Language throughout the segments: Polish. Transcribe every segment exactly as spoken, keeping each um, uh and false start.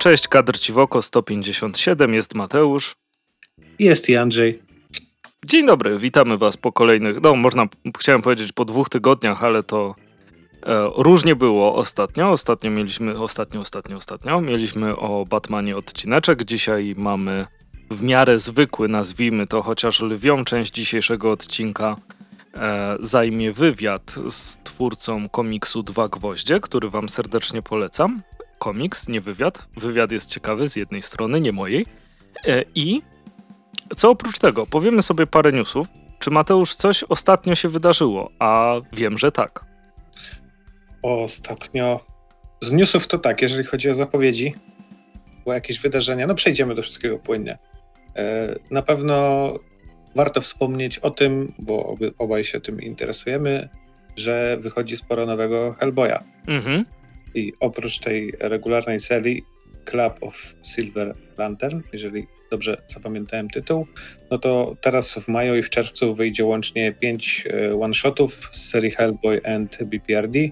Cześć, kadr ci w oko sto pięćdziesiąt siedem, jest Mateusz. Jest i Andrzej. Dzień dobry, witamy was po kolejnych, no można, chciałem powiedzieć po dwóch tygodniach, ale to e, różnie było ostatnio. Ostatnio mieliśmy, ostatnio, ostatnio, ostatnio mieliśmy o Batmanie odcineczek. Dzisiaj mamy w miarę zwykły, nazwijmy to, chociaż lwią część dzisiejszego odcinka e, zajmie wywiad z twórcą komiksu Dwa Gwoździe, który wam serdecznie polecam. Komiks, nie wywiad. Wywiad jest ciekawy z jednej strony, nie mojej. E, I co oprócz tego? Powiemy sobie parę newsów. Czy Mateusz coś ostatnio się wydarzyło? A wiem, że tak. Ostatnio z newsów to tak, jeżeli chodzi o zapowiedzi, było jakieś wydarzenia, no przejdziemy do wszystkiego płynnie. E, na pewno warto wspomnieć o tym, bo oby, obaj się tym interesujemy, że wychodzi sporo nowego Hellboya. Mhm. I oprócz tej regularnej serii Club of Silver Lantern, jeżeli dobrze zapamiętałem tytuł, no to teraz w maju i w czerwcu wyjdzie łącznie pięć one-shotów z serii Hellboy and B P R D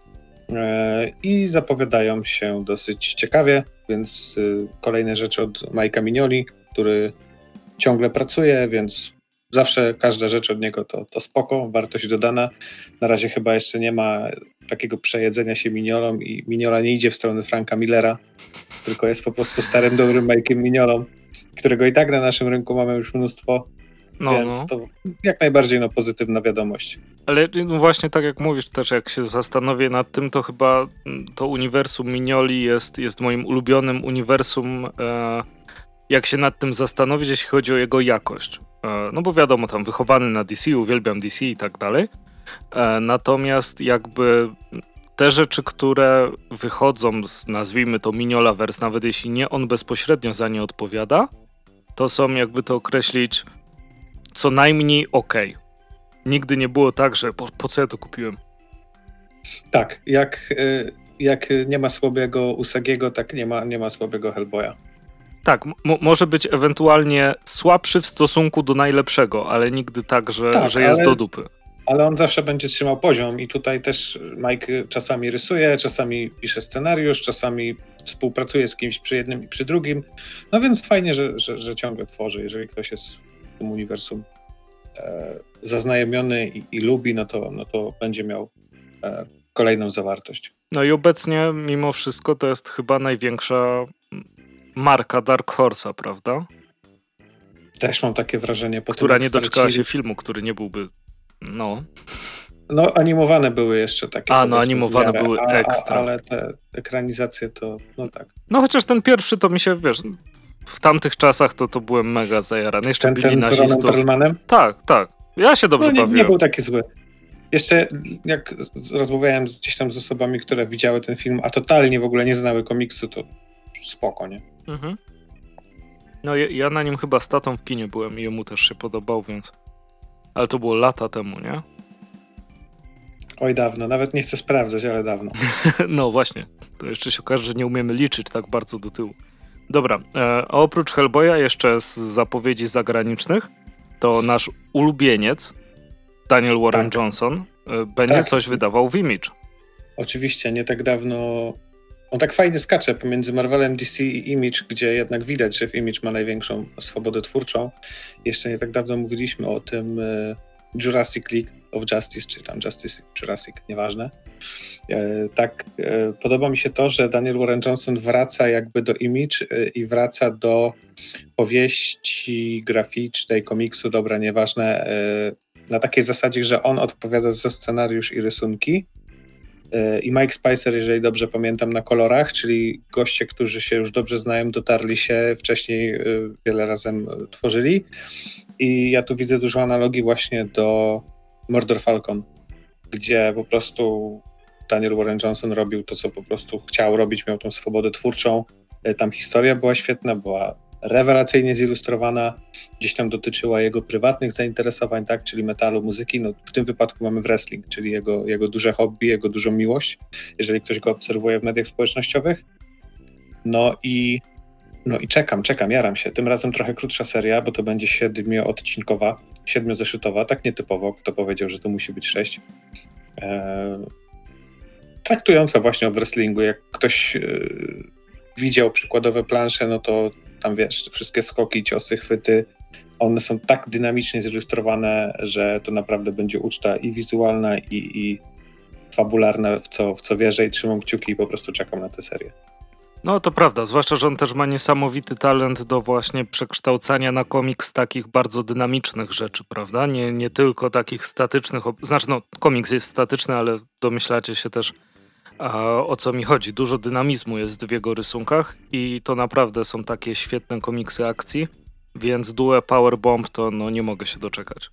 i zapowiadają się dosyć ciekawie, więc kolejne rzeczy od Mike'a Mignoli, który ciągle pracuje, więc zawsze każda rzecz od niego to, to spoko, wartość dodana. Na razie chyba jeszcze nie ma takiego przejedzenia się Mignolą i Mignola nie idzie w stronę Franka Millera, tylko jest po prostu starym, dobrym Mike'em Mignolą, którego i tak na naszym rynku mamy już mnóstwo, no, więc no. To jak najbardziej no, pozytywna wiadomość. Ale no właśnie tak jak mówisz też, jak się zastanowię nad tym, to chyba to uniwersum Mignoli jest, jest moim ulubionym uniwersum, e, jak się nad tym zastanowić, jeśli chodzi o jego jakość. E, no bo wiadomo, tam wychowany na D C, uwielbiam D C i tak dalej. E, natomiast jakby te rzeczy, które wychodzą z, nazwijmy to Mignolaverse, nawet jeśli nie on bezpośrednio za nie odpowiada, to są, jakby to określić, co najmniej okej. Okay. Nigdy nie było tak, że po, po co ja to kupiłem? Tak, jak, jak nie ma słabego Usagiego, tak nie ma, nie ma słabego Hellboya. Tak, m- może być ewentualnie słabszy w stosunku do najlepszego, ale nigdy tak, że, tak, że jest ale... do dupy. Ale on zawsze będzie trzymał poziom i tutaj też Mike czasami rysuje, czasami pisze scenariusz, czasami współpracuje z kimś przy jednym i przy drugim. No więc fajnie, że, że, że ciągle tworzy. Jeżeli ktoś jest w tym uniwersum e, zaznajomiony i, i lubi, no to, no to będzie miał e, kolejną zawartość. No i obecnie mimo wszystko to jest chyba największa marka Dark Horse'a, prawda? Też mam takie wrażenie. Po która tym, nie doczekała się filmu, który nie byłby... No. No, animowane były jeszcze takie. A, no, animowane miarę, były a, ekstra. A, ale te ekranizacje to, no tak. No, chociaż ten pierwszy to mi się, wiesz, w tamtych czasach to, to byłem mega zajarany. Jeszcze ten, byli ten nazistów. Z Ronem Perlmanem? Tak, tak. Ja się dobrze no, nie, bawiłem. Nie był taki zły. Jeszcze jak rozmawiałem gdzieś tam z osobami, które widziały ten film, a totalnie w ogóle nie znały komiksu, to spoko, nie? Mhm. No, ja, ja na nim chyba z tatą w kinie byłem i jemu też się podobał, więc... Ale to było lata temu, nie? Oj, dawno. Nawet nie chcę sprawdzać, ale dawno. No właśnie. To jeszcze się okaże, że nie umiemy liczyć tak bardzo do tyłu. Dobra. E, a oprócz Hellboya jeszcze z zapowiedzi zagranicznych to nasz ulubieniec Daniel Warren tak. Johnson e, będzie tak. coś wydawał w Image. Oczywiście. Nie tak dawno... On tak fajnie skacze pomiędzy Marvelem, D C i Image, gdzie jednak widać, że w Image ma największą swobodę twórczą. Jeszcze nie tak dawno mówiliśmy o tym e, Jurassic League of Justice, czy tam Justice Jurassic, nieważne. E, tak, e, podoba mi się to, że Daniel Warren Johnson wraca jakby do Image e, i wraca do powieści graficznej, komiksu, dobra, nieważne, e, na takiej zasadzie, że on odpowiada za scenariusz i rysunki, i Mike Spicer, jeżeli dobrze pamiętam, na kolorach, czyli goście, którzy się już dobrze znają, dotarli się, wcześniej wiele razem tworzyli. I ja tu widzę dużo analogii właśnie do Murder Falcon, gdzie po prostu Daniel Warren Johnson robił to, co po prostu chciał robić, miał tą swobodę twórczą. Tam historia była świetna, była rewelacyjnie zilustrowana, gdzieś tam dotyczyła jego prywatnych zainteresowań, tak, czyli metalu, muzyki. No, w tym wypadku mamy wrestling, czyli jego, jego duże hobby, jego dużą miłość, jeżeli ktoś go obserwuje w mediach społecznościowych. No i, no i czekam, czekam, jaram się. Tym razem trochę krótsza seria, bo to będzie siedmioodcinkowa, siedmiozeszytowa, tak nietypowo, kto powiedział, że to musi być sześć. Eee, traktująca właśnie o wrestlingu, jak ktoś... Yy, widział przykładowe plansze, no to tam wiesz, wszystkie skoki, ciosy, chwyty, one są tak dynamicznie zilustrowane, że to naprawdę będzie uczta i wizualna, i, i fabularna, w co, w co wierzę i trzymam kciuki i po prostu czekam na tę serię. No to prawda, zwłaszcza, że on też ma niesamowity talent do właśnie przekształcania na komiks takich bardzo dynamicznych rzeczy, prawda? Nie, nie tylko takich statycznych, znaczy no komiks jest statyczny, ale domyślacie się też a, o co mi chodzi. Dużo dynamizmu jest w jego rysunkach i to naprawdę są takie świetne komiksy akcji, więc Due Powerbomb to no nie mogę się doczekać.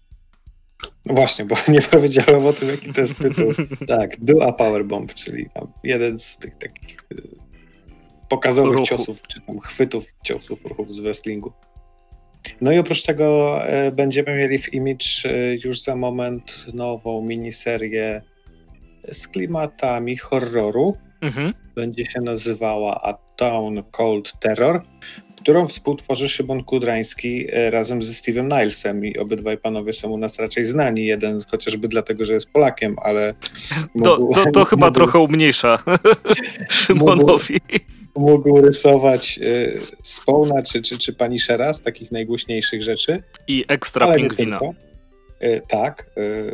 No właśnie, bo nie powiedziałem o tym, jaki to jest tytuł. Tak, Due Powerbomb, czyli tam jeden z tych takich pokazowych Ruchu. ciosów, czy tam chwytów ciosów, ruchów z wrestlingu. No i oprócz tego e, będziemy mieli w Image e, już za moment nową miniserię z klimatami horroru. Mhm. Będzie się nazywała A Town Called Terror, którą współtworzy Szymon Kudrański e, razem ze Steve'em Nilesem i obydwaj panowie są u nas raczej znani. Jeden chociażby dlatego, że jest Polakiem, ale... To, mógł, to, to chyba mógł, trochę umniejsza Szymonowi. Mógł, mógł rysować y, Spawna czy, czy, czy Punishera z takich najgłośniejszych rzeczy. I Ekstra Pingwina. Y, tak. Y,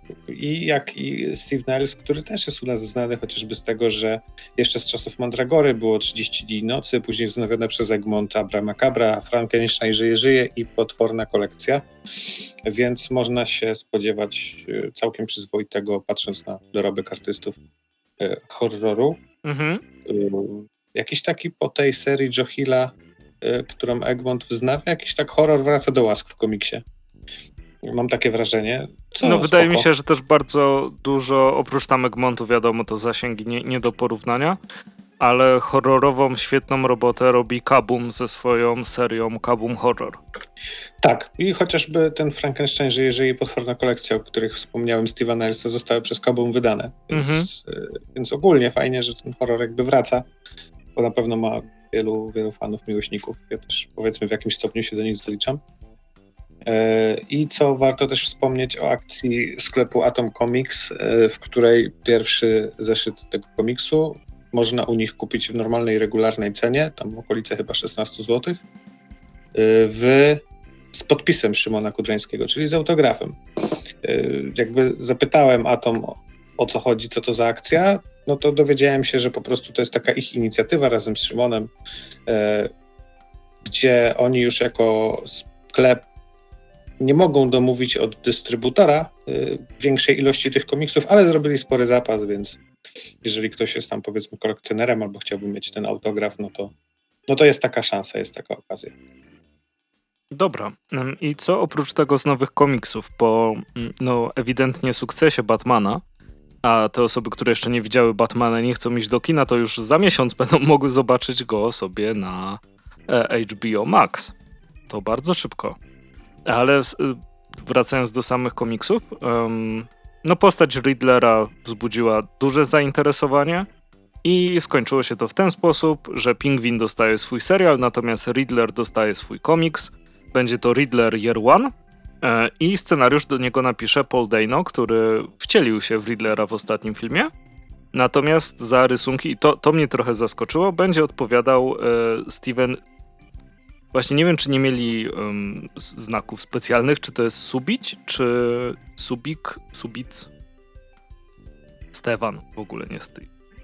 I jak i Steve Niles, który też jest u nas znany chociażby z tego, że jeszcze z czasów Mandragory było trzydzieści dni i nocy, później wznowione przez Egmonta Abracadabra, Frankenstein żyje, żyje i potworna kolekcja. Więc można się spodziewać całkiem przyzwoitego, patrząc na dorobek artystów, y, horroru. Mhm. Y, jakiś taki po tej serii Joe Hilla, y, którą Egmont wznawia, jakiś tak horror wraca do łask w komiksie. Mam takie wrażenie. Co, no wydaje spoko. mi się, że też bardzo dużo, oprócz tam Egmontu, wiadomo, to zasięgi nie, nie do porównania, ale horrorową, świetną robotę robi Kaboom ze swoją serią Kaboom Horror. Tak, i chociażby ten Frankenstein żyje, żyje i potworna kolekcja, o których wspomniałem, Steve'a Nilesa, zostały przez Kaboom wydane. Więc, mhm. y, więc ogólnie fajnie, że ten horror jakby wraca, bo na pewno ma wielu, wielu fanów, miłośników. Ja też powiedzmy w jakimś stopniu się do nich zaliczam. I co warto też wspomnieć o akcji sklepu Atom Comics, w której pierwszy zeszyt tego komiksu można u nich kupić w normalnej, regularnej cenie, tam w okolice chyba szesnaście złotych, w, z podpisem Szymona Kudrańskiego, czyli z autografem. Jakby zapytałem Atom o, o co chodzi, co to za akcja, no to dowiedziałem się, że po prostu to jest taka ich inicjatywa razem z Szymonem, gdzie oni już jako sklep nie mogą domówić od dystrybutora y, większej ilości tych komiksów, ale zrobili spory zapas, więc jeżeli ktoś jest tam powiedzmy kolekcjonerem albo chciałby mieć ten autograf, no to, no to jest taka szansa, jest taka okazja. Dobra. I co oprócz tego z nowych komiksów po no, ewidentnie sukcesie Batmana, a te osoby, które jeszcze nie widziały Batmana, nie chcą iść do kina, to już za miesiąc będą mogły zobaczyć go sobie na H B O Max. To bardzo szybko. Ale wracając do samych komiksów, um, no postać Riddlera wzbudziła duże zainteresowanie i skończyło się to w ten sposób, że Pingwin dostaje swój serial, natomiast Riddler dostaje swój komiks. Będzie to Riddler Year One e, i scenariusz do niego napisze Paul Dano, który wcielił się w Riddlera w ostatnim filmie. Natomiast za rysunki, i to, to mnie trochę zaskoczyło, będzie odpowiadał e, Steven. Właśnie nie wiem, czy nie mieli um, znaków specjalnych, czy to jest Subić, czy Subik, Subic. Stefan w ogóle nie stoi.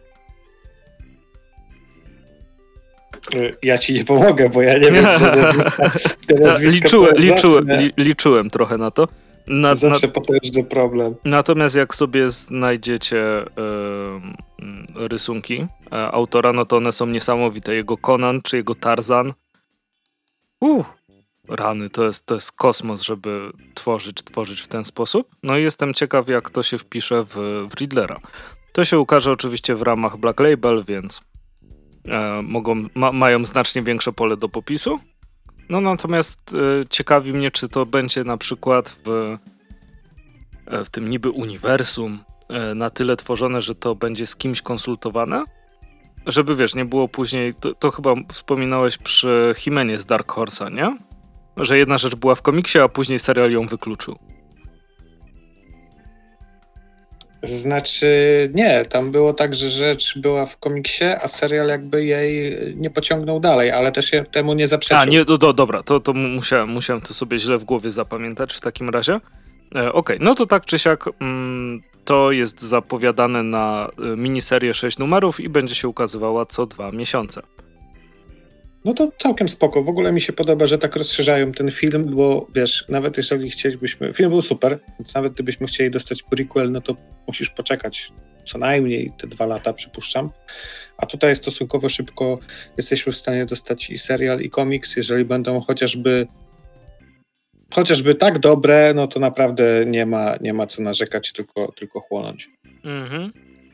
Ja ci nie pomogę, bo ja nie wiem, te nazwiska liczyłem, liczyłem, li, liczyłem trochę na to. Na, zawsze na, potężny problem. Natomiast jak sobie znajdziecie y, y, rysunki y, autora, no to one są niesamowite. Jego Conan, czy jego Tarzan. Uh, rany, to jest, to jest kosmos, żeby tworzyć, tworzyć w ten sposób. No i jestem ciekaw, jak to się wpisze w, w Riddlera. To się ukaże oczywiście w ramach Black Label, więc e, mogą, ma, mają znacznie większe pole do popisu. No natomiast e, ciekawi mnie, czy to będzie na przykład w, e, w tym niby uniwersum e, na tyle tworzone, że to będzie z kimś konsultowane. Żeby, wiesz, nie było później, to, to chyba wspominałeś przy He-Manie z Dark Horse'a, nie? Że jedna rzecz była w komiksie, a później serial ją wykluczył. Znaczy nie, tam było tak, że rzecz była w komiksie, a serial jakby jej nie pociągnął dalej, ale też się temu nie zaprzeczył. A, nie, do, do, dobra, to, to musiałem, musiałem to sobie źle w głowie zapamiętać w takim razie. E, Okej, okay. No to tak czy siak mm, to jest zapowiadane na miniserię sześć numerów i będzie się ukazywała co dwa miesiące. No to całkiem spoko. W ogóle mi się podoba, że tak rozszerzają ten film, bo wiesz, nawet jeżeli chcielibyśmy... Film był super, więc nawet gdybyśmy chcieli dostać prequel, no to musisz poczekać co najmniej te dwa lata, przypuszczam. A tutaj stosunkowo szybko jesteśmy w stanie dostać i serial, i komiks. Jeżeli będą chociażby chociażby tak dobre, no to naprawdę nie ma, nie ma co narzekać, tylko, tylko chłonąć. Mhm.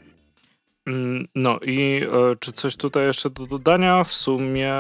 No i e, czy coś tutaj jeszcze do dodania? W sumie...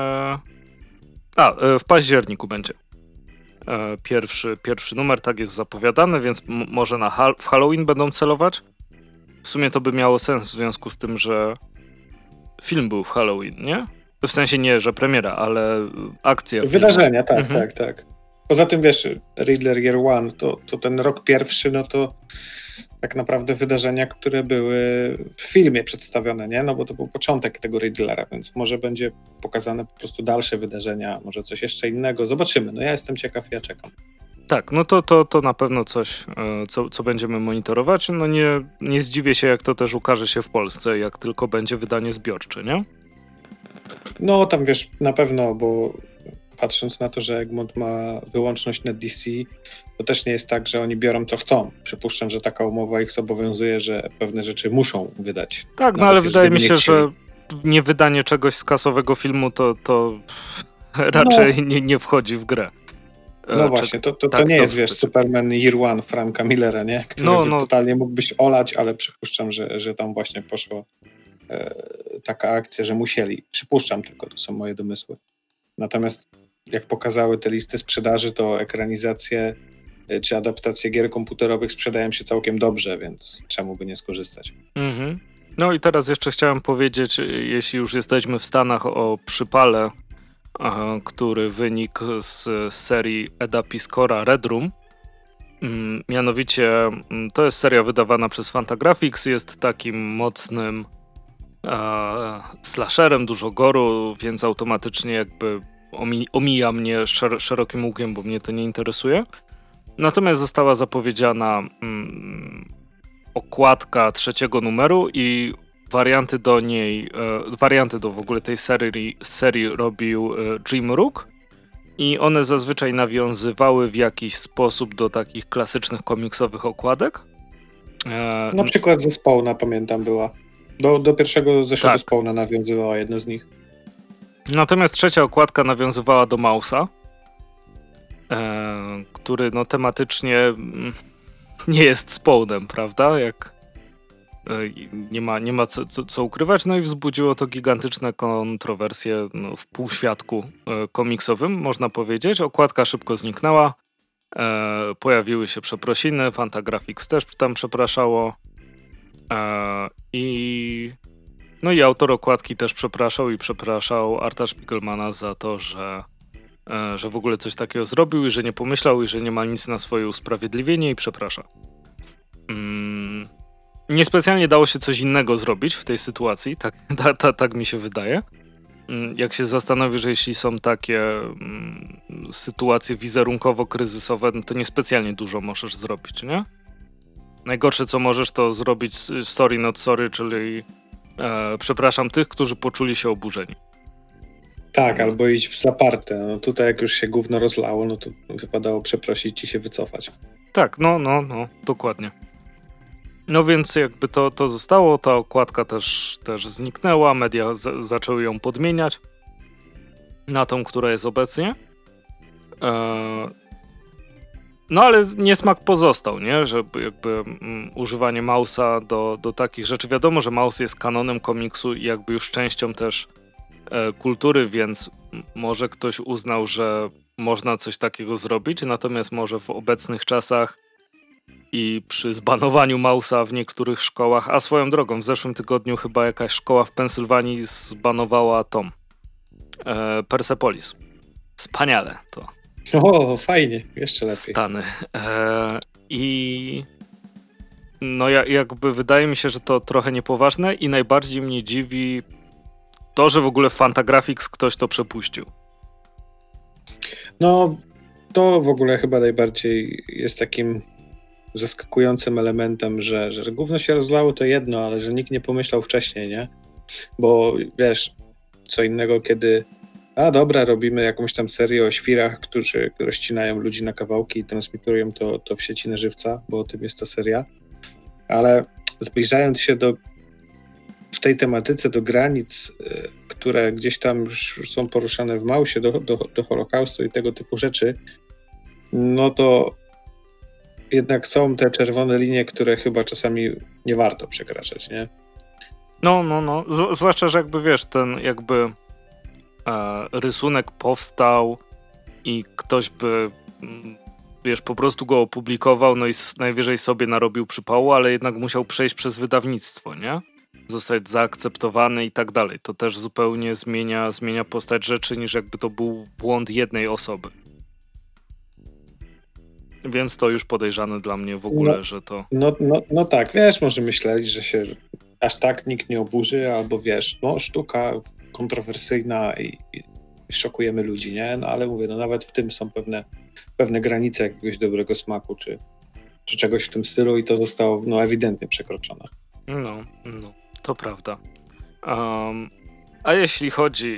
A, e, w październiku będzie. E, pierwszy, pierwszy numer, tak jest zapowiadany, więc m- może na ha- w Halloween będą celować. W sumie to by miało sens w związku z tym, że film był w Halloween, nie? W sensie nie, że premiera, ale akcja. Wydarzenia, tak, mhm. tak, tak. Poza tym wiesz, Riddler Year One, to, to ten rok pierwszy, no to tak naprawdę wydarzenia, które były w filmie przedstawione, nie? No bo to był początek tego Riddlera, więc może będzie pokazane po prostu dalsze wydarzenia, może coś jeszcze innego. Zobaczymy. No ja jestem ciekaw, ja czekam. Tak, no to, to, to na pewno coś, co, co będziemy monitorować. No nie, nie zdziwię się, jak to też ukaże się w Polsce, jak tylko będzie wydanie zbiorcze, nie? No tam wiesz, na pewno, bo patrząc na to, że Egmont ma wyłączność na D C, to też nie jest tak, że oni biorą co chcą. Przypuszczam, że taka umowa ich zobowiązuje, że pewne rzeczy muszą wydać. Tak, no ale wydaje mi się, że nie wydanie czegoś z kasowego filmu to, to pff, raczej no. nie, nie wchodzi w grę. No właśnie, to, to, to tak, nie jest, wiesz, Superman Year One Franka Millera, nie? Który no, no. totalnie mógłbyś olać, ale przypuszczam, że, że tam właśnie poszła e, taka akcja, że musieli. Przypuszczam tylko, to są moje domysły. Natomiast jak pokazały te listy sprzedaży, to ekranizacje czy adaptacje gier komputerowych sprzedają się całkiem dobrze, więc czemu by nie skorzystać? Mhm. No i teraz jeszcze chciałem powiedzieć, jeśli już jesteśmy w Stanach, o Przypale, który wynikł z serii Eda Piscora Red Room. Mianowicie to jest seria wydawana przez Fantagraphics, jest takim mocnym e, slasherem, dużo goru, więc automatycznie jakby omi- omija mnie szer- szerokim łukiem, bo mnie to nie interesuje. Natomiast została zapowiedziana mm, okładka trzeciego numeru i warianty do niej, e, warianty do w ogóle tej serii, serii robił e, Jim Rook i one zazwyczaj nawiązywały w jakiś sposób do takich klasycznych komiksowych okładek. E, Na przykład ze Spawna, pamiętam, była. Do, do pierwszego zeszłego tak. Spawna nawiązywała jedna z nich. Natomiast trzecia okładka nawiązywała do Mouse'a, e, który no tematycznie mm, nie jest Spawnem, prawda? Jak Nie ma, nie ma co, co, co ukrywać, no i wzbudziło to gigantyczne kontrowersje no, w półświadku e, komiksowym, można powiedzieć. Okładka szybko zniknęła, e, pojawiły się przeprosiny, Fantagraphics też tam przepraszało e, i no i autor okładki też przepraszał i przepraszał Arta Spiegelmana za to, że, e, że w ogóle coś takiego zrobił i że nie pomyślał i że nie ma nic na swoje usprawiedliwienie i przeprasza. Mm. Niespecjalnie dało się coś innego zrobić w tej sytuacji, tak, ta, ta, tak mi się wydaje. Jak się zastanowię, że jeśli są takie mm, sytuacje wizerunkowo-kryzysowe, no to niespecjalnie dużo możesz zrobić, nie? Najgorsze, co możesz, to zrobić sorry not sorry, czyli e, przepraszam tych, którzy poczuli się oburzeni. Tak, no. Albo iść w zaparte. No tutaj jak już się gówno rozlało, no to wypadało przeprosić i się wycofać. Tak, no, no, no, dokładnie. No więc jakby to, to zostało, ta okładka też, też zniknęła, media z, zaczęły ją podmieniać na tą, która jest obecnie. Eee, no ale niesmak pozostał, nie? Że jakby mm, używanie Mouse'a do, do takich rzeczy. Wiadomo, że Mouse jest kanonem komiksu i jakby już częścią też e, kultury, więc może ktoś uznał, że można coś takiego zrobić, natomiast może w obecnych czasach i przy zbanowaniu Mouse'a w niektórych szkołach, a swoją drogą w zeszłym tygodniu chyba jakaś szkoła w Pensylwanii zbanowała Tom e, Persepolis. Wspaniale to. O, fajnie, jeszcze lepiej. Stany. E, I no ja, jakby wydaje mi się, że to trochę niepoważne i najbardziej mnie dziwi to, że w ogóle w Fantagraphics ktoś to przepuścił. No, to w ogóle chyba najbardziej jest takim zaskakującym elementem, że, że gówno się rozlało to jedno, ale że nikt nie pomyślał wcześniej, nie? Bo wiesz, co innego, kiedy a dobra, robimy jakąś tam serię o świrach, którzy rozcinają ludzi na kawałki i transmitują to, to w sieci na żywca, bo o tym jest ta seria. Ale zbliżając się do w tej tematyce do granic, które gdzieś tam już są poruszane w Mausie, do, do, do Holokaustu i tego typu rzeczy, no to jednak są te czerwone linie, które chyba czasami nie warto przekraczać, nie? No, no, no. Z- zwłaszcza, że jakby wiesz, ten jakby e, rysunek powstał i ktoś by mm, wiesz, po prostu go opublikował, no i s- najwyżej sobie narobił przypału, ale jednak musiał przejść przez wydawnictwo, nie? Zostać zaakceptowany i tak dalej. To też zupełnie zmienia, zmienia postać rzeczy, niż jakby to był błąd jednej osoby. Więc to już podejrzane dla mnie w ogóle, No, że to... no, no, no tak, wiesz, może myśleć, że się aż tak nikt nie oburzy, albo wiesz, no sztuka kontrowersyjna i, i szokujemy ludzi, nie? No ale mówię, no nawet w tym są pewne, pewne granice jakiegoś dobrego smaku, czy, czy czegoś w tym stylu i to zostało no ewidentnie przekroczone. No, no, to prawda. Um, a jeśli chodzi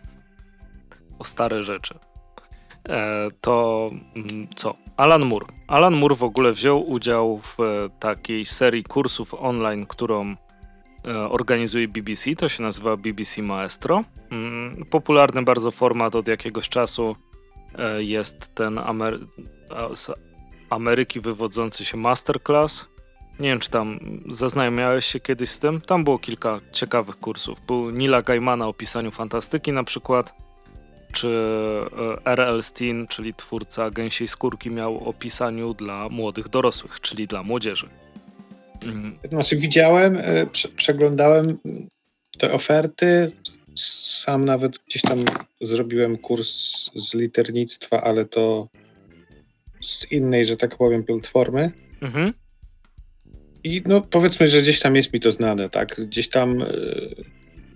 o stare rzeczy, e, to mm, co? Alan Moore. Alan Moore w ogóle wziął udział w e, takiej serii kursów online, którą e, organizuje B B C. To się nazywa B B C Maestro. Mm, popularny bardzo format od jakiegoś czasu e, jest ten Amery- a, z Ameryki wywodzący się Masterclass. Nie wiem, czy tam zaznajomałeś się kiedyś z tym. Tam było kilka ciekawych kursów. Był Neila Gaimana o pisaniu fantastyki na przykład, czy R L. Stine, czyli twórca Gęsiej Skórki, miał o pisaniu dla młodych dorosłych, czyli dla młodzieży. Mhm. Znaczy widziałem, e, prze, przeglądałem te oferty, sam nawet gdzieś tam zrobiłem kurs z liternictwa, ale to z innej, że tak powiem, platformy. Mhm. I no powiedzmy, że gdzieś tam jest mi to znane, tak? Gdzieś tam yy,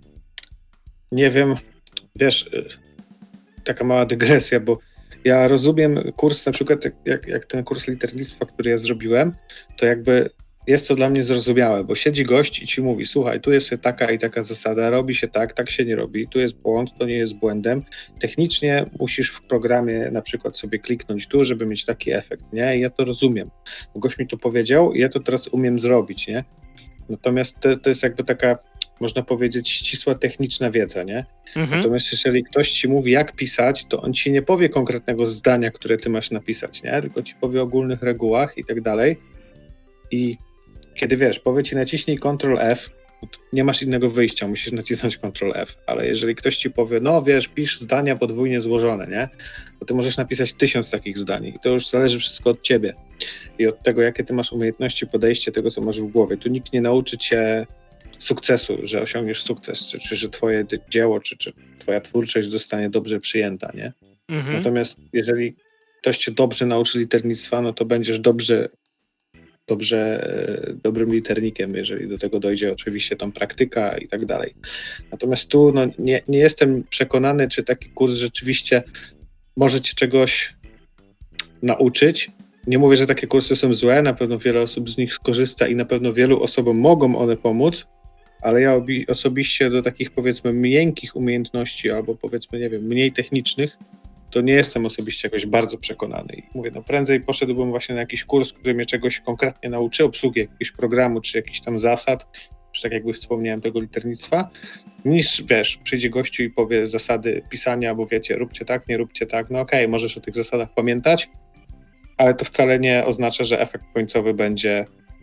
nie wiem, wiesz, yy, taka mała dygresja, bo ja rozumiem kurs, na przykład jak, jak ten kurs liternictwa, który ja zrobiłem, to jakby jest to dla mnie zrozumiałe, bo siedzi gość i ci mówi, słuchaj, tu jest taka i taka zasada, robi się tak, tak się nie robi, tu jest błąd, to nie jest błędem. Technicznie musisz w programie na przykład sobie kliknąć tu, żeby mieć taki efekt, nie? I ja to rozumiem. Bo gość mi to powiedział i ja to teraz umiem zrobić, nie? Natomiast to, to jest jakby taka, można powiedzieć, ścisła techniczna wiedza, nie? Mhm. Natomiast jeżeli ktoś ci mówi, jak pisać, to on ci nie powie konkretnego zdania, które ty masz napisać, nie? Tylko ci powie o ogólnych regułach i tak dalej. I kiedy wiesz, powie ci naciśnij kontrol F, nie masz innego wyjścia, musisz nacisnąć kontrol F, ale jeżeli ktoś ci powie, no wiesz, pisz zdania podwójnie złożone, nie? To ty możesz napisać tysiąc takich zdań i to już zależy wszystko od ciebie i od tego, jakie ty masz umiejętności, podejście tego, co masz w głowie. Tu nikt nie nauczy cię sukcesu, że osiągniesz sukces, czy, czy że twoje dzieło, czy, czy twoja twórczość zostanie dobrze przyjęta, nie? Mhm. Natomiast jeżeli ktoś cię dobrze nauczy liternictwa, no to będziesz dobrze dobrze, e, dobrym liternikiem, jeżeli do tego dojdzie oczywiście tam praktyka i tak dalej. Natomiast tu no, nie, nie jestem przekonany, czy taki kurs rzeczywiście może cię czegoś nauczyć. Nie mówię, że takie kursy są złe, na pewno wiele osób z nich skorzysta i na pewno wielu osobom mogą one pomóc, ale ja obi- osobiście do takich powiedzmy miękkich umiejętności albo powiedzmy, nie wiem, mniej technicznych, to nie jestem osobiście jakoś bardzo przekonany. I mówię, no prędzej poszedłbym właśnie na jakiś kurs, który mnie czegoś konkretnie nauczy, obsługi jakiegoś programu, czy jakichś tam zasad, czy tak jakby wspomniałem tego liternictwa, niż, wiesz, przyjdzie gościu i powie zasady pisania, bo wiecie, róbcie tak, nie róbcie tak, no okej, okay, możesz o tych zasadach pamiętać, ale to wcale nie oznacza, że efekt końcowy będzie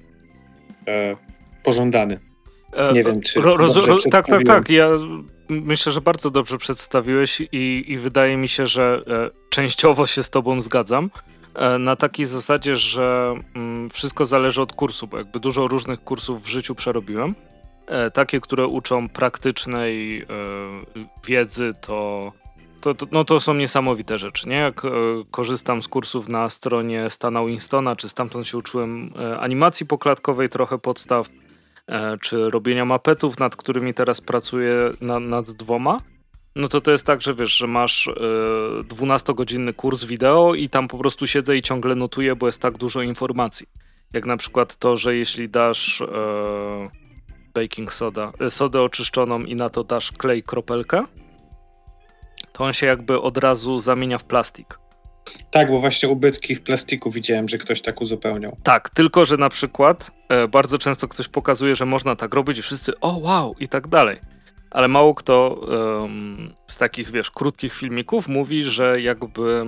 e, pożądany. Nie wiem, czy ro, roz, dobrze ro, Tak, tak, tak. Ja myślę, że bardzo dobrze przedstawiłeś i, i wydaje mi się, że e, częściowo się z tobą zgadzam. E, na takiej zasadzie, że mm, wszystko zależy od kursu, bo jakby dużo różnych kursów w życiu przerobiłem. E, takie, które uczą praktycznej e, wiedzy, to To, to, no to są niesamowite rzeczy, nie? Jak e, korzystam z kursów na stronie Stana Winstona, czy stamtąd się uczyłem e, animacji poklatkowej, trochę podstaw, e, czy robienia mapetów, nad którymi teraz pracuję na, nad dwoma, no to to jest tak, że wiesz, że masz e, dwunastogodzinny kurs wideo i tam po prostu siedzę i ciągle notuję, bo jest tak dużo informacji. Jak na przykład to, że jeśli dasz e, baking soda, e, sodę oczyszczoną i na to dasz klej, kropelkę, to on się jakby od razu zamienia w plastik. Tak, bo właśnie ubytki w plastiku widziałem, że ktoś tak uzupełniał. Tak, tylko że na przykład e, bardzo często ktoś pokazuje, że można tak robić i wszyscy o wow i tak dalej. Ale mało kto um, z takich, wiesz, krótkich filmików mówi, że jakby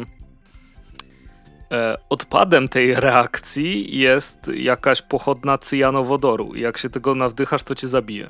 e, odpadem tej reakcji jest jakaś pochodna cyjanowodoru i jak się tego nawdychasz, to cię zabije.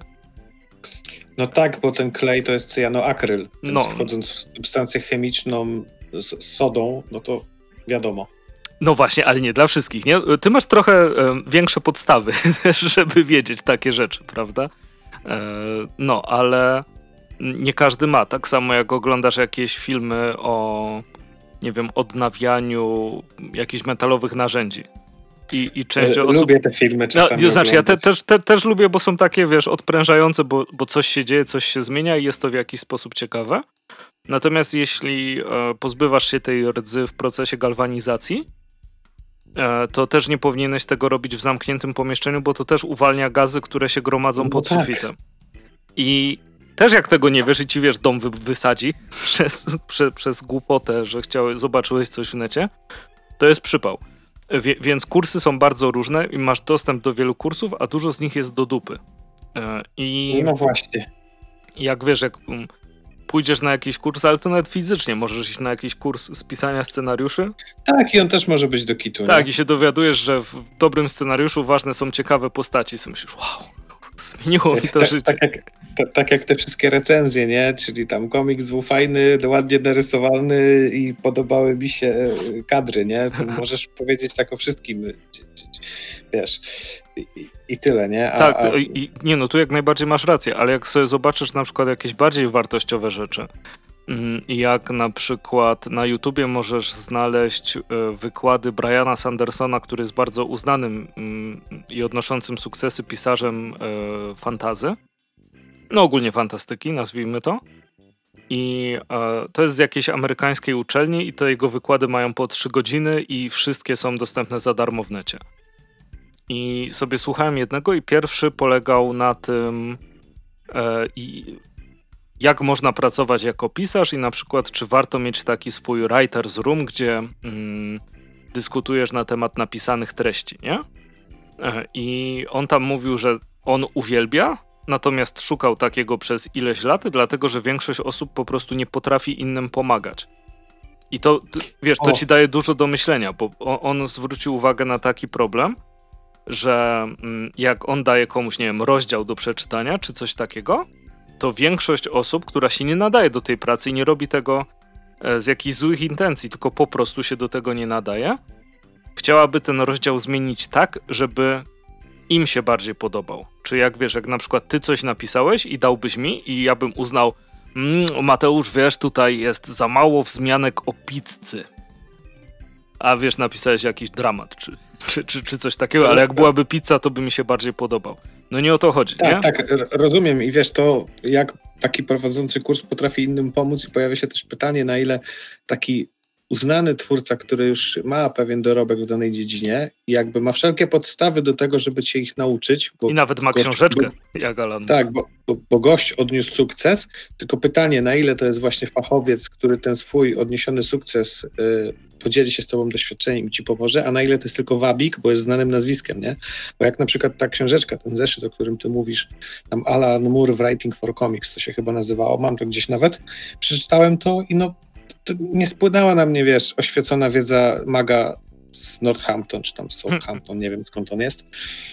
No tak, bo ten klej to jest cyjanoakryl. Więc No. wchodząc w substancję chemiczną z, z sodą, no to wiadomo. No właśnie, ale nie dla wszystkich, nie? Ty masz trochę e, większe podstawy, żeby wiedzieć takie rzeczy, prawda? E, no, ale nie każdy ma. Tak samo jak oglądasz jakieś filmy o, nie wiem, odnawianiu jakichś metalowych narzędzi. I, i część E, osób... Lubię te filmy czasami No, znaczy, ja te, oglądać. też, te, też lubię, bo są takie, wiesz, odprężające, bo, bo coś się dzieje, coś się zmienia i jest to w jakiś sposób ciekawe. Natomiast jeśli e, pozbywasz się tej rdzy w procesie galwanizacji, e, to też nie powinieneś tego robić w zamkniętym pomieszczeniu, bo to też uwalnia gazy, które się gromadzą No pod tak. sufitem. I też jak tego nie wiesz i ci, wiesz, dom wy, wysadzi przez, prze, przez głupotę, że chciałeś, zobaczyłeś coś w necie, to jest przypał. Wie, więc kursy są bardzo różne i masz dostęp do wielu kursów, a dużo z nich jest do dupy. E, I No właśnie. jak wiesz, jak um, pójdziesz na jakiś kurs, ale to nawet fizycznie możesz iść na jakiś kurs z pisania scenariuszy. Tak, i on też może być do kitu. Tak, nie? i się dowiadujesz, że w dobrym scenariuszu ważne są ciekawe postaci. I sobie myślisz, wow, zmieniło mi to tak, życie. tak, jak, ta, tak jak te wszystkie recenzje, nie? Czyli tam komiks był fajny, ładnie narysowany i podobały mi się kadry, nie? To możesz powiedzieć tak o wszystkim, wiesz, i, i tyle, nie? A, Tak, a... i, nie no, tu jak najbardziej masz rację, ale jak sobie zobaczysz na przykład jakieś bardziej wartościowe rzeczy, i jak na przykład na YouTubie możesz znaleźć wykłady Briana Sandersona, który jest bardzo uznanym i odnoszącym sukcesy pisarzem fantasy, no ogólnie fantastyki, nazwijmy to. I to jest z jakiejś amerykańskiej uczelni i te jego wykłady mają po trzy godziny i wszystkie są dostępne za darmo w necie. I sobie słuchałem jednego i pierwszy polegał na tym, e, i jak można pracować jako pisarz i na przykład czy warto mieć taki swój writer's room, gdzie mm, dyskutujesz na temat napisanych treści, nie? E, I on tam mówił, że on uwielbia, natomiast szukał takiego przez ileś lat, dlatego że większość osób po prostu nie potrafi innym pomagać. I to, wiesz, to O. ci daje dużo do myślenia, bo on, on zwrócił uwagę na taki problem, że jak on daje komuś, nie wiem, rozdział do przeczytania, czy coś takiego, to większość osób, która się nie nadaje do tej pracy i nie robi tego z jakichś złych intencji, tylko po prostu się do tego nie nadaje, chciałaby ten rozdział zmienić tak, żeby im się bardziej podobał. Czy jak wiesz, jak na przykład ty coś napisałeś i dałbyś mi i ja bym uznał, mmm, Mateusz, wiesz, tutaj jest za mało wzmianek o pizzy. A wiesz, napisałeś jakiś dramat, czy, czy, czy, czy coś takiego, ale jak byłaby pizza, to by mi się bardziej podobał. No nie o to chodzi, tak, nie? Tak, rozumiem i wiesz, to jak taki prowadzący kurs potrafi innym pomóc i pojawia się też pytanie, na ile taki uznany twórca, który już ma pewien dorobek w danej dziedzinie i jakby ma wszelkie podstawy do tego, żeby się ich nauczyć. Bo I nawet ma gość, książeczkę, bo, jak Alan. Tak, bo, bo, bo gość odniósł sukces, tylko pytanie, na ile to jest właśnie fachowiec, który ten swój odniesiony sukces y, podzieli się z tobą doświadczeniem i ci pomoże, a na ile to jest tylko wabik, bo jest znanym nazwiskiem, nie? Bo jak na przykład ta książeczka, ten zeszyt, o którym ty mówisz, tam Alan Moore Writing for Comics, to się chyba nazywało, mam to gdzieś nawet, przeczytałem to i no to nie spłynęła na mnie, wiesz, oświecona wiedza maga z Northampton, czy tam z Southampton, nie wiem skąd on jest,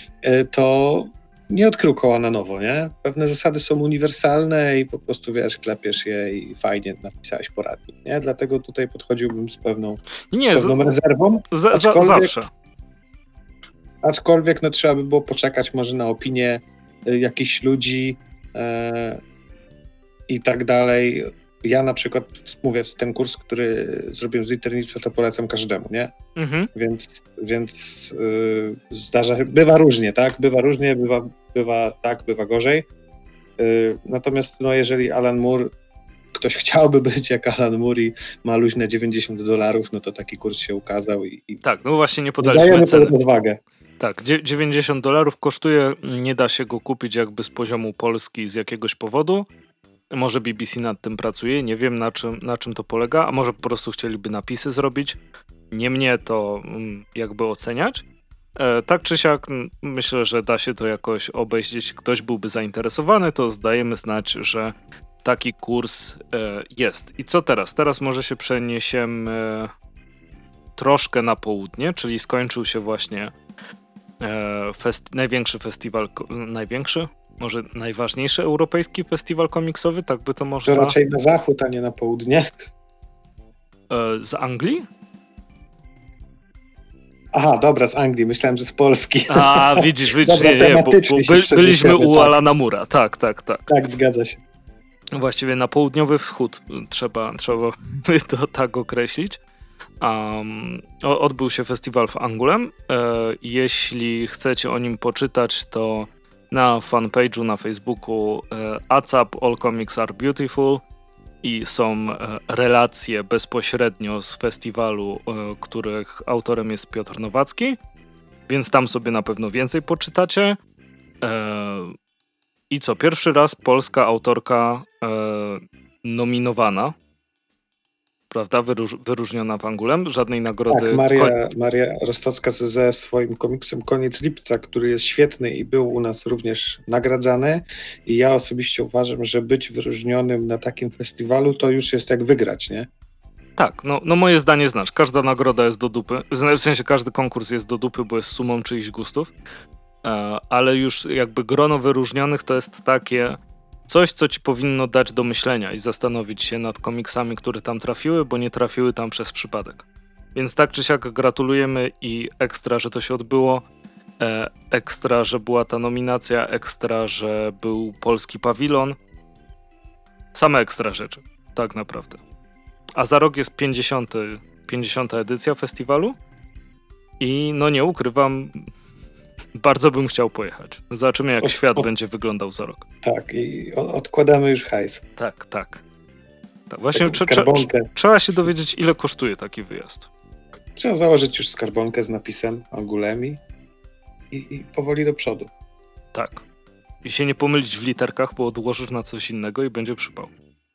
to nie odkrył koła na nowo, nie? Pewne zasady są uniwersalne i po prostu, wiesz, klepiesz je i fajnie napisałeś poradnik, nie? Dlatego tutaj podchodziłbym z pewną, nie, z pewną z, rezerwą. Z, za, zawsze. Aczkolwiek no, trzeba by było poczekać może na opinię y, jakichś ludzi y, i tak dalej. ja na przykład mówię, ten kurs, który zrobiłem z liternictwa, to polecam każdemu, nie? Mhm. Więc, więc yy, zdarza się, bywa różnie, tak? Bywa różnie, bywa, bywa tak, bywa gorzej. Yy, natomiast no, jeżeli Alan Moore, ktoś chciałby być jak Alan Moore i ma luźne dziewięćdziesiąt dolarów, no to taki kurs się ukazał i, i tak, no właśnie nie podaliśmy ceny. Pod rozwagę. Tak, dziewięćdziesiąt dolarów kosztuje, nie da się go kupić jakby z poziomu Polski z jakiegoś powodu. Może B B C nad tym pracuje, nie wiem na czym, na czym to polega, a może po prostu chcieliby napisy zrobić. Nie mnie to jakby oceniać. E, tak czy siak myślę, że da się to jakoś obejść. Jeśli ktoś byłby zainteresowany, to zdajemy znać, że taki kurs e, jest. I co teraz? Teraz może się przeniesiemy e, troszkę na południe, czyli skończył się właśnie e, fest, największy festiwal, największy? Może najważniejszy europejski festiwal komiksowy, tak by to można... To raczej na zachód, a nie na południe. E, z Anglii? Aha, dobra, z Anglii. Myślałem, że z Polski. A, widzisz, widzisz, dobra, nie, nie, bo, bo by, byliśmy u tak. Alana Moore'a, tak, tak, tak. Tak, zgadza się. Właściwie na południowy wschód trzeba, trzeba by to tak określić. Um, odbył się festiwal w Angulem. E, jeśli chcecie o nim poczytać, to na fanpage'u na Facebooku e, A C A P All Comics Are Beautiful i są e, relacje bezpośrednio z festiwalu, e, których autorem jest Piotr Nowacki, więc tam sobie na pewno więcej poczytacie. E, I co, pierwszy raz polska autorka e, nominowana, prawda, Wyróż, wyróżniona w Angulem, żadnej nagrody... Tak, Maria, Maria Rostocka ze swoim komiksem Koniec Lipca, który jest świetny i był u nas również nagradzany i ja osobiście uważam, że być wyróżnionym na takim festiwalu to już jest jak wygrać, nie? Tak, no, no moje zdanie znasz, każda nagroda jest do dupy, w sensie każdy konkurs jest do dupy, bo jest sumą czyichś gustów, ale już jakby grono wyróżnionych to jest takie coś, co ci powinno dać do myślenia i zastanowić się nad komiksami, które tam trafiły, bo nie trafiły tam przez przypadek. Więc tak czy siak gratulujemy i ekstra, że to się odbyło, ekstra, że była ta nominacja, ekstra, że był polski pawilon. Same ekstra rzeczy, tak naprawdę. A za rok jest pięćdziesiąta edycja festiwalu i no nie ukrywam, bardzo bym chciał pojechać. Zobaczymy, jak od, świat od, będzie wyglądał za rok. Tak, i odkładamy już hajs. Tak, tak. tak właśnie trze, trze, trzeba się dowiedzieć, ile kosztuje taki wyjazd. Trzeba założyć już skarbonkę z napisem Angulem i, i powoli do przodu. Tak. I się nie pomylić w literkach, bo odłożysz na coś innego i będzie przypał.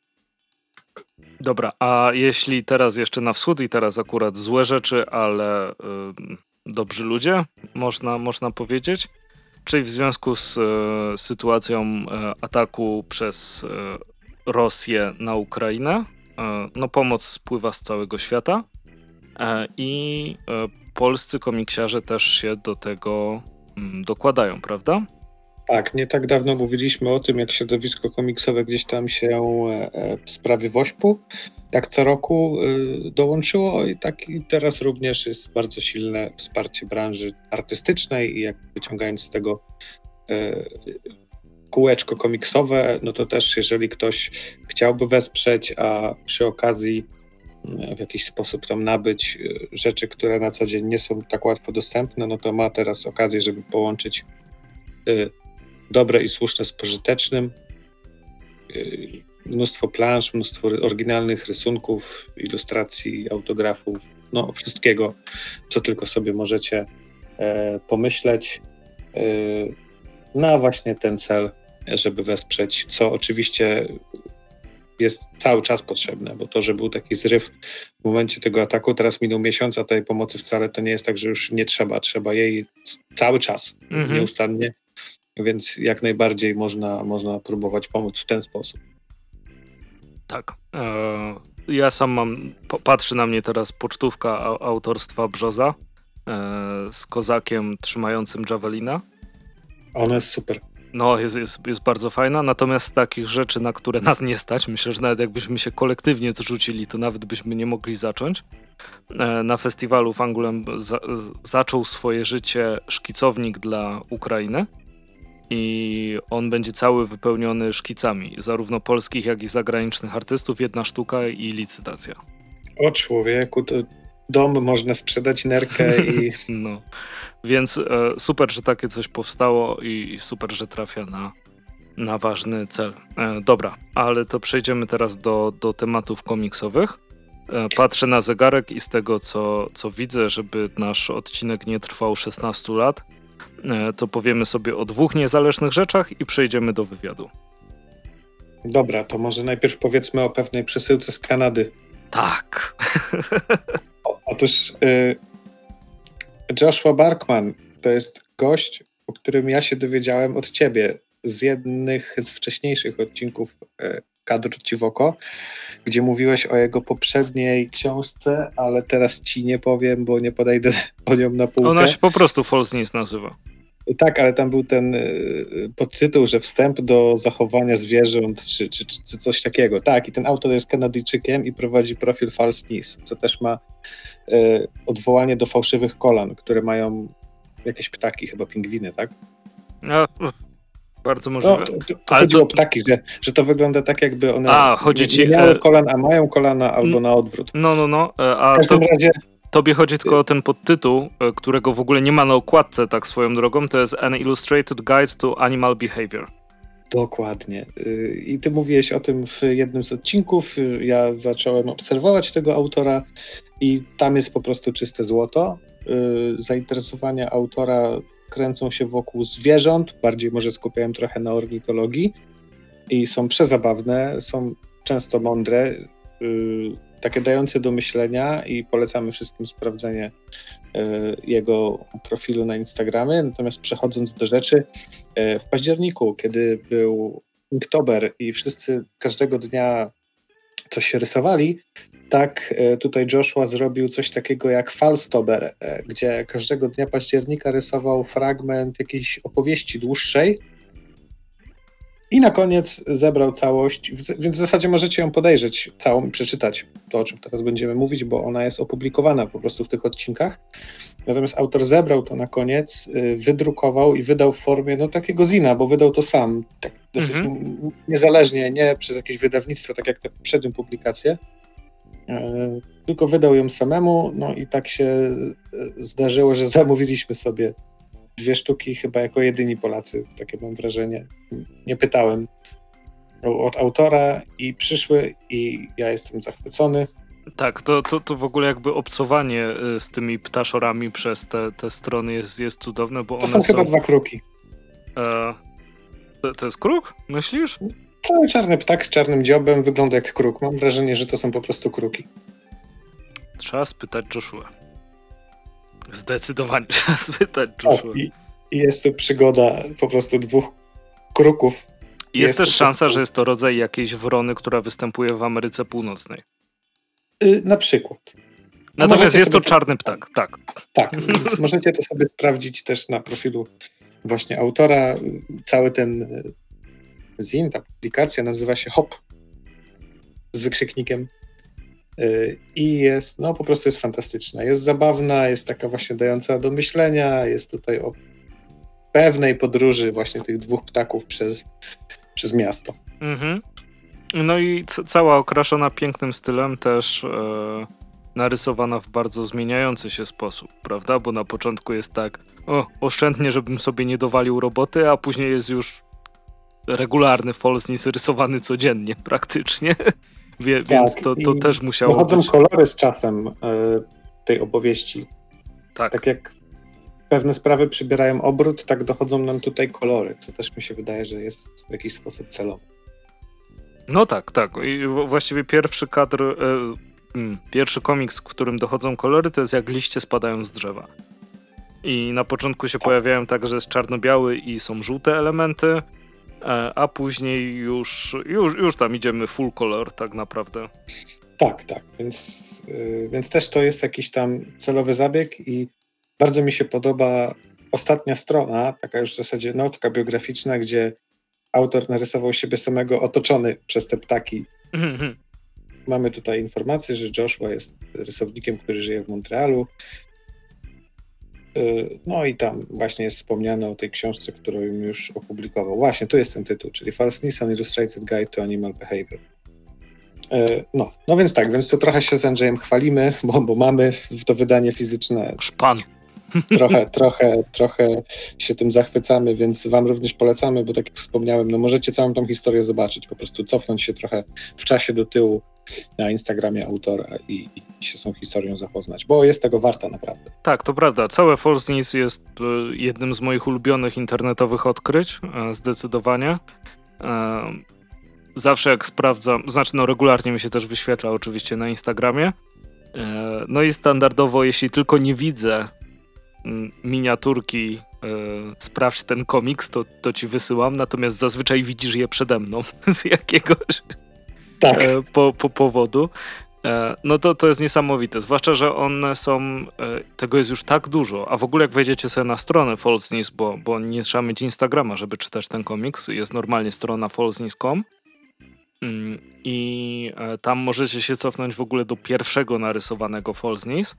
Dobra, a jeśli teraz jeszcze na wschód i teraz akurat złe rzeczy, ale y, dobrzy ludzie, można, można powiedzieć, czyli w związku z y, sytuacją y, ataku przez y, Rosję na Ukrainę, y, no pomoc spływa z całego świata y, i y, polscy komiksiarze też się do tego y, dokładają, prawda? Tak, nie tak dawno mówiliśmy o tym, jak środowisko komiksowe gdzieś tam się w sprawie wośpu, jak co roku dołączyło i tak i teraz również jest bardzo silne wsparcie branży artystycznej i jak wyciągając z tego kółeczko komiksowe, no to też jeżeli ktoś chciałby wesprzeć, a przy okazji w jakiś sposób tam nabyć rzeczy, które na co dzień nie są tak łatwo dostępne, no to ma teraz okazję, żeby połączyć dobre i słuszne z pożytecznym. Mnóstwo plansz, mnóstwo oryginalnych rysunków, ilustracji, autografów, no wszystkiego, co tylko sobie możecie e, pomyśleć e, na właśnie ten cel, żeby wesprzeć, co oczywiście jest cały czas potrzebne, bo to, że był taki zryw w momencie tego ataku, teraz minął miesiąc, a tej pomocy wcale to nie jest tak, że już nie trzeba, trzeba jej cały czas, mhm. nieustannie. Więc jak najbardziej można, można próbować pomóc w ten sposób. Tak. E, ja sam mam, patrzy na mnie teraz pocztówka autorstwa Brzoza e, z kozakiem trzymającym Javelina. Ona jest super. No, jest, jest, jest bardzo fajna, natomiast z takich rzeczy, na które nas nie stać, myślę, że nawet jakbyśmy się kolektywnie zrzucili, to nawet byśmy nie mogli zacząć. E, na festiwalu w Angulem za, zaczął swoje życie szkicownik dla Ukrainy. i on będzie cały wypełniony szkicami, zarówno polskich, jak i zagranicznych artystów, jedna sztuka i licytacja. O człowieku, to dom można sprzedać, nerkę i... No, więc e, super, że takie coś powstało i, i super, że trafia na, na ważny cel. E, dobra, ale to przejdziemy teraz do, do tematów komiksowych. E, patrzę na zegarek i z tego, co, co widzę, żeby nasz odcinek nie trwał szesnaście lat, e, to powiemy sobie o dwóch niezależnych rzeczach i przejdziemy do wywiadu. Dobra, to może najpierw powiedzmy o pewnej przesyłce z Kanady. Tak. O, otóż y, Joshua Barkman to jest gość, o którym ja się dowiedziałem od ciebie z jednych z wcześniejszych odcinków y, Kadr Ci w oko, gdzie mówiłeś o jego poprzedniej książce, ale teraz ci nie powiem, bo nie podejdę o nią na półkę. Ona się po prostu False News nazywa. Tak, ale tam był ten y, podtytuł, że wstęp do zachowania zwierząt, czy, czy, czy coś takiego. Tak, i ten autor jest Kanadyjczykiem i prowadzi profil False News, co też ma y, odwołanie do fałszywych kolan, które mają jakieś ptaki, chyba pingwiny, tak? A, bardzo możliwe. No, to, to, to chodziło to... o ptaki, że, że to wygląda tak, jakby one a, chodzi nie, ci, nie miały kolan, a mają kolana, albo na odwrót. No, no, no. A w każdym to... razie... Tobie chodzi tylko o ten podtytuł, którego w ogóle nie ma na okładce, tak swoją drogą. To jest An Illustrated Guide to Animal Behavior. Dokładnie. I ty mówiłeś o tym w jednym z odcinków. Ja zacząłem obserwować tego autora i tam jest po prostu czyste złoto. Zainteresowania autora kręcą się wokół zwierząt, bardziej może skupiałem trochę na ornitologii i są przezabawne, są często mądre, takie dające do myślenia i polecamy wszystkim sprawdzenie y, jego profilu na Instagramie. Natomiast przechodząc do rzeczy, y, w październiku, kiedy był Inktober i wszyscy każdego dnia coś się rysowali, tak y, tutaj Joshua zrobił coś takiego jak Falstober, y, gdzie każdego dnia października rysował fragment jakiejś opowieści dłuższej, i na koniec zebrał całość, więc w zasadzie możecie ją podejrzeć całą i przeczytać to, o czym teraz będziemy mówić, bo ona jest opublikowana po prostu w tych odcinkach. Natomiast autor zebrał to na koniec, wydrukował i wydał w formie no, takiego zina, bo wydał to sam, tak dosyć mm-hmm. niezależnie, nie przez jakieś wydawnictwo, tak jak te poprzednie publikacje, yy, tylko wydał ją samemu, no i tak się zdarzyło, że zamówiliśmy sobie dwie sztuki chyba jako jedyni Polacy, takie mam wrażenie. Nie pytałem od autora i przyszły i ja jestem zachwycony. Tak, to, to, to w ogóle jakby obcowanie z tymi ptaszorami przez te, te strony jest, jest cudowne, bo to one są są... chyba dwa kruki. E, to, to jest kruk? Myślisz? Cały czarny ptak z czarnym dziobem wygląda jak kruk. Mam wrażenie, że to są po prostu kruki. Trzeba spytać Joshua. Zdecydowanie trzeba spytać Joshua. O, i, I jest to przygoda po prostu dwóch kruków. Jest, jest też szansa, prostu... że jest to rodzaj jakiejś wrony, która występuje w Ameryce Północnej. Yy, na przykład. Natomiast jest to czarny ptak, tak. Tak, możecie to sobie sprawdzić też na profilu właśnie autora. Cały ten zin, ta publikacja nazywa się Hop z wykrzyknikiem. I jest, no po prostu jest fantastyczna. Jest zabawna, jest taka właśnie dająca do myślenia, jest tutaj o pewnej podróży właśnie tych dwóch ptaków przez, przez miasto. Mhm. No i c- cała okraszona pięknym stylem też e, narysowana w bardzo zmieniający się sposób, prawda? Bo na początku jest tak, o, oszczędnie, żebym sobie nie dowalił roboty, a później jest już regularny False News rysowany codziennie praktycznie. Wie, tak, więc to, to też musiało dochodzą być... kolory z czasem y, tej opowieści. Tak. Tak jak pewne sprawy przybierają obrót, tak dochodzą nam tutaj kolory, co też mi się wydaje, że jest w jakiś sposób celowy. No tak, tak. I właściwie pierwszy kadr, y, y, pierwszy komiks, w którym dochodzą kolory, to jest jak liście spadają z drzewa. I na początku się tak. pojawiają tak, że jest czarno-biały i są żółte elementy, a później już, już, już tam idziemy full color tak naprawdę. Tak, tak, więc, yy, więc też to jest jakiś tam celowy zabieg i bardzo mi się podoba ostatnia strona, taka już w zasadzie notka biograficzna, gdzie autor narysował siebie samego otoczony przez te ptaki. Mm-hmm. Mamy tutaj informację, że Joshua jest rysownikiem, który żyje w Montrealu. No i tam właśnie jest wspomniane o tej książce, którą już opublikował. Właśnie, tu jest ten tytuł, czyli False News: An Illustrated Guide to Animal Behavior. No, no więc tak, więc to trochę się z Andrzejem chwalimy, bo, bo mamy to wydanie fizyczne. Szpan. Trochę, trochę, trochę się tym zachwycamy, więc wam również polecamy, bo tak jak wspomniałem, no możecie całą tą historię zobaczyć, po prostu cofnąć się trochę w czasie do tyłu na Instagramie autora i, i się z tą historią zapoznać, bo jest tego warta naprawdę. Tak, to prawda. Całe False News jest jednym z moich ulubionych internetowych odkryć, zdecydowanie. Zawsze jak sprawdzam, znaczy no regularnie mi się też wyświetla oczywiście na Instagramie. No i standardowo, jeśli tylko nie widzę miniaturki sprawdź ten komiks, to, to ci wysyłam, natomiast zazwyczaj widzisz je przede mną z jakiegoś tak. po, po powodu. No to, to jest niesamowite, zwłaszcza, że one są, tego jest już tak dużo, a w ogóle jak wejdziecie sobie na stronę False News, bo, bo nie trzeba mieć Instagrama, żeby czytać ten komiks, jest normalnie strona false news kropka com i tam możecie się cofnąć w ogóle do pierwszego narysowanego False News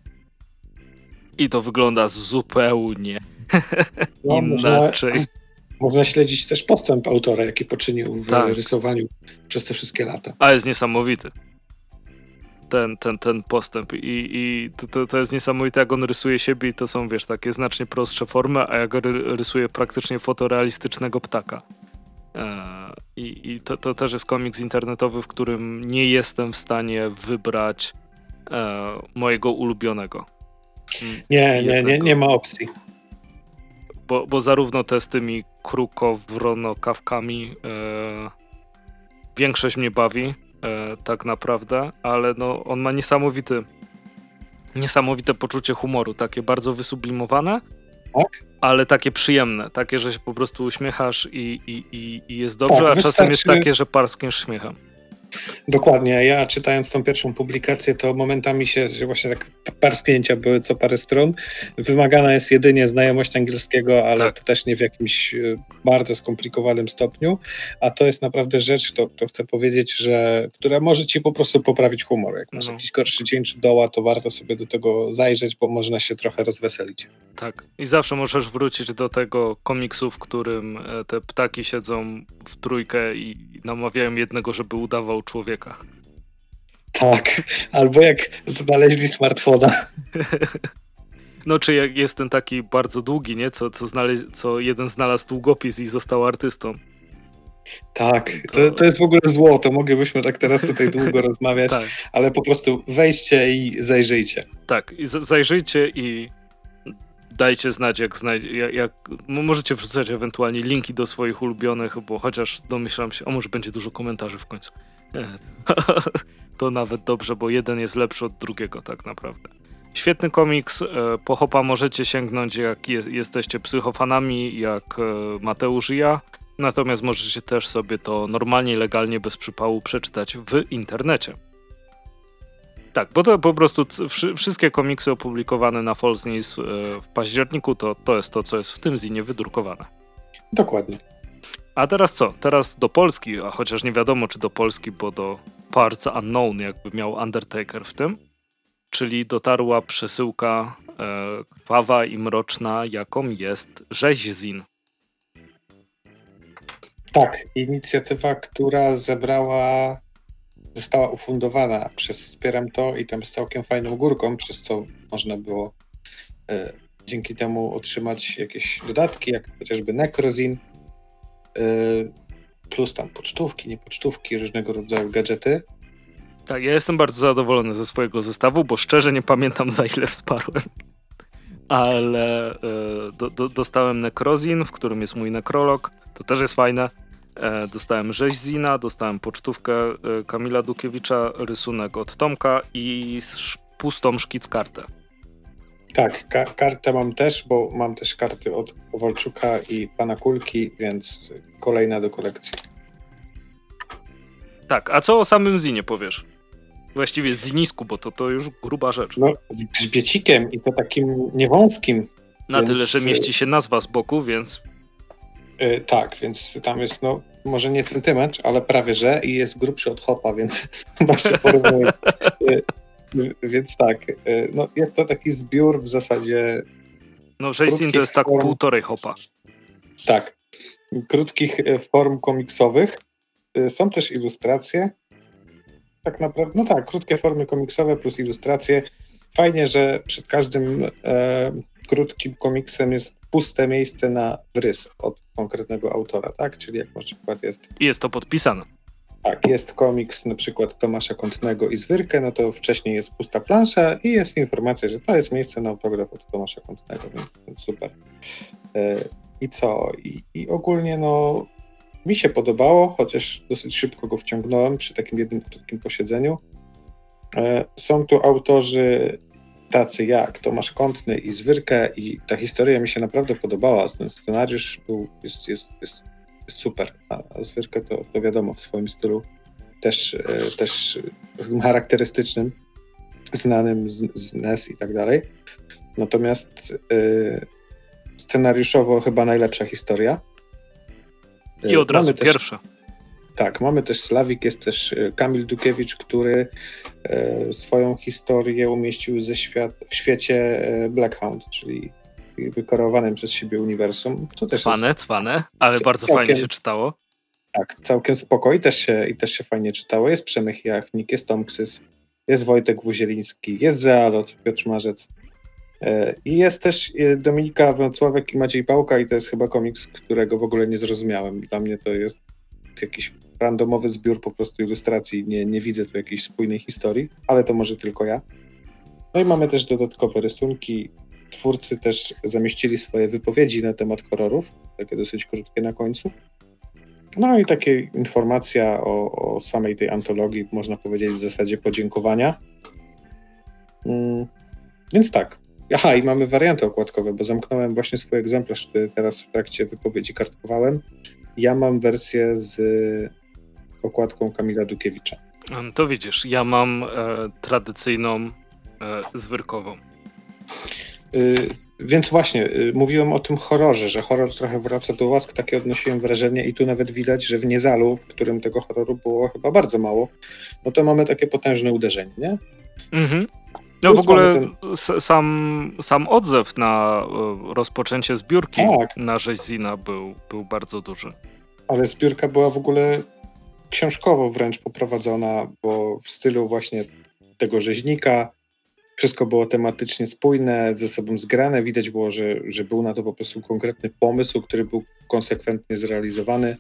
i to wygląda zupełnie no, inaczej. Można, można śledzić też postęp autora, jaki poczynił w tak. rysowaniu przez te wszystkie lata. A jest niesamowity. Ten, ten, ten postęp i, i to, to jest niesamowite, jak on rysuje siebie i to są, wiesz, takie znacznie prostsze formy, a jak rysuje praktycznie fotorealistycznego ptaka. Eee, I i to, to też jest komiks internetowy, w którym nie jestem w stanie wybrać e, mojego ulubionego. Nie, nie, nie, nie ma opcji. Bo, bo zarówno te z tymi krukowronokawkami e, większość mnie bawi, E, tak naprawdę, ale no, on ma niesamowity niesamowite poczucie humoru, takie bardzo wysublimowane, tak? ale takie przyjemne, takie, że się po prostu uśmiechasz i, i, i, i jest dobrze, tak, a wystarczy... czasem jest takie, że parskniesz śmiechem. Dokładnie. Ja czytając tą pierwszą publikację, to momentami się, że właśnie tak parsknięcia były co parę stron. Wymagana jest jedynie znajomość angielskiego, ale tak. to też nie w jakimś bardzo skomplikowanym stopniu. A to jest naprawdę rzecz, to, to chcę powiedzieć, że która może ci po prostu poprawić humor. Jak masz no. jakiś gorszy dzień czy doła, to warto sobie do tego zajrzeć, bo można się trochę rozweselić. Tak. I zawsze możesz wrócić do tego komiksu, w którym te ptaki siedzą w trójkę i namawiają jednego, żeby udawał człowieka. Tak, albo jak znaleźli smartfona. No, czy jak jest ten taki bardzo długi, nie? Co, co, znale- co jeden znalazł długopis i został artystą. Tak, to... To, to jest w ogóle zło, to moglibyśmy tak teraz tutaj długo rozmawiać, tak. ale po prostu wejdźcie i zajrzyjcie. Tak, i z- zajrzyjcie i dajcie znać, jak znajdzie, jak, jak możecie wrzucać ewentualnie linki do swoich ulubionych, bo chociaż domyślam się, o może będzie dużo komentarzy w końcu. Nie, to, to nawet dobrze, bo jeden jest lepszy od drugiego tak naprawdę. Świetny komiks, po Hopa możecie sięgnąć, jak je, jesteście psychofanami, jak Mateusz i ja, natomiast możecie też sobie to normalnie, legalnie, bez przypału przeczytać w internecie. Tak, bo to po prostu c- wszystkie komiksy opublikowane na False News w październiku, to, to jest to, co jest w tym zinie wydrukowane. Dokładnie. A teraz co? Teraz do Polski, a chociaż nie wiadomo, czy do Polski, bo do Parts Unknown jakby miał Undertaker w tym, czyli dotarła przesyłka e, krwawa i mroczna, jaką jest Rzeźzin. Tak, inicjatywa, która zebrała została ufundowana przez Wspieram To i tam z całkiem fajną górką, przez co można było e, dzięki temu otrzymać jakieś dodatki, jak chociażby Necrozin, e, plus tam pocztówki, nie pocztówki, różnego rodzaju gadżety. Tak, ja jestem bardzo zadowolony ze swojego zestawu, bo szczerze nie pamiętam, za ile wsparłem. Ale e, do, do, dostałem Necrozin, w którym jest mój nekrolog, to też jest fajne. E, dostałem Rzeźzina, dostałem pocztówkę e, Kamila Dukiewicza, rysunek od Tomka i sz, pustą szkic-kartę. Tak, ka- kartę mam też, bo mam też karty od Kowalczuka i Pana Kulki, więc kolejna do kolekcji. Tak, a co o samym zinie powiesz? Właściwie zinisku, bo to, to już gruba rzecz. No, z grzbiecikiem i to takim niewąskim. Na więc... tyle, że mieści się nazwa z boku, więc... Yy, tak, więc tam jest, no, może nie centymetr, ale prawie że i jest grubszy od Hopa, więc właśnie porównuję. yy, yy, więc tak, yy, no, jest to taki zbiór w zasadzie No Rzeźzin to jest tak form... półtorej hopa. Tak. Krótkich form komiksowych. Są też ilustracje. Tak naprawdę, no tak, krótkie formy komiksowe plus ilustracje. Fajnie, że przed każdym e, krótkim komiksem jest puste miejsce na wrys od konkretnego autora, tak? Czyli jak na przykład jest... I jest to podpisane. Tak, jest komiks na przykład Tomasza Kątnego i Zwyrkę, no to wcześniej jest pusta plansza i jest informacja, że to jest miejsce na autograf od Tomasza Kątnego, więc, więc super. E, I co? I, I ogólnie no mi się podobało, chociaż dosyć szybko go wciągnąłem przy takim jednym krótkim posiedzeniu. E, są tu autorzy tacy jak Tomasz Kątny i Zwyrkę i ta historia mi się naprawdę podobała. Ten scenariusz był, jest, jest, jest, jest super, a Zwyrkę to, to wiadomo w swoim stylu też, e, też charakterystycznym, znanym z, z N E S i tak dalej. Natomiast e, scenariuszowo chyba najlepsza historia. I od razu też, pierwsza. Tak, mamy też Slawik, jest też Kamil Dukiewicz, który e, swoją historię umieścił ze świat, w świecie Blackhound, czyli wykorowanym przez siebie uniwersum. To też cwane, jest, cwane, ale bardzo całkiem, fajnie się czytało. Tak, całkiem spoko i też się, i też się fajnie czytało. Jest Przemych Jachnik, jest Tomksys, jest Wojtek Wuzieliński, jest Zealot, Piotr Marzec. I jest też Dominika Wącławek i Maciej Pałka i to jest chyba komiks, którego w ogóle nie zrozumiałem. Dla mnie to jest jakiś randomowy zbiór po prostu ilustracji. Nie, nie widzę tu jakiejś spójnej historii, ale to może tylko ja. No i mamy też dodatkowe rysunki. Twórcy też zamieścili swoje wypowiedzi na temat horrorów, takie dosyć krótkie na końcu. No i takie informacja o, o samej tej antologii, można powiedzieć w zasadzie podziękowania. Hmm. Więc tak. Aha, i mamy warianty okładkowe, bo zamknąłem właśnie swój egzemplarz, który teraz w trakcie wypowiedzi kartkowałem. Ja mam wersję z okładką Kamila Dukiewicza. To widzisz, ja mam e, tradycyjną e, zwyrkową. Y, więc właśnie, y, mówiłem o tym horrorze, że horror trochę wraca do łask, takie odnosiłem wrażenie i tu nawet widać, że w Niezalu, w którym tego horroru było chyba bardzo mało, no to mamy takie potężne uderzenie, nie? Mhm. No w ogóle ten... sam, sam odzew na rozpoczęcie zbiórki tak. na Rzeźzina był, był bardzo duży. Ale zbiórka była w ogóle książkowo wręcz poprowadzona, bo w stylu właśnie tego rzeźnika wszystko było tematycznie spójne, ze sobą zgrane. Widać było, że, że był na to po prostu konkretny pomysł, który był konsekwentnie zrealizowany.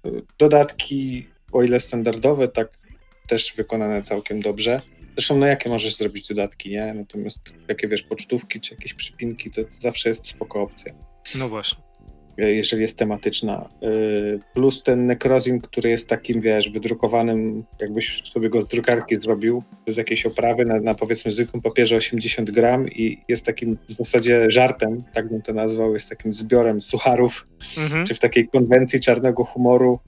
Dodatki, o ile standardowe, tak też wykonane całkiem dobrze. Zresztą, no jakie możesz zrobić dodatki, nie? Natomiast takie, wiesz, pocztówki czy jakieś przypinki, to, to zawsze jest spoko opcja. No właśnie. Jeżeli jest tematyczna. Plus ten Necrozim, który jest takim, wiesz, wydrukowanym, jakbyś sobie go z drukarki zrobił, bez jakiejś oprawy, na, na powiedzmy zwykłym papierze osiemdziesiąt gram i jest takim w zasadzie żartem, tak bym to nazwał, jest takim zbiorem sucharów, mhm. czy w takiej konwencji czarnego humoru,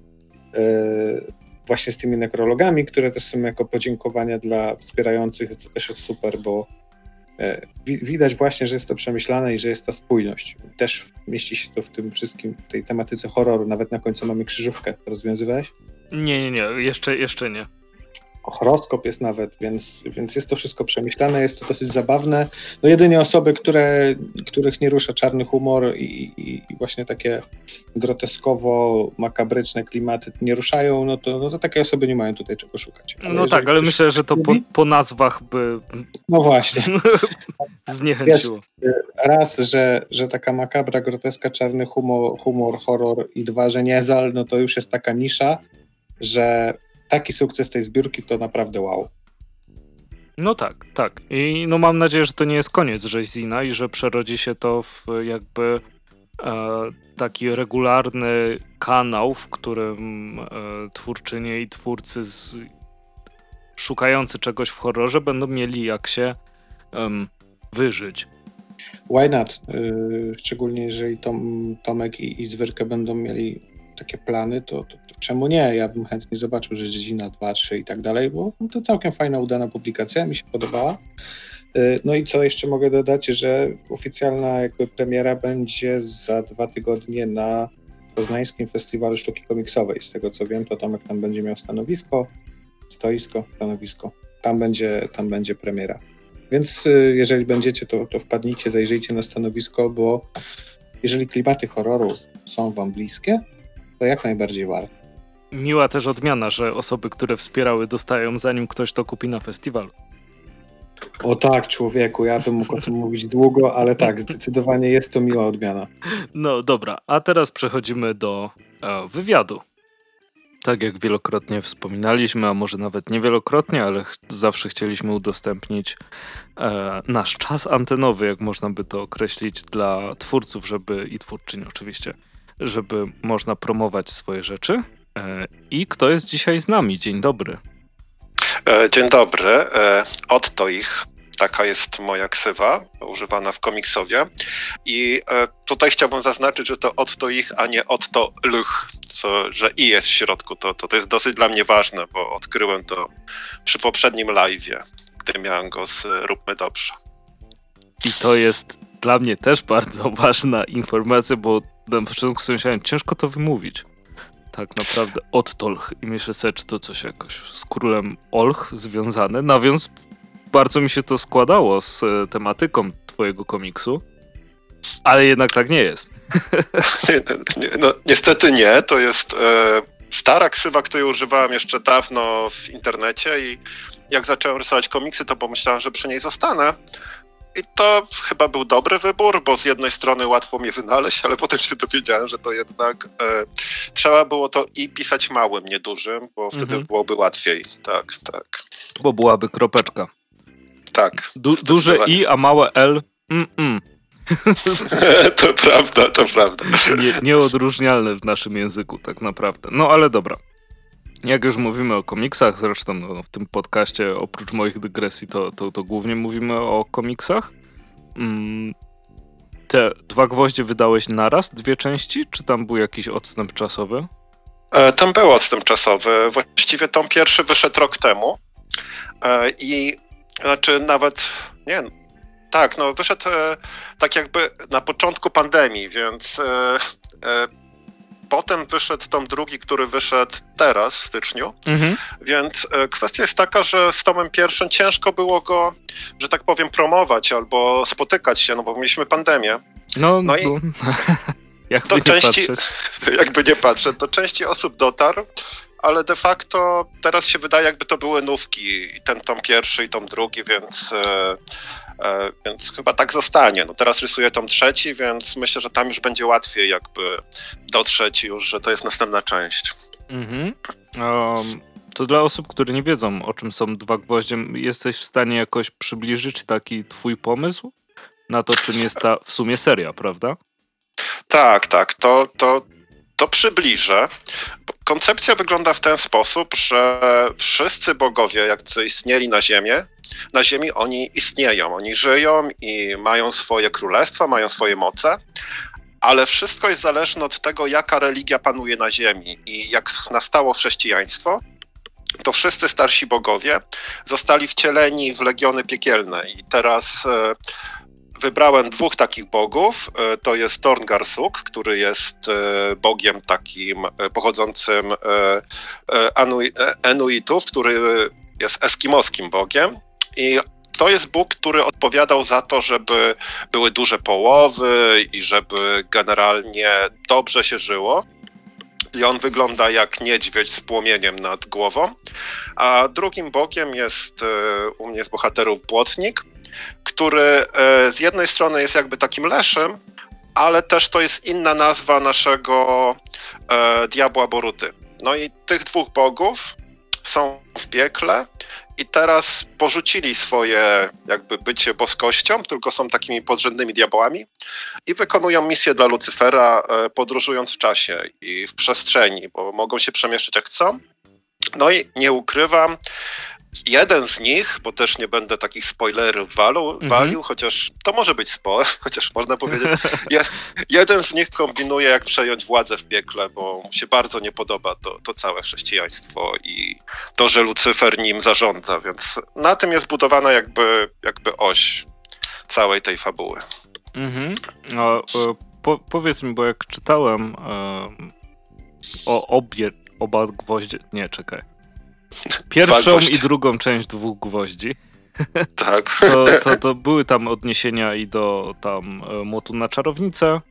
właśnie z tymi nekrologami, które też są jako podziękowania dla wspierających, co też jest super, bo e, widać właśnie, że jest to przemyślane i że jest ta spójność. Też mieści się to w tym wszystkim, w tej tematyce horroru. Nawet na końcu mamy krzyżówkę. Rozwiązywałeś? Nie, nie, nie. Jeszcze, jeszcze nie. Horoskop jest nawet, więc, więc jest to wszystko przemyślane, jest to dosyć zabawne. No jedynie osoby, które, których nie rusza czarny humor i, i, i właśnie takie groteskowo-makabryczne klimaty nie ruszają, no to, no to takie osoby nie mają tutaj czego szukać. Ale no tak, ale myślę, że to po, po nazwach by no właśnie zniechęciło. Wiesz, raz, że, że taka makabra, groteska, czarny humor, humor, horror i dwa, że Niezal, no to już jest taka nisza, że taki sukces tej zbiórki to naprawdę wow. No tak, tak. I no mam nadzieję, że to nie jest koniec Rzeźzina i że przerodzi się to w jakby e, taki regularny kanał, w którym e, twórczynie i twórcy z, szukający czegoś w horrorze będą mieli jak się um, wyżyć. Why not? Yy, szczególnie jeżeli Tom, Tomek i, i Zwyrkę będą mieli takie plany, to, to, to czemu nie? Ja bym chętnie zobaczył, że Rzeźzina dwa, trzy i tak dalej, bo no to całkiem fajna, udana publikacja, mi się podobała. No i co jeszcze mogę dodać, że oficjalna jakby premiera będzie za dwa tygodnie na Poznańskim Festiwalu Sztuki Komiksowej. Z tego co wiem, to Tomek tam będzie miał stanowisko, stoisko, stanowisko. Tam będzie, tam będzie premiera. Więc y, jeżeli będziecie, to, to wpadnijcie, zajrzyjcie na stanowisko, bo jeżeli klimaty horroru są wam bliskie, to jak najbardziej warto. Miła też odmiana, że osoby, które wspierały, dostają zanim ktoś to kupi na festiwalu. O tak, człowieku, ja bym mógł o tym mówić długo, ale tak, zdecydowanie jest to miła odmiana. No dobra, a teraz przechodzimy do e, wywiadu. Tak jak wielokrotnie wspominaliśmy, a może nawet niewielokrotnie, ale ch- zawsze chcieliśmy udostępnić e, nasz czas antenowy, jak można by to określić, dla twórców, żeby i twórczyń oczywiście, żeby można promować swoje rzeczy. E, I kto jest dzisiaj z nami? Dzień dobry. Dzień dobry. Otto ich. Taka jest moja ksywa, używana w komiksowie. I tutaj chciałbym zaznaczyć, że to Otto ich, a nie Otto lch, co, że i jest w środku. To, to, to jest dosyć dla mnie ważne, bo odkryłem to przy poprzednim live'ie, gdy miałem go z Róbmy Dobrze. I to jest dla mnie też bardzo ważna informacja, bo na początku sobie myślałem, ciężko to wymówić. Tak naprawdę Ottolch i myślę sobie, czy to coś jakoś z królem Olch związane. No więc bardzo mi się to składało z e, tematyką twojego komiksu, ale jednak tak nie jest. nie, nie, no, niestety nie, to jest e, stara ksywa, której używałem jeszcze dawno w internecie i jak zacząłem rysować komiksy, to pomyślałem, że przy niej zostanę. I to chyba był dobry wybór, bo z jednej strony łatwo mnie wynaleźć, ale potem się dowiedziałem, że to jednak e, trzeba było to i pisać małym, nie dużym, bo wtedy mhm. byłoby łatwiej. Tak, tak. Bo byłaby kropeczka. Tak. Du- duże I, a małe L. Mm-mm. To prawda, to prawda. Nie, nieodróżnialne w naszym języku tak naprawdę. No ale dobra. Jak już mówimy o komiksach, zresztą no, w tym podcaście oprócz moich dygresji to, to, to głównie mówimy o komiksach. Mm, te dwa gwoździe wydałeś naraz, dwie części, czy tam był jakiś odstęp czasowy? E, tam był odstęp czasowy. Właściwie tom pierwszy wyszedł rok temu. E, I znaczy nawet, nie tak, no wyszedł e, tak jakby na początku pandemii, więc e, e, potem wyszedł tom drugi, który wyszedł teraz w styczniu, mhm. więc e, kwestia jest taka, że z tomem pierwszym ciężko było go, że tak powiem, promować albo spotykać się, no bo mieliśmy pandemię. No, no i bo... jakby to nie części, patrzeć. jakby nie patrzeć, do części osób dotarł, ale de facto teraz się wydaje, jakby to były nówki, i ten tom pierwszy i tom drugi, więc, e, e, więc chyba tak zostanie. No teraz rysuję tom trzeci, więc myślę, że tam już będzie łatwiej jakby dotrzeć już, że to jest następna część. Mhm. Um, to dla osób, które nie wiedzą, o czym są dwa gwoździe, jesteś w stanie jakoś przybliżyć taki twój pomysł na to, czym jest ta w sumie seria, prawda? Tak, tak, to, to, to przybliżę. Koncepcja wygląda w ten sposób, że wszyscy bogowie, jak co istnieli na ziemię, na ziemi oni istnieją, oni żyją i mają swoje królestwa, mają swoje moce, ale wszystko jest zależne od tego, jaka religia panuje na ziemi. I jak nastało chrześcijaństwo, to wszyscy starsi bogowie zostali wcieleni w legiony piekielne i teraz... E, Wybrałem dwóch takich bogów, to jest Torngarsuk, który jest bogiem takim pochodzącym Enuitów, który jest eskimoskim bogiem i to jest Bóg, który odpowiadał za to, żeby były duże połowy i żeby generalnie dobrze się żyło. I on wygląda jak niedźwiedź z płomieniem nad głową. A drugim bogiem jest u mnie z bohaterów Błotnik, który z jednej strony jest jakby takim leszym, ale też to jest inna nazwa naszego e, diabła Boruty. No i tych dwóch bogów są w piekle i teraz porzucili swoje jakby bycie boskością, tylko są takimi podrzędnymi diabłami i wykonują misję dla Lucyfera, e, podróżując w czasie i w przestrzeni, bo mogą się przemieszczać jak chcą. No i nie ukrywam, jeden z nich, bo też nie będę takich spoilerów walił, mm-hmm. walił chociaż to może być spoiler, chociaż można powiedzieć, je, jeden z nich kombinuje, jak przejąć władzę w piekle, bo mu się bardzo nie podoba to, to całe chrześcijaństwo i to, że Lucyfer nim zarządza, więc na tym jest budowana jakby, jakby oś całej tej fabuły. Mhm. No, po, powiedz mi, bo jak czytałem e, o obie, oba gwoździe, nie, czekaj. Pierwszą i drugą część dwóch gwoździ, Tak. To, to, to były tam odniesienia i do tam Młotu na czarownicę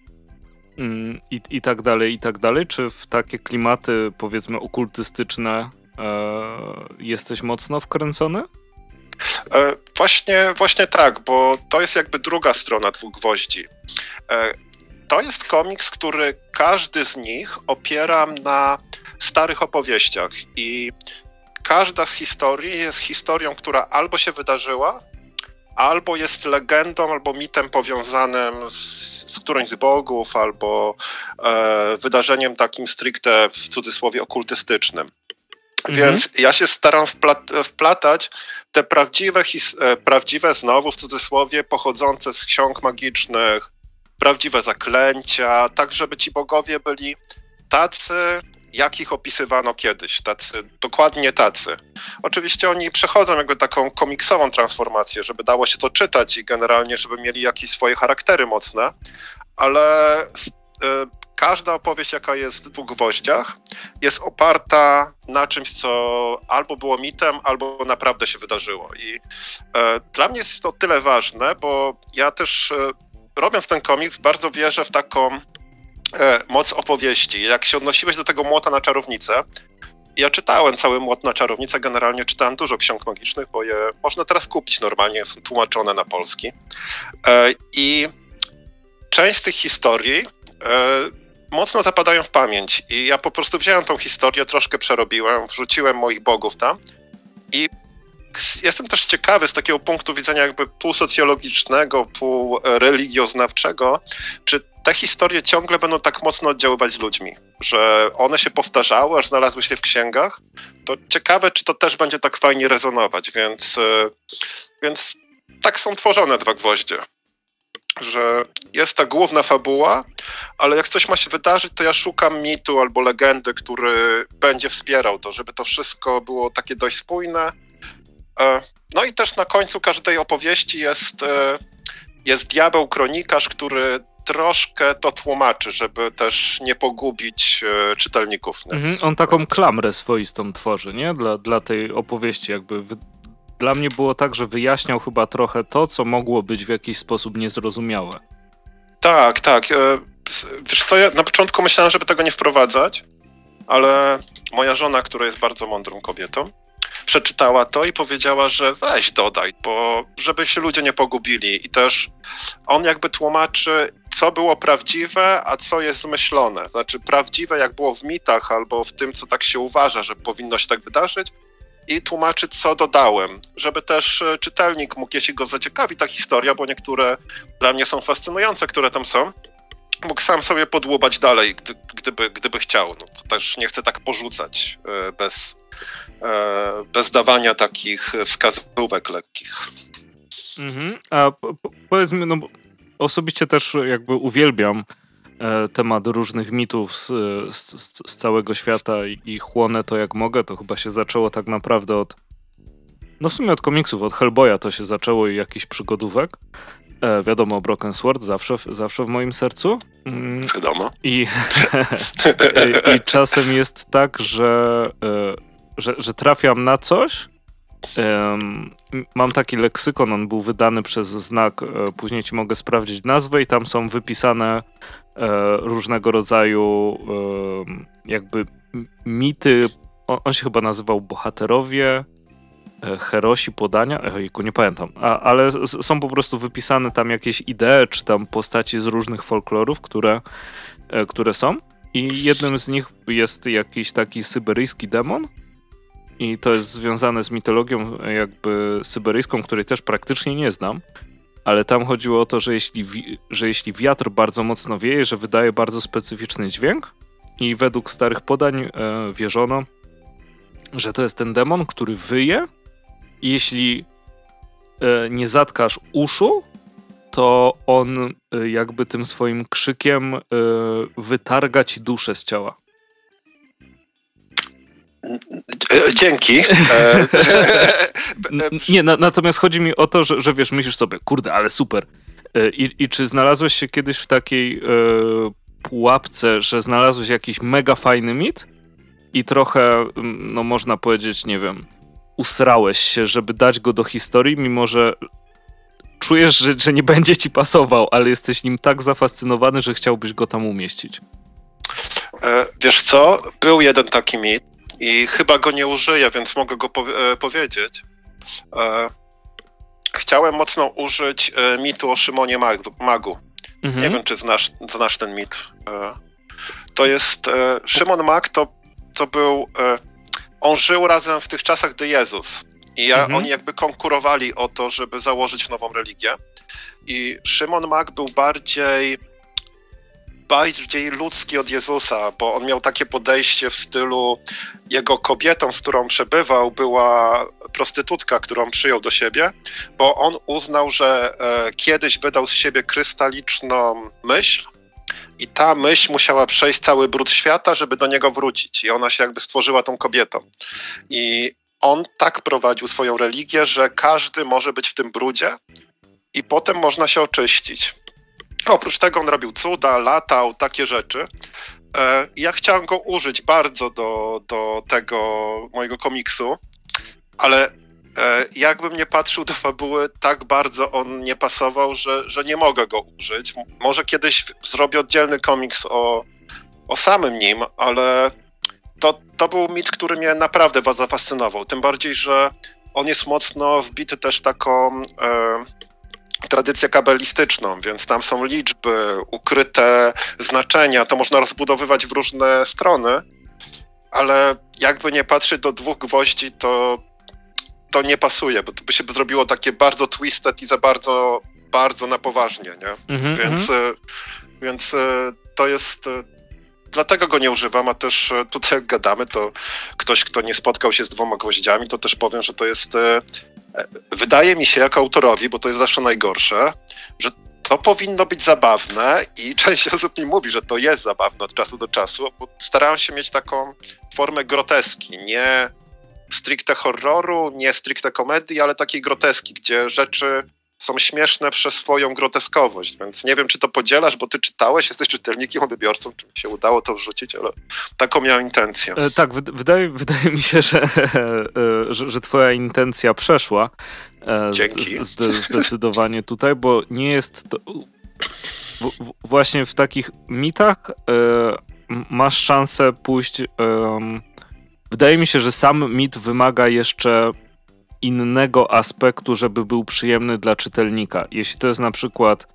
i, i tak dalej, i tak dalej. Czy w takie klimaty, powiedzmy, okultystyczne e, jesteś mocno wkręcony? E, właśnie, właśnie tak, bo to jest jakby druga strona Dwóch Gwoździ. E, to jest komiks, który każdy z nich opieram na starych opowieściach i każda z historii jest historią, która albo się wydarzyła, albo jest legendą, albo mitem powiązanym z, z którymś z bogów, albo e, wydarzeniem takim stricte w cudzysłowie okultystycznym. Mhm. Więc ja się staram wplat- wplatać te prawdziwe, his- e, prawdziwe znowu w cudzysłowie pochodzące z ksiąg magicznych, prawdziwe zaklęcia, tak żeby ci bogowie byli tacy, jakich opisywano kiedyś, tacy, dokładnie tacy. Oczywiście oni przechodzą jakby taką komiksową transformację, żeby dało się to czytać i generalnie, żeby mieli jakieś swoje charaktery mocne, ale y, każda opowieść, jaka jest w Dwóch Gwoździach, jest oparta na czymś, co albo było mitem, albo naprawdę się wydarzyło. I y, dla mnie jest to tyle ważne, bo ja też y, robiąc ten komiks bardzo wierzę w taką E, moc opowieści. Jak się odnosiłeś do tego Młota na czarownicę, ja czytałem cały Młot na czarownicę, generalnie czytałem dużo ksiąg magicznych, bo je można teraz kupić normalnie, są tłumaczone na polski. E, I część z tych historii e, mocno zapadają w pamięć i ja po prostu wziąłem tą historię, troszkę przerobiłem, wrzuciłem moich bogów tam i jestem też ciekawy z takiego punktu widzenia jakby półsocjologicznego, półreligioznawczego, czy te historie ciągle będą tak mocno oddziaływać z ludźmi, że one się powtarzały, aż znalazły się w księgach. To ciekawe, czy to też będzie tak fajnie rezonować, więc, więc tak są tworzone Dwa Gwoździe, że jest ta główna fabuła, ale jak coś ma się wydarzyć, to ja szukam mitu albo legendy, który będzie wspierał to, żeby to wszystko było takie dość spójne. No i też na końcu każdej opowieści jest, jest diabeł kronikarz, który troszkę to tłumaczy, żeby też nie pogubić czytelników. Mhm, on taką klamrę swoistą tworzy, nie? Dla, dla tej opowieści jakby. W... Dla mnie było tak, że wyjaśniał chyba trochę to, co mogło być w jakiś sposób niezrozumiałe. Tak, tak. Wiesz co, ja na początku myślałem, żeby tego nie wprowadzać, ale moja żona, która jest bardzo mądrą kobietą, przeczytała to i powiedziała, że weź dodaj, bo żeby się ludzie nie pogubili. I też on jakby tłumaczy, co było prawdziwe, a co jest zmyślone. Znaczy prawdziwe, jak było w mitach albo w tym, co tak się uważa, że powinno się tak wydarzyć, i tłumaczy, co dodałem, żeby też czytelnik mógł, jeśli go zaciekawi ta historia, bo niektóre dla mnie są fascynujące, które tam są, mógł sam sobie podłubać dalej, gdy, gdyby, gdyby chciał. No, to też nie chcę tak porzucać bez, bez dawania takich wskazówek lekkich. Mhm. A po, po, powiedz mi, no osobiście też jakby uwielbiam e, temat różnych mitów z, z, z całego świata i, i chłonę to jak mogę. To chyba się zaczęło tak naprawdę od, no w sumie od komiksów, od Hellboya to się zaczęło i jakichś przygodówek. E, wiadomo, Broken Sword zawsze, zawsze w moim sercu. Mm, wiadomo. I, i, I czasem jest tak, że, e, że, że trafiam na coś. E, mam taki leksykon, on był wydany przez Znak, e, później ci mogę sprawdzić nazwę i tam są wypisane e, różnego rodzaju e, jakby mity. On, on się chyba nazywał Bohaterowie Herosi podania, ojku, nie pamiętam, A, ale s- są po prostu wypisane tam jakieś idee, czy tam postaci z różnych folklorów, które, e, które są i jednym z nich jest jakiś taki syberyjski demon i to jest związane z mitologią jakby syberyjską, której też praktycznie nie znam, ale tam chodziło o to, że jeśli, wi- że jeśli wiatr bardzo mocno wieje, że wydaje bardzo specyficzny dźwięk i według starych podań e, wierzono, że to jest ten demon, który wyje. I jeśli e, nie zatkasz uszu, to on e, jakby tym swoim krzykiem e, wytarga ci duszę z ciała. Dzięki. Nie, na, natomiast chodzi mi o to, że, że wiesz, myślisz sobie, kurde, ale super. E, i, I czy znalazłeś się kiedyś w takiej e, pułapce, że znalazłeś jakiś mega fajny mit i trochę, no można powiedzieć, nie wiem, usrałeś się, żeby dać go do historii, mimo że czujesz, że, że nie będzie ci pasował, ale jesteś nim tak zafascynowany, że chciałbyś go tam umieścić? E, wiesz co? Był jeden taki mit i chyba go nie użyję, więc mogę go powie- powiedzieć. E, chciałem mocno użyć e, mitu o Szymonie Mag- Magu. Mhm. Nie wiem, czy znasz, znasz ten mit. E, to jest... E, Szymon Mag to, to był... E, on żył razem w tych czasach, gdy Jezus. I ja, mhm. oni jakby konkurowali o to, żeby założyć nową religię. I Szymon Mag był bardziej... bardziej ludzki od Jezusa, bo on miał takie podejście w stylu, jego kobietą, z którą przebywał, była prostytutka, którą przyjął do siebie, bo on uznał, że e, kiedyś wydał z siebie krystaliczną myśl i ta myśl musiała przejść cały brud świata, żeby do niego wrócić i ona się jakby stworzyła tą kobietą. I on tak prowadził swoją religię, że każdy może być w tym brudzie i potem można się oczyścić. Oprócz tego on robił cuda, latał, takie rzeczy. I ja chciałem go użyć bardzo do, do tego mojego komiksu, ale jakbym nie patrzył do fabuły, tak bardzo on nie pasował, że, że nie mogę go użyć. Może kiedyś zrobię oddzielny komiks o, o samym nim, ale to, to był mit, który mnie naprawdę zafascynował. Tym bardziej, że on jest mocno wbity też taką... E, tradycję kabelistyczną, więc tam są liczby, ukryte znaczenia, to można rozbudowywać w różne strony, ale jakby nie patrzeć do dwóch gwoździ, to, to nie pasuje, bo to by się zrobiło takie bardzo twisted i za bardzo, bardzo na poważnie, nie? Mm-hmm, więc, mm-hmm. więc to jest... Dlatego go nie używam, a też tutaj jak gadamy, to ktoś, kto nie spotkał się z dwoma gwoździami, to też powiem, że to jest... Wydaje mi się jako autorowi, bo to jest zawsze najgorsze, że to powinno być zabawne i część osób mi mówi, że to jest zabawne od czasu do czasu, bo starałem się mieć taką formę groteski, nie stricte horroru, nie stricte komedii, ale takiej groteski, gdzie rzeczy są śmieszne przez swoją groteskowość, więc nie wiem, czy to podzielasz, bo ty czytałeś, jesteś czytelnikiem, odbiorcą, czy mi się udało to wrzucić, ale taką miałem intencję. E, tak, w, wydaje, wydaje mi się, że, e, że, że twoja intencja przeszła. E, Dzięki. Z, z, zdecydowanie tutaj, bo nie jest to... W, w, właśnie w takich mitach e, masz szansę pójść... E, wydaje mi się, że sam mit wymaga jeszcze innego aspektu, żeby był przyjemny dla czytelnika. Jeśli to jest na przykład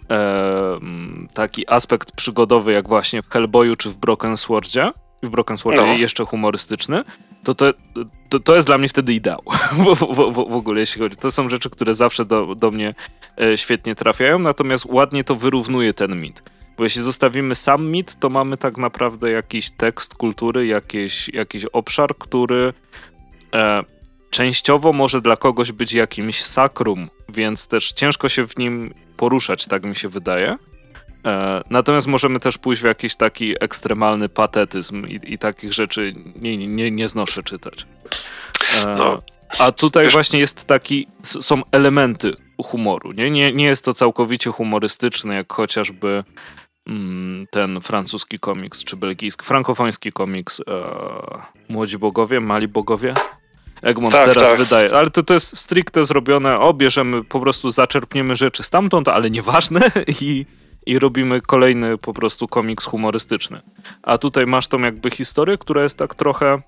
e, taki aspekt przygodowy, jak właśnie w Hellboyu czy w Broken Swordzie, w Broken Swordzie no. jeszcze humorystyczny, to to, to to jest dla mnie wtedy ideał. w, w, w, w ogóle, jeśli chodzi. To są rzeczy, które zawsze do, do mnie e, świetnie trafiają, natomiast ładnie to wyrównuje ten mit. Bo jeśli zostawimy sam mit, to mamy tak naprawdę jakiś tekst kultury, jakiś, jakiś obszar, który e, częściowo może dla kogoś być jakimś sakrum, więc też ciężko się w nim poruszać, tak mi się wydaje. E, natomiast możemy też pójść w jakiś taki ekstremalny patetyzm i, i takich rzeczy nie, nie, nie znoszę czytać. E, no. A tutaj właśnie jest taki, są elementy humoru, nie? Nie, nie jest to całkowicie humorystyczne, jak chociażby mm, ten francuski komiks, czy belgijski, frankofoński komiks e, Młodzi Bogowie, Mali Bogowie. Egmont tak, teraz tak. wydaje, ale to, to jest stricte zrobione, o, bierzemy, po prostu zaczerpniemy rzeczy stamtąd, ale nieważne i, i robimy kolejny po prostu komiks humorystyczny. A tutaj masz tą jakby historię, która jest tak trochę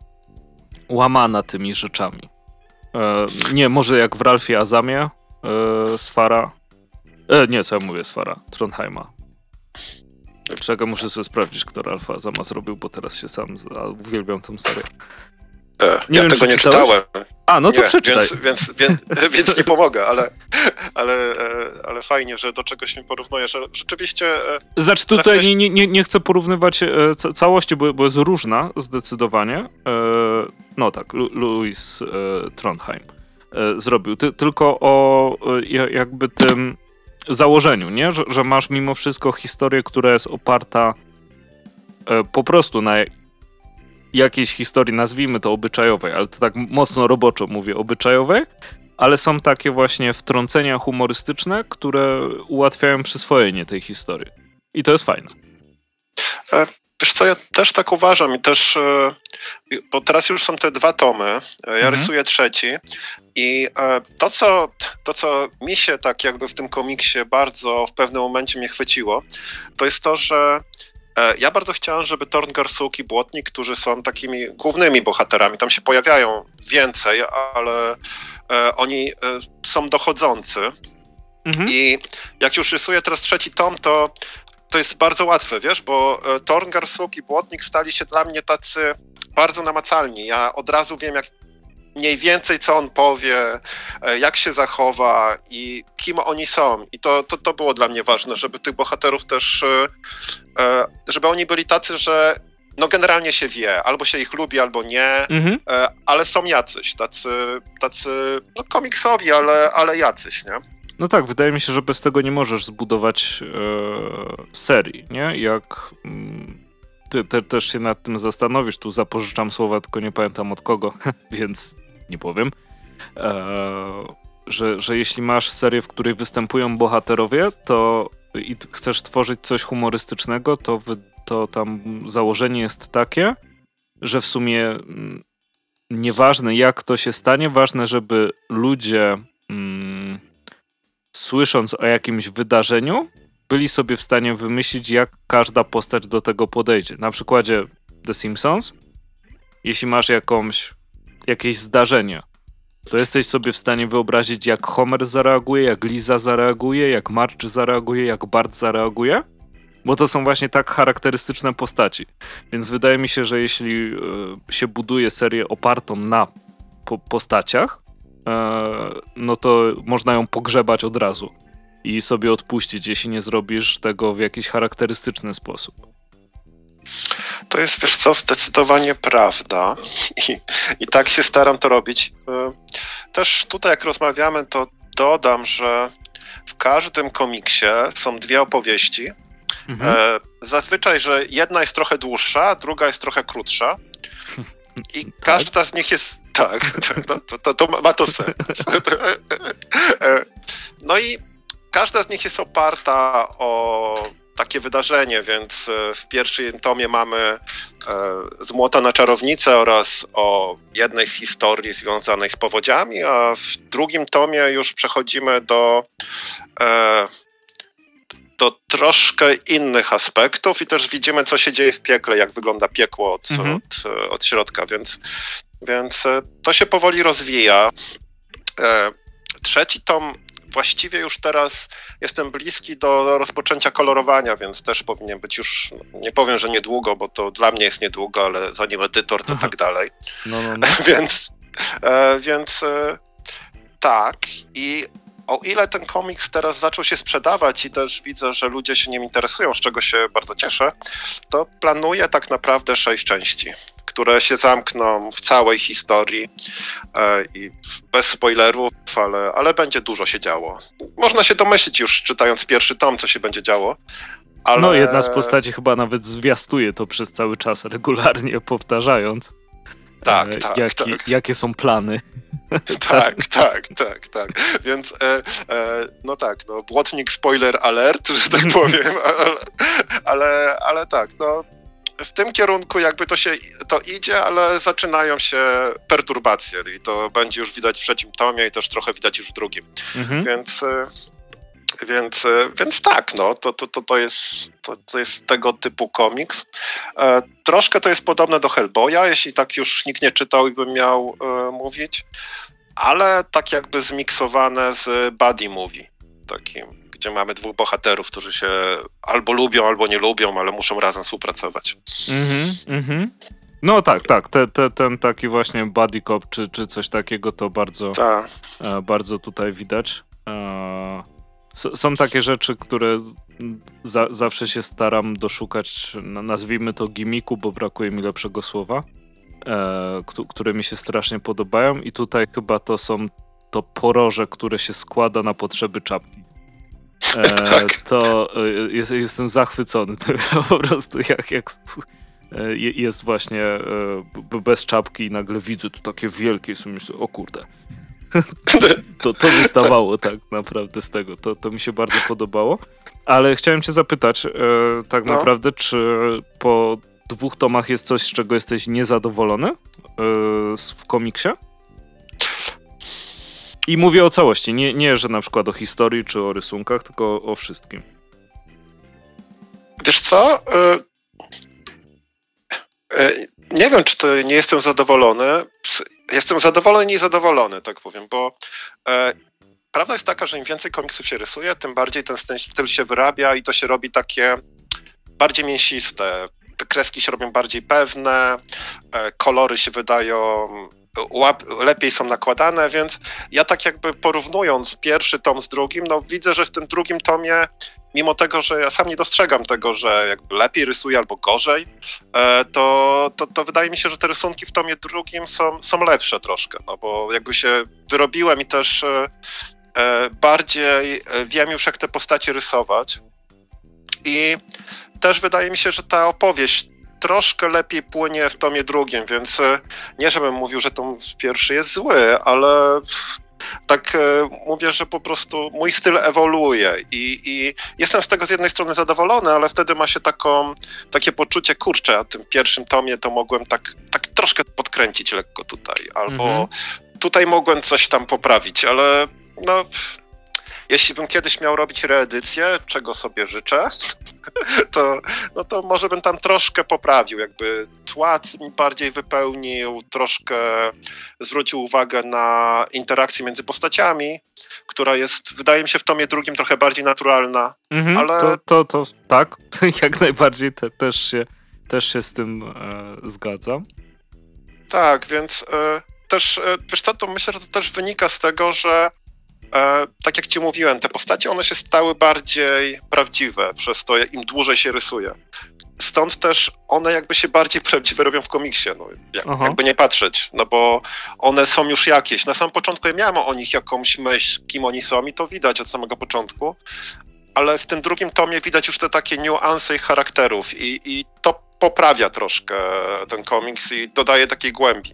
łamana tymi rzeczami. E, nie, może jak w Ralfie Azamie e, z Fara, e, nie, co ja mówię, z Fara, Trondheima. Czego muszę sobie sprawdzić, kto Ralfa Azama zrobił, bo teraz się sam, uwielbiam tą serię. E, nie ja wiem, tego nie czytałeś? czytałem. A, no to nie, przeczytaj. Więc, więc, więc, więc nie pomogę, ale, ale, ale fajnie, że do czegoś mi porównujesz. Że rzeczywiście... Znaczy tutaj trafiłeś... nie, nie, nie chcę porównywać ca- całości, bo, bo jest różna zdecydowanie. E, no tak, Lu- Louis e, Trondheim e, zrobił. Ty, tylko o e, jakby tym założeniu, nie? Że, że masz mimo wszystko historię, która jest oparta e, po prostu na jakiejś historii, nazwijmy to obyczajowej, ale to tak mocno roboczo mówię obyczajowej, ale są takie właśnie wtrącenia humorystyczne, które ułatwiają przyswojenie tej historii. I to jest fajne. Wiesz co, ja też tak uważam i też, bo teraz już są te dwa tomy, ja mhm. rysuję trzeci i to co, to, co mi się tak jakby w tym komiksie bardzo w pewnym momencie mnie chwyciło, to jest to, że ja bardzo chciałem, żeby Thorn, Garsuk i Błotnik, którzy są takimi głównymi bohaterami, tam się pojawiają więcej, ale oni są dochodzący. Mhm. I jak już rysuję teraz trzeci tom, to to jest bardzo łatwe, wiesz, bo Thorn, Garsuk i Błotnik stali się dla mnie tacy bardzo namacalni. Ja od razu wiem, jak mniej więcej co on powie, jak się zachowa i kim oni są. I to, to, to było dla mnie ważne, żeby tych bohaterów też, żeby oni byli tacy, że no generalnie się wie, albo się ich lubi, albo nie, mhm. ale są jacyś, tacy, tacy no komiksowi, ale, ale jacyś, nie? No tak, wydaje mi się, że bez tego nie możesz zbudować e, serii, nie? Jak mm, ty te, też się nad tym zastanowisz, tu zapożyczam słowa, tylko nie pamiętam od kogo, więc nie powiem, e, że, że jeśli masz serię, w której występują bohaterowie, to i chcesz tworzyć coś humorystycznego, to, wy, to tam założenie jest takie, że w sumie mm, nieważne jak to się stanie, ważne, żeby ludzie mm, słysząc o jakimś wydarzeniu, byli sobie w stanie wymyślić, jak każda postać do tego podejdzie. Na przykładzie The Simpsons, jeśli masz jakąś, jakieś zdarzenie, to jesteś sobie w stanie wyobrazić, jak Homer zareaguje, jak Lisa zareaguje, jak Marge zareaguje, jak Bart zareaguje, bo to są właśnie tak charakterystyczne postaci. Więc wydaje mi się, że jeśli y, się buduje serię opartą na po- postaciach, no to można ją pogrzebać od razu i sobie odpuścić, jeśli nie zrobisz tego w jakiś charakterystyczny sposób. To jest, wiesz co, zdecydowanie prawda i, i tak się staram to robić. Też tutaj jak rozmawiamy, to dodam, że w każdym komiksie są dwie opowieści. Mhm. Zazwyczaj, że jedna jest trochę dłuższa, druga jest trochę krótsza i tak? Każda z nich jest Tak, no, to, to, to ma to sens. No i każda z nich jest oparta o takie wydarzenie, więc w pierwszym tomie mamy z Młota na czarownicę oraz o jednej z historii związanej z powodziami, a w drugim tomie już przechodzimy do do troszkę innych aspektów i też widzimy, co się dzieje w piekle, jak wygląda piekło od, mhm. od, od środka, więc Więc to się powoli rozwija. Trzeci tom właściwie już teraz jestem bliski do rozpoczęcia kolorowania, więc też powinien być już, nie powiem, że niedługo, bo to dla mnie jest niedługo, ale zanim edytor, to Aha. tak dalej. No, no, no. więc, więc tak. I o ile ten komiks teraz zaczął się sprzedawać i też widzę, że ludzie się nim interesują, z czego się bardzo cieszę, to planuję tak naprawdę sześć części, które się zamkną w całej historii e, i bez spoilerów, ale, ale będzie dużo się działo. Można się domyślić już, czytając pierwszy tom, co się będzie działo. Ale... No jedna z postaci chyba nawet zwiastuje to przez cały czas, regularnie powtarzając. Tak, e, tak, jaki, tak. Jakie są plany. Tak, tak, tak, tak. Więc e, e, no tak, no Błotnik spoiler alert, że tak powiem, ale, ale, ale tak, no w tym kierunku jakby to się to idzie, ale zaczynają się perturbacje i to będzie już widać w trzecim tomie i też trochę widać już w drugim. Mhm. Więc Więc, więc tak, no, to, to, to, to, jest, to, to jest tego typu komiks. E, troszkę to jest podobne do Hellboya, jeśli tak już nikt nie czytał i bym miał e, mówić, ale tak jakby zmiksowane z buddy movie, takim, gdzie mamy dwóch bohaterów, którzy się albo lubią, albo nie lubią, ale muszą razem współpracować. Mhm, mhm. No tak, tak, te, te, ten taki właśnie buddy cop, czy, czy coś takiego, to bardzo, e, bardzo tutaj widać. E, Są takie rzeczy, które za, zawsze się staram doszukać, nazwijmy to gimiku, bo brakuje mi lepszego słowa, e, k- które mi się strasznie podobają i tutaj chyba to są to poroże, które się składa na potrzeby czapki. E, to e, jest, jestem zachwycony tym po prostu, jak, jak e, jest właśnie e, bez czapki i nagle widzę to takie wielkie i sobie myślę, o kurde. to, to wystawało tak naprawdę z tego. To, to mi się bardzo podobało. Ale chciałem cię zapytać e, tak no. naprawdę, czy po dwóch tomach jest coś, z czego jesteś niezadowolony e, w komiksie? I mówię o całości, nie, nie, że na przykład o historii czy o rysunkach, tylko o wszystkim. Wiesz co? Y- y- nie wiem, czy to nie jestem zadowolony. Jestem zadowolony i niezadowolony, tak powiem, bo y- prawda jest taka, że im więcej komiksów się rysuje, tym bardziej ten styl się wyrabia i to się robi takie bardziej mięsiste. Te kreski się robią bardziej pewne, y- kolory się wydają... Łap, lepiej są nakładane, więc ja tak jakby porównując pierwszy tom z drugim, no widzę, że w tym drugim tomie, mimo tego, że ja sam nie dostrzegam tego, że jakby lepiej rysuje albo gorzej, to, to, to wydaje mi się, że te rysunki w tomie drugim są, są lepsze troszkę, no bo jakby się wyrobiłem i też bardziej wiem już, jak te postacie rysować i też wydaje mi się, że ta opowieść troszkę lepiej płynie w tomie drugim, więc nie żebym mówił, że tom pierwszy jest zły, ale tak mówię, że po prostu mój styl ewoluuje i, i jestem z tego z jednej strony zadowolony, ale wtedy ma się taką, takie poczucie, kurczę, a w tym pierwszym tomie to mogłem tak, tak troszkę podkręcić lekko tutaj, albo mhm. tutaj mogłem coś tam poprawić, ale no... Jeśli bym kiedyś miał robić reedycję, czego sobie życzę, to, no to może bym tam troszkę poprawił, jakby tła mi bardziej wypełnił, troszkę zwrócił uwagę na interakcję między postaciami, która jest, wydaje mi się, w tomie drugim trochę bardziej naturalna, mhm, ale... To, to, to tak, jak najbardziej te, też, się, też się z tym e, zgadzam. Tak, więc e, też, e, wiesz co, to myślę, że to też wynika z tego, że E, tak jak ci mówiłem, te postacie, one się stały bardziej prawdziwe przez to, im dłużej się rysuje. Stąd też one jakby się bardziej prawdziwe robią w komiksie, no, jak, jakby nie patrzeć, no bo one są już jakieś. Na samym początku ja miałem o nich jakąś myśl, kim oni są i to widać od samego początku, ale w tym drugim tomie widać już te takie niuanse ich charakterów i, i to poprawia troszkę ten komiks i dodaje takiej głębi.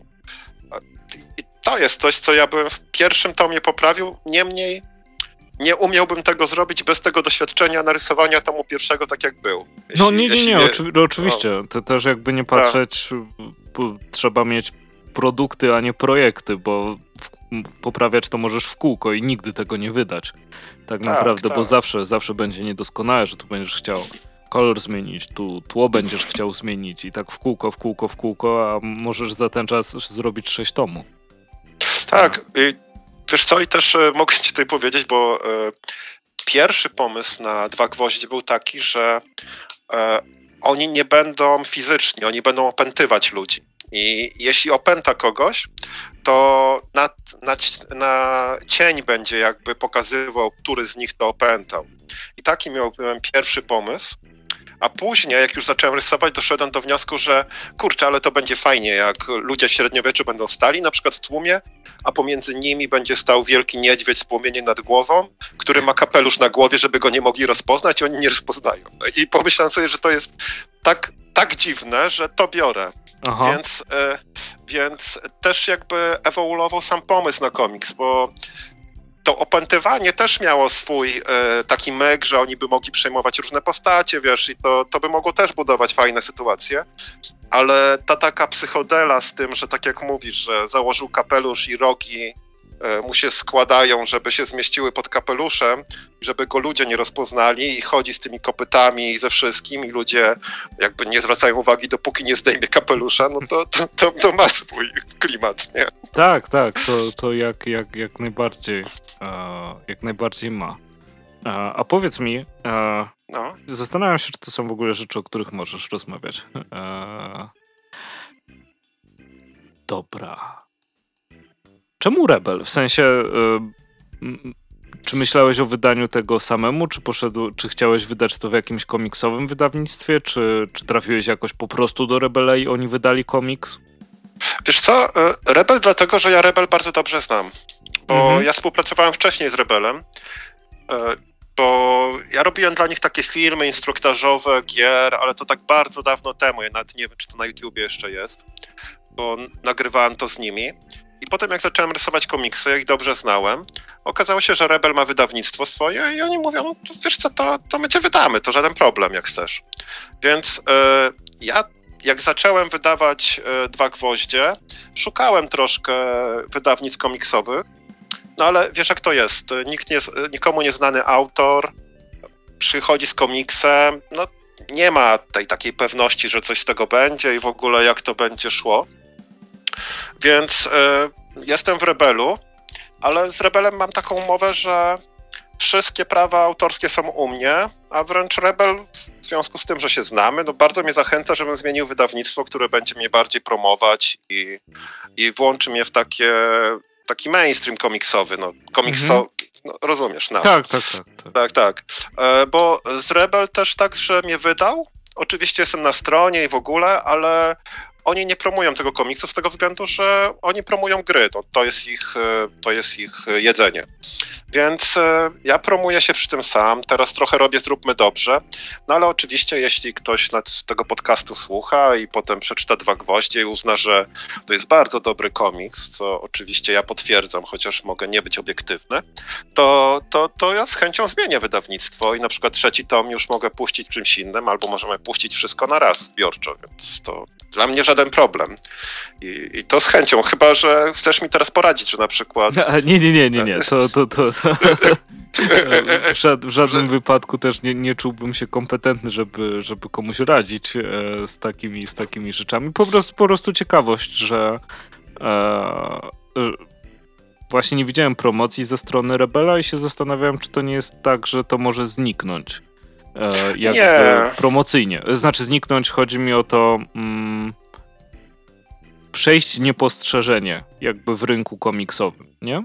I to jest coś, co ja bym w pierwszym tomie poprawił, niemniej nie umiałbym tego zrobić bez tego doświadczenia narysowania tomu pierwszego tak jak był. Jeśli, no nie, nie, nie, oczy, oczywiście. No. To też jakby nie patrzeć, po, trzeba mieć produkty, a nie projekty, bo w, poprawiać to możesz w kółko i nigdy tego nie wydać. Tak, tak naprawdę, tak. Bo zawsze, zawsze będzie niedoskonałe, że tu będziesz chciał kolor zmienić, tu tło będziesz chciał zmienić i tak w kółko, w kółko, w kółko, a możesz za ten czas zrobić sześć tomów. Tak, i wiesz co, i też e, mogę ci tutaj powiedzieć, bo e, pierwszy pomysł na Dwa Gwoździe był taki, że e, oni nie będą fizyczni, oni będą opętywać ludzi. I jeśli opęta kogoś, to na, na, na cień będzie jakby pokazywał, który z nich to opętał. I taki miałem pierwszy pomysł. A później, jak już zacząłem rysować, doszedłem do wniosku, że kurczę, ale to będzie fajnie, jak ludzie w średniowieczu będą stali na przykład w tłumie, a pomiędzy nimi będzie stał wielki niedźwiedź z płomieniem nad głową, który ma kapelusz na głowie, żeby go nie mogli rozpoznać i oni nie rozpoznają. I pomyślałem sobie, że to jest tak, tak dziwne, że to biorę. Aha. Więc, e, więc też jakby ewoluował sam pomysł na komiks, bo to opętywanie też miało swój e, taki myk, że oni by mogli przejmować różne postacie, wiesz, i to, to by mogło też budować fajne sytuacje, ale ta taka psychodela z tym, że tak jak mówisz, że założył kapelusz i rogi e, mu się składają, żeby się zmieściły pod kapeluszem, żeby go ludzie nie rozpoznali i chodzi z tymi kopytami i ze wszystkim i ludzie jakby nie zwracają uwagi, dopóki nie zdejmie kapelusza, no to, to, to, to ma swój klimat, nie? Tak, tak, to, to jak, jak, jak najbardziej e, jak najbardziej ma. E, a powiedz mi, e, no. Zastanawiam się, czy to są w ogóle rzeczy, o których możesz rozmawiać. E, dobra. Czemu Rebel? W sensie e, czy myślałeś o wydaniu tego samemu, czy poszedł, czy chciałeś wydać to w jakimś komiksowym wydawnictwie, czy, czy trafiłeś jakoś po prostu do Rebela i oni wydali komiks? Wiesz co, Rebel dlatego, że ja Rebel bardzo dobrze znam, bo mhm. ja współpracowałem wcześniej z Rebelem, bo ja robiłem dla nich takie filmy instruktażowe, gier, ale to tak bardzo dawno temu, ja nawet nie wiem, czy to na YouTubie jeszcze jest, bo nagrywałem to z nimi I potem jak zacząłem rysować komiksy, jak ich dobrze znałem, okazało się, że Rebel ma wydawnictwo swoje i oni mówią, no wiesz co, to, to my cię wydamy, to żaden problem, jak chcesz. Więc y, ja jak zacząłem wydawać y, Dwa Gwoździe, szukałem troszkę wydawnictw komiksowych, no ale wiesz jak to jest, nikt nie, nikomu nieznany autor przychodzi z komiksem, no nie ma tej takiej pewności, że coś z tego będzie i w ogóle jak to będzie szło. Więc y, jestem w Rebelu, ale z Rebelem mam taką umowę, że wszystkie prawa autorskie są u mnie, a wręcz Rebel w związku z tym, że się znamy, no bardzo mnie zachęca, żebym zmienił wydawnictwo, które będzie mnie bardziej promować i, i włączy mnie w takie, taki mainstream komiksowy. No, komikso, mhm. no, rozumiesz? Nasz. Tak, tak, tak. Tak, tak. tak. E, bo z Rebel też tak, że mnie wydał. Oczywiście jestem na stronie i w ogóle, ale oni nie promują tego komiksu z tego względu, że oni promują gry. To, to, jest ich, to jest ich jedzenie. Więc ja promuję się przy tym sam. Teraz trochę robię Zróbmy Dobrze. No ale oczywiście, jeśli ktoś tego podcastu słucha i potem przeczyta Dwa Gwoździe i uzna, że to jest bardzo dobry komiks, co oczywiście ja potwierdzam, chociaż mogę nie być obiektywny, to, to, to ja z chęcią zmienię wydawnictwo i na przykład trzeci tom już mogę puścić czymś innym, albo możemy puścić wszystko na raz zbiorczo, więc to dla mnie żaden problem. I, I to z chęcią, chyba że chcesz mi teraz poradzić, że na przykład... Nie, nie, nie, nie, nie. To, to, to, to... W, żad, w żadnym wypadku też nie, nie czułbym się kompetentny, żeby, żeby komuś radzić e, z, takimi, z takimi rzeczami. Po prostu, po prostu ciekawość, że e, właśnie nie widziałem promocji ze strony Rebela i się zastanawiałem, czy to nie jest tak, że to może zniknąć. E, jakby nie. Promocyjnie. Znaczy zniknąć, chodzi mi o to mm, przejść niepostrzeżenie jakby w rynku komiksowym, nie?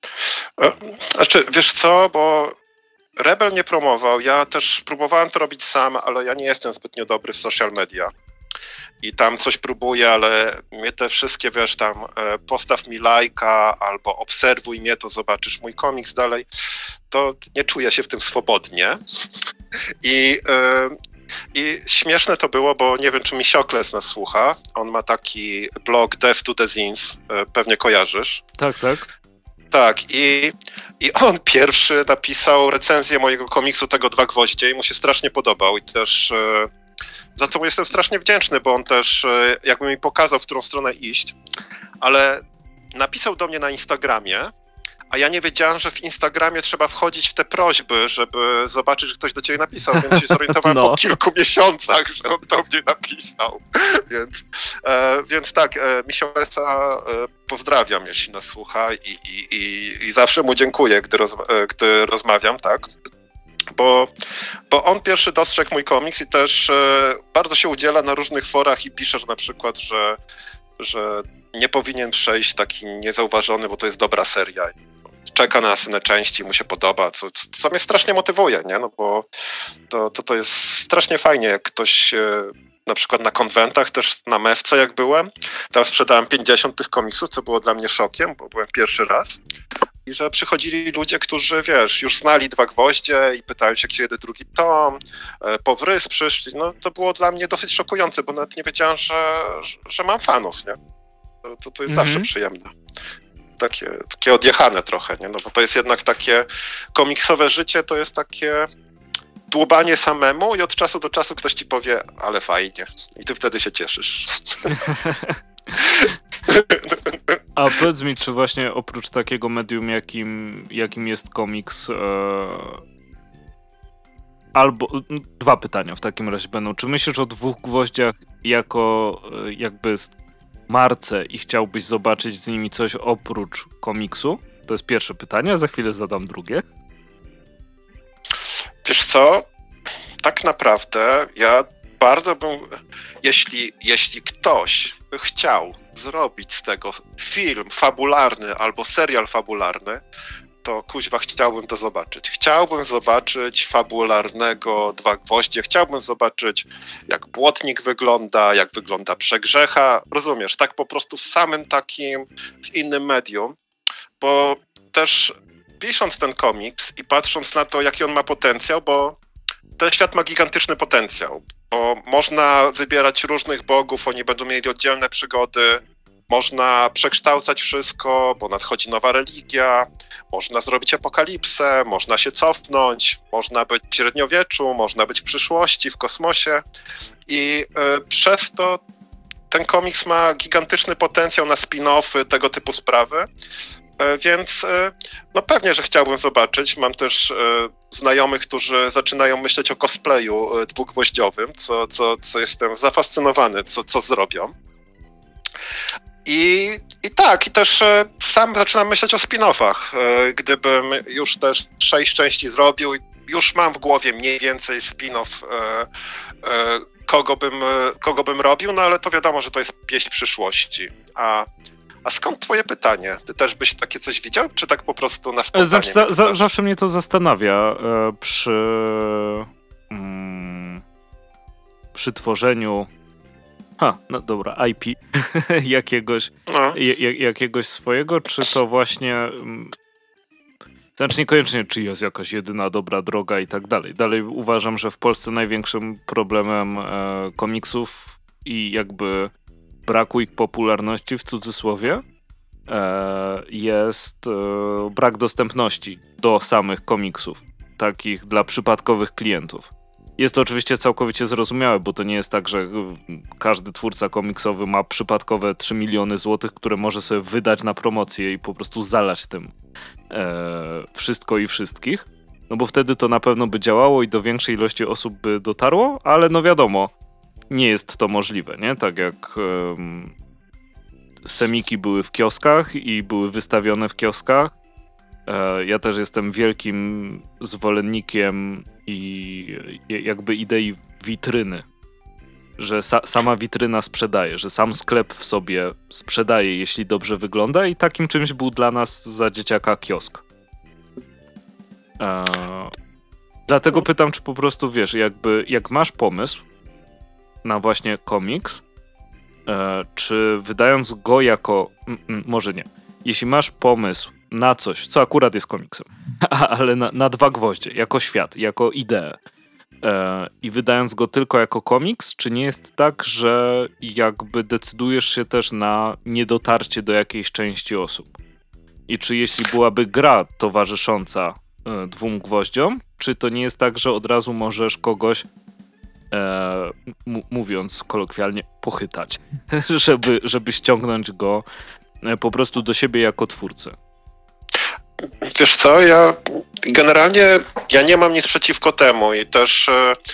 Znaczy, wiesz co, bo Rebel nie promował, ja też próbowałem to robić sam, ale ja nie jestem zbytnio dobry w social media. I tam coś próbuję, ale mnie te wszystkie, wiesz, tam postaw mi lajka albo obserwuj mnie, to zobaczysz mój komiks dalej, to nie czuję się w tym swobodnie. I, yy, i śmieszne to było, bo nie wiem, czy Misiokles nas słucha. On ma taki blog Death to the Zines, pewnie kojarzysz. Tak, tak. Tak, i, i on pierwszy napisał recenzję mojego komiksu tego Dwa Gwoździe i mu się strasznie podobał i też e, za to mu jestem strasznie wdzięczny, bo on też e, jakby mi pokazał, w którą stronę iść, ale napisał do mnie na Instagramie, a ja nie wiedziałem, że w Instagramie trzeba wchodzić w te prośby, żeby zobaczyć, że ktoś do ciebie napisał, więc się zorientowałem no. po kilku miesiącach, że on do mnie napisał. Więc, e, więc tak, e, Misiolesa e, pozdrawiam, jeśli nas słucha i, i, i, i zawsze mu dziękuję, gdy, roz, e, gdy rozmawiam, tak? Bo, bo on pierwszy dostrzegł mój komiks i też e, bardzo się udziela na różnych forach i pisze, że na przykład, że, że nie powinien przejść taki niezauważony, bo to jest dobra seria. Czeka na następne części, mu się podoba, co, co mnie strasznie motywuje, nie? No bo to, to, to jest strasznie fajnie, jak ktoś e, na przykład na konwentach, też na Mewce jak byłem, tam sprzedałem pięćdziesiąt tych komiksów, co było dla mnie szokiem, bo byłem pierwszy raz i że przychodzili ludzie, którzy, wiesz, już znali Dwa Gwoździe i pytają się, kiedy drugi tom, e, po wrys przyszli, no to było dla mnie dosyć szokujące, bo nawet nie wiedziałem, że, że, że mam fanów, nie? To, to, to jest mhm. zawsze przyjemne. Takie, takie odjechane trochę, nie? No bo to jest jednak takie komiksowe życie, to jest takie dłubanie samemu i od czasu do czasu ktoś ci powie, ale fajnie. I ty wtedy się cieszysz. A powiedz mi, czy właśnie oprócz takiego medium, jakim, jakim jest komiks, e... albo dwa pytania w takim razie będą. Czy myślisz o Dwóch Gwoździach jako e, jakby marce i chciałbyś zobaczyć z nimi coś oprócz komiksu? To jest pierwsze pytanie, a za chwilę zadam drugie. Wiesz co? Tak naprawdę ja bardzo bym, jeśli, jeśli ktoś by chciał zrobić z tego film fabularny albo serial fabularny, to kuźwa chciałbym to zobaczyć. Chciałbym zobaczyć fabularnego Dwa Gwoździe, chciałbym zobaczyć, jak Błotnik wygląda, jak wygląda Przegrzecha, rozumiesz, tak po prostu w samym takim, w innym medium, bo też pisząc ten komiks i patrząc na to, jaki on ma potencjał, bo ten świat ma gigantyczny potencjał, bo można wybierać różnych bogów, oni będą mieli oddzielne przygody, można przekształcać wszystko, bo nadchodzi nowa religia, można zrobić apokalipsę, można się cofnąć, można być w średniowieczu, można być w przyszłości, w kosmosie i y, przez to ten komiks ma gigantyczny potencjał na spin-offy, tego typu sprawy, y, więc y, no pewnie, że chciałbym zobaczyć. Mam też y, znajomych, którzy zaczynają myśleć o cosplayu y, dwugwoździowym, co, co, co jestem zafascynowany, co, co zrobią. I, I tak, i też e, sam zaczynam myśleć o spin-offach. E, gdybym już też sześć części zrobił, już mam w głowie mniej więcej spin-off, e, e, kogo, bym, e, kogo bym robił, no ale to wiadomo, że to jest pieśń przyszłości. A, a skąd twoje pytanie? Ty też byś takie coś widział, czy tak po prostu na spontanie? Znaczy, za, za, zawsze mnie to zastanawia e, przy, mm, przy tworzeniu Ha, no dobra, I P jakiegoś, no. j- jakiegoś swojego, czy to właśnie... Znaczy niekoniecznie, czy jest jakaś jedyna dobra droga i tak dalej. Dalej uważam, że w Polsce największym problemem e, komiksów i jakby braku ich popularności, w cudzysłowie, e, jest e, brak dostępności do samych komiksów, takich dla przypadkowych klientów. Jest to oczywiście całkowicie zrozumiałe, bo to nie jest tak, że każdy twórca komiksowy ma przypadkowe trzy miliony złotych, które może sobie wydać na promocję i po prostu zalać tym e, wszystko i wszystkich. No bo wtedy to na pewno by działało i do większej ilości osób by dotarło, ale no wiadomo, nie jest to możliwe, nie? Tak jak e, semiki były w kioskach i były wystawione w kioskach. E, ja też jestem wielkim zwolennikiem i jakby idei witryny, że sa- sama witryna sprzedaje, że sam sklep w sobie sprzedaje, jeśli dobrze wygląda i takim czymś był dla nas za dzieciaka kiosk. Eee, dlatego pytam, czy po prostu wiesz, jakby jak masz pomysł na właśnie komiks, e, czy wydając go jako, m, m, może nie, jeśli masz pomysł na coś, co akurat jest komiksem, ale na, na dwa gwoździe, jako świat, jako ideę. E, I wydając go tylko jako komiks, czy nie jest tak, że jakby decydujesz się też na niedotarcie do jakiejś części osób? I czy jeśli byłaby gra towarzysząca e, dwóm gwoździom, czy to nie jest tak, że od razu możesz kogoś, e, m- mówiąc kolokwialnie, pochytać, żeby, żeby ściągnąć go e, po prostu do siebie jako twórcę? Wiesz co, ja generalnie ja nie mam nic przeciwko temu i też,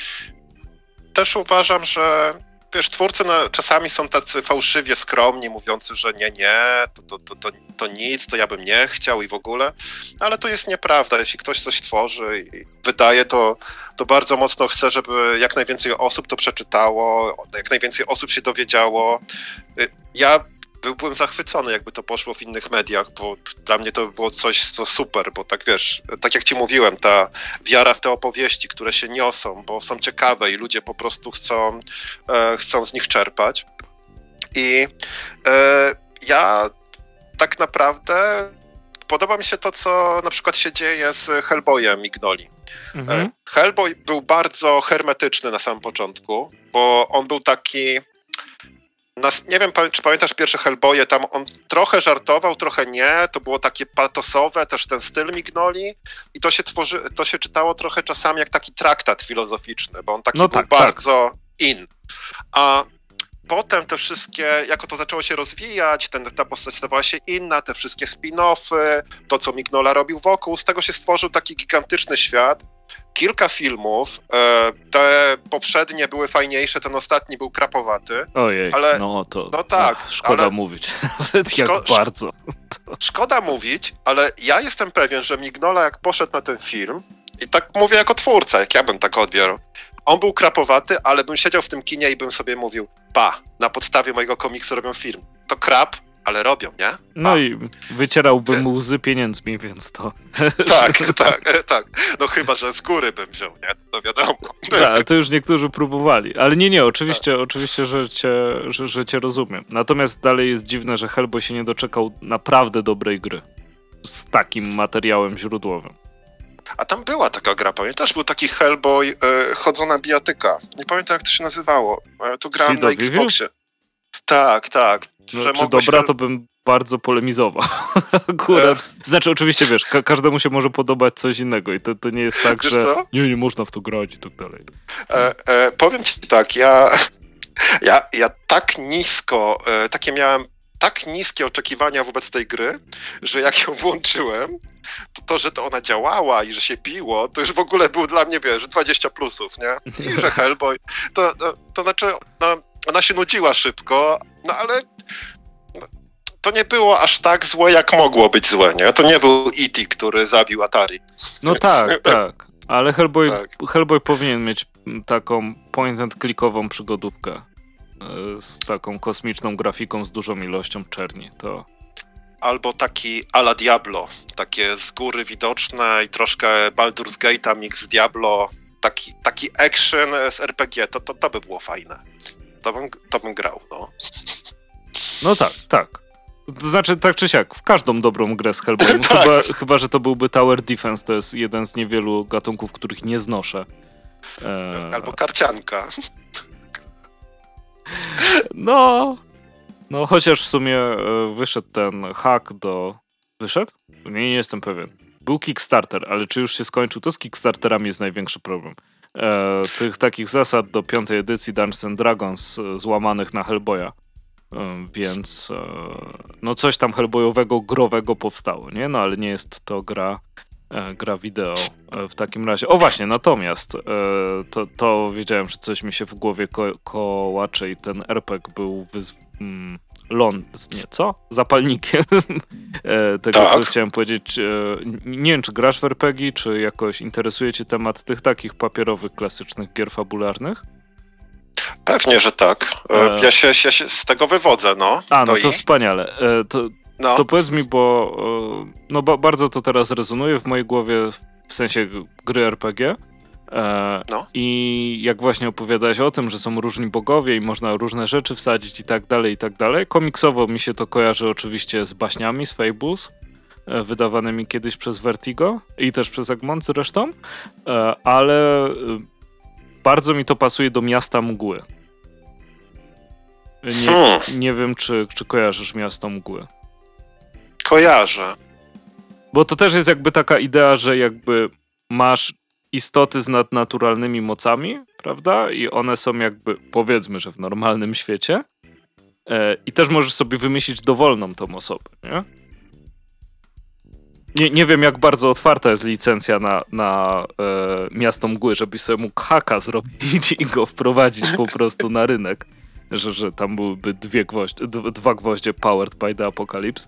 też uważam, że wiesz, twórcy na, czasami są tacy fałszywie skromni, mówiący, że nie, nie, to, to, to, to, to nic, to ja bym nie chciał i w ogóle, ale to jest nieprawda. Jeśli ktoś coś tworzy i wydaje, to, to bardzo mocno chce, żeby jak najwięcej osób to przeczytało, jak najwięcej osób się dowiedziało. Ja byłbym zachwycony, jakby to poszło w innych mediach, bo dla mnie to było coś, co super, bo tak wiesz, tak jak ci mówiłem, ta wiara w te opowieści, które się niosą, bo są ciekawe i ludzie po prostu chcą, e, chcą z nich czerpać. I e, ja tak naprawdę podoba mi się to, co na przykład się dzieje z Hellboyem Mignoli. Mhm. Hellboy był bardzo hermetyczny na samym początku, bo on był taki... Nie wiem, czy pamiętasz pierwsze Hellboye, tam on trochę żartował, trochę nie, to było takie patosowe, też ten styl Mignoli i to się tworzy, to się czytało trochę czasami jak taki traktat filozoficzny, bo on taki no był tak, bardzo tak. in. A potem te wszystkie, jako to zaczęło się rozwijać, ten, ta postać stawała się inna, te wszystkie spin-offy, to co Mignola robił wokół, z tego się stworzył taki gigantyczny świat. Kilka filmów, te poprzednie były fajniejsze, ten ostatni był krapowaty. Ojej, ale, no to no tak, ach, szkoda ale, mówić, nawet jak szko- bardzo. To... Szkoda mówić, ale ja jestem pewien, że Mignola jak poszedł na ten film, i tak mówię jako twórca, jak ja bym tak odbierał, on był krapowaty, ale bym siedział w tym kinie i bym sobie mówił, pa, na podstawie mojego komiksu robią film. To krap, ale robią, nie? Pa. No i wycierałbym mu łzy pieniędzmi, więc to... Tak, tak, tak. No chyba, że z góry bym wziął, nie? To wiadomo. Tak, to już niektórzy próbowali. Ale nie, nie, oczywiście, tak. oczywiście że, cię, że, że cię rozumiem. Natomiast dalej jest dziwne, że Hellboy się nie doczekał naprawdę dobrej gry. Z takim materiałem źródłowym. A tam była taka gra, pamiętasz? Był taki Hellboy, e, chodzona bijatyka. Nie pamiętam, jak to się nazywało. E, to grałem na Xboxie. Tak, tak. No, że czy dobra, to bym bardzo polemizował. Akurat. E... Znaczy, oczywiście, wiesz, ka- każdemu się może podobać coś innego i to, to nie jest tak, wiesz że co? nie, nie można w to grać i tak dalej. E, e, powiem ci tak, ja, ja, ja tak nisko, e, takie miałem tak niskie oczekiwania wobec tej gry, że jak ją włączyłem, to to, że to ona działała i że się biło, to już w ogóle był dla mnie, wiesz, dwadzieścia plusów, nie? I że Hellboy, to, to, to znaczy, no, ona się nudziła szybko, no ale no, to nie było aż tak złe, jak mogło być złe, nie? To nie był E T, który zabił Atari. No Więc... tak, tak, ale Hellboy, tak. Hellboy powinien mieć taką point-and-clickową przygodówkę z taką kosmiczną grafiką, z dużą ilością czerni, to... Albo taki a la Diablo, takie z góry widoczne i troszkę Baldur's Gate'a mix z Diablo, taki, taki action z R P G, to, to, to by było fajne. To bym, to bym grał, no. No tak, tak. To znaczy, tak czy siak, w każdą dobrą grę z Hellboyem, tak. chyba, chyba, że to byłby Tower Defense, to jest jeden z niewielu gatunków, których nie znoszę. E... Albo karcianka. No, no chociaż w sumie wyszedł ten hack do... Wyszedł? Nie, nie jestem pewien. Był Kickstarter, ale czy już się skończył? To z Kickstarterami jest największy problem. E, tych takich zasad do piątej edycji Dungeons and Dragons e, złamanych na Hellboya. E, więc e, no coś tam Hellboyowego, growego powstało, nie? No ale nie jest to gra, e, gra wideo e, w takim razie. O właśnie, natomiast e, to, to wiedziałem, że coś mi się w głowie ko- kołacze i ten er pe gie był wyz... Mm, ląd, nie, co? Zapalnikiem e, tego, tak. co chciałem powiedzieć. E, nie wiem, czy grasz w er pe gie, czy jakoś interesuje cię temat tych takich papierowych, klasycznych gier fabularnych? Pewnie, że tak. E, ja, się, ja się z tego wywodzę, no. A, no to to i? wspaniale. E, to, no. to powiedz mi, bo e, no ba, bardzo to teraz rezonuje w mojej głowie, w sensie gry er pe gie. E, no. I jak właśnie opowiadałeś o tym, że są różni bogowie i można różne rzeczy wsadzić i tak dalej, i tak dalej. Komiksowo mi się to kojarzy oczywiście z baśniami, z Fables, e, wydawanymi kiedyś przez Vertigo i też przez Egmont zresztą, e, ale e, bardzo mi to pasuje do Miasta Mgły. Nie, hmm. nie wiem, czy, czy kojarzysz Miasto Mgły. Kojarzę. Bo to też jest jakby taka idea, że jakby masz istoty z nadnaturalnymi mocami, prawda? I one są jakby, powiedzmy, że w normalnym świecie. E, I też możesz sobie wymyślić dowolną tą osobę, nie? Nie, nie wiem, jak bardzo otwarta jest licencja na, na e, Miasto Mgły, żebyś sobie mógł haka zrobić i go wprowadzić po prostu na rynek. Że, że tam byłyby dwie gwoździe, d- dwa gwoździe powered by the Apocalypse.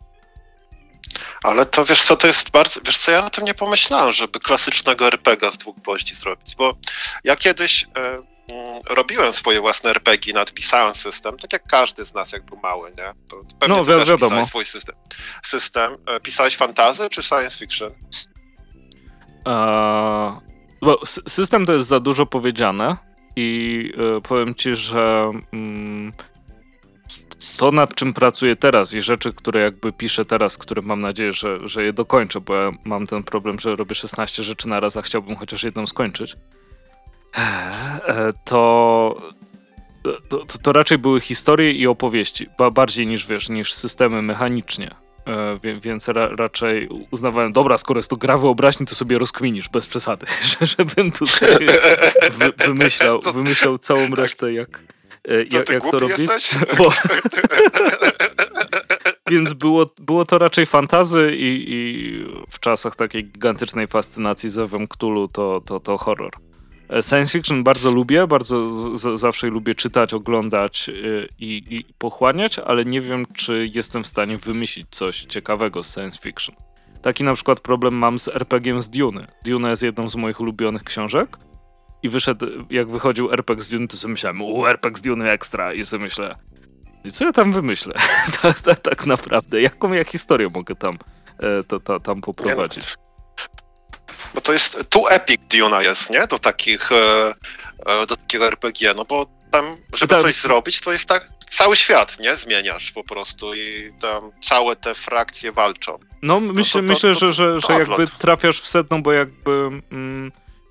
Ale to wiesz co, to jest bardzo... Wiesz co, ja o tym nie pomyślałem, żeby klasycznego er pe gie z dwóch gwoździ zrobić, bo ja kiedyś y, y, robiłem swoje własne er pe gie, nadpisałem system, tak jak każdy z nas jak był mały, nie? To, to pewnie no, ty też wiadomo. pisałeś swój system. system. Y, pisałeś fantasy czy science fiction? Uh, bo system to jest za dużo powiedziane i y, powiem ci, że... Mm, to, nad czym pracuję teraz i rzeczy, które jakby piszę teraz, które mam nadzieję, że, że je dokończę, bo ja mam ten problem, że robię szesnaście rzeczy na raz, a chciałbym chociaż jedną skończyć, to, to, to raczej były historie i opowieści, bardziej niż, wiesz, niż systemy mechanicznie. Więc ra, raczej uznawałem, dobra, skoro jest to gra wyobraźni, to sobie rozkminisz, bez przesady, żebym tutaj wy, wymyślał, wymyślał całą resztę, jak... To jak, jak to robić? Bo... Więc było, było to raczej fantazy i, i w czasach takiej gigantycznej fascynacji z Ewem Cthulhu to, to, to horror. Science fiction bardzo lubię, bardzo z, zawsze lubię czytać, oglądać i, i pochłaniać, ale nie wiem, czy jestem w stanie wymyślić coś ciekawego z science fiction. Taki na przykład problem mam z er pe giem z Duny. Duna jest jedną z moich ulubionych książek. I wyszedł, jak wychodził er pe gie z Duny, to sobie myślałem, u, er pe gie z Duny ekstra. I sobie myślę, co ja tam wymyślę? tak, tak, tak naprawdę. Jaką ja historię mogę tam, e, to, to, tam poprowadzić? Bo to jest, tu epic Duna jest, nie? Do takich, e, do takiego er pe gie, no bo tam, żeby tam... coś zrobić, to jest tak, cały świat, nie? Zmieniasz po prostu i tam całe te frakcje walczą. No myślę, to, to, myślę to, to, że, że, to że jakby trafiasz w sedno, bo jakby... Mm,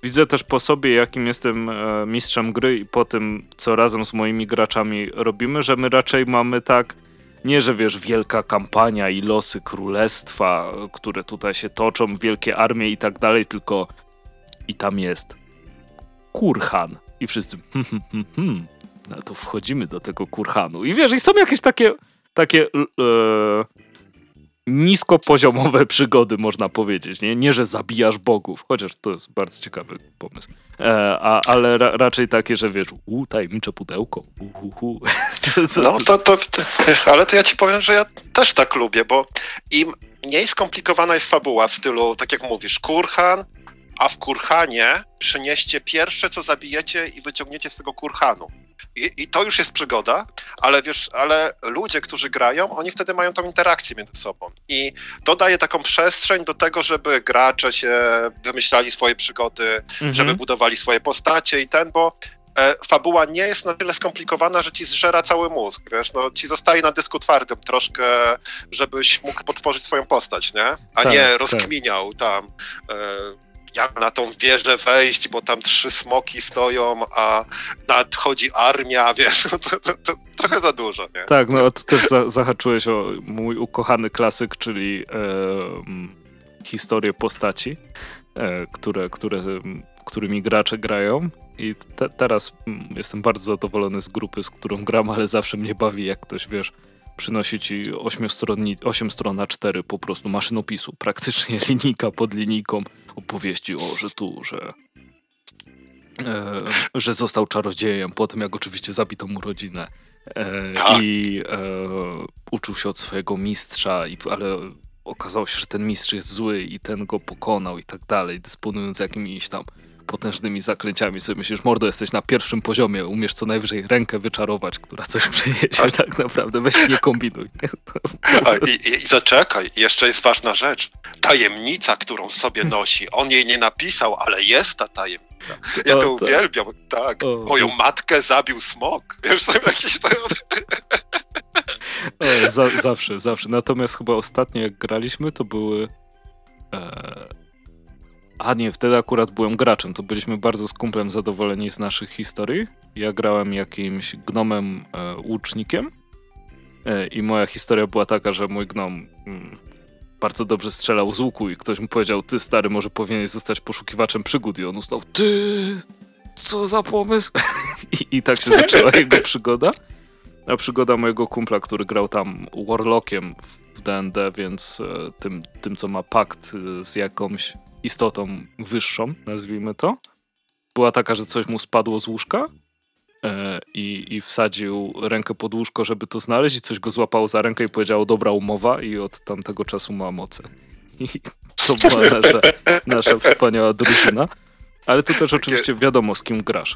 widzę też po sobie, jakim jestem e, mistrzem gry i po tym, co razem z moimi graczami robimy, że my raczej mamy tak, nie, że wiesz, wielka kampania i losy królestwa, które tutaj się toczą, wielkie armie i tak dalej, tylko i tam jest kurhan. I wszyscy hm, hm, hm, hm. No to wchodzimy do tego kurhanu. I wiesz, i są jakieś takie takie e, niskopoziomowe przygody, można powiedzieć. Nie, nie że zabijasz bogów, chociaż to jest bardzo ciekawy pomysł. E, a, ale ra, raczej takie, że wiesz, u, tajemnicze pudełko. U, u, u. Co, co, no to, to, to, ale to ja ci powiem, że ja też tak lubię, bo im mniej skomplikowana jest fabuła w stylu, tak jak mówisz, kurhan, a w kurhanie przynieście pierwsze, co zabijecie i wyciągniecie z tego kurhanu. I, I to już jest przygoda, ale wiesz, ale ludzie, którzy grają, oni wtedy mają tą interakcję między sobą. I to daje taką przestrzeń do tego, żeby gracze się wymyślali swoje przygody, mhm. żeby budowali swoje postacie i ten, bo e, fabuła nie jest na tyle skomplikowana, że ci zżera cały mózg, wiesz, no ci zostaje na dysku twardym troszkę, żebyś mógł potworzyć swoją postać, nie? A tak, nie rozkminiał tak. tam... E, jak na tą wieżę wejść, bo tam trzy smoki stoją, a nadchodzi armia, wiesz, no to, to, to trochę za dużo, nie? Tak, no tu też za, zahaczyłeś o mój ukochany klasyk, czyli e, historię postaci, e, które, które, którymi gracze grają. I te, teraz jestem bardzo zadowolony z grupy, z którą gram, ale zawsze mnie bawi, jak ktoś, wiesz, przynosi ci osiem stron A cztery po prostu maszynopisu, praktycznie linijka pod linijką, opowieści o, że tu, że e, że został czarodziejem, po tym jak oczywiście zabito mu rodzinę e, i e, uczył się od swojego mistrza, i, ale okazało się, że ten mistrz jest zły i ten go pokonał i tak dalej, dysponując jakimiś tam potężnymi zaklęciami. Sobie myślisz, mordo, jesteś na pierwszym poziomie, umiesz co najwyżej rękę wyczarować, która coś przyniesie, a tak naprawdę, weź nie kombinuj. A, i, i, I zaczekaj, jeszcze jest ważna rzecz. Tajemnica, którą sobie nosi. On jej nie napisał, ale jest ta tajemnica. Ja o, to tak. uwielbiam, tak. O, Moją o. matkę zabił smok. Wiesz, tam jakieś... o, za, zawsze, zawsze. Natomiast chyba ostatnio jak graliśmy, to były... E... A nie, wtedy akurat byłem graczem, to byliśmy bardzo z kumplem zadowoleni z naszych historii. Ja grałem jakimś gnomem e, łucznikiem e, i moja historia była taka, że mój gnom mm, bardzo dobrze strzelał z łuku i ktoś mu powiedział, ty stary, może powinieneś zostać poszukiwaczem przygód, i on uznał, ty, co za pomysł? I, I tak się zaczęła jego przygoda. A przygoda mojego kumpla, który grał tam warlockiem w D and D, więc e, tym, tym, co ma pakt e, z jakąś istotą wyższą, nazwijmy to, była taka, że coś mu spadło z łóżka e, i, i wsadził rękę pod łóżko, żeby to znaleźć, i coś go złapało za rękę i powiedziało, dobra umowa, i od tamtego czasu ma moce. I to była nasza, nasza wspaniała drużyna. Ale to też oczywiście wiadomo, z kim grasz.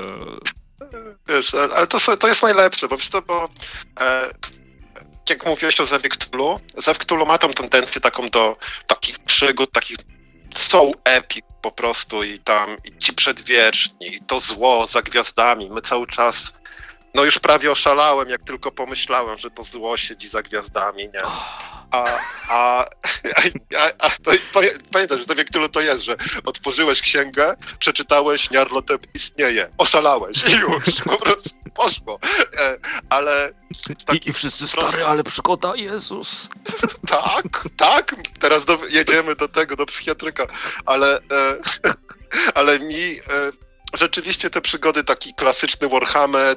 E... Wiesz, ale to, to jest najlepsze, bo wiesz co, bo e... jak mówiłeś o Zewie Cthulhu, Zew Cthulhu ma tą tendencję taką do takich przygód, takich są epic po prostu i tam i ci przedwieczni, i to zło za gwiazdami. My cały czas, no już prawie oszalałem, jak tylko pomyślałem, że to zło siedzi za gwiazdami, nie? A, a, a, a to, pamiętasz, że to wie, który to jest, że otworzyłeś księgę, przeczytałeś, Nyarlathotep istnieje, oszalałeś i już, po prostu poszło. E, ale... I, I wszyscy stary, prosty... ale przygoda, Jezus. Tak, tak, teraz do, jedziemy do tego, do psychiatryka, ale, e, ale mi... E, rzeczywiście te przygody, taki klasyczny Warhammer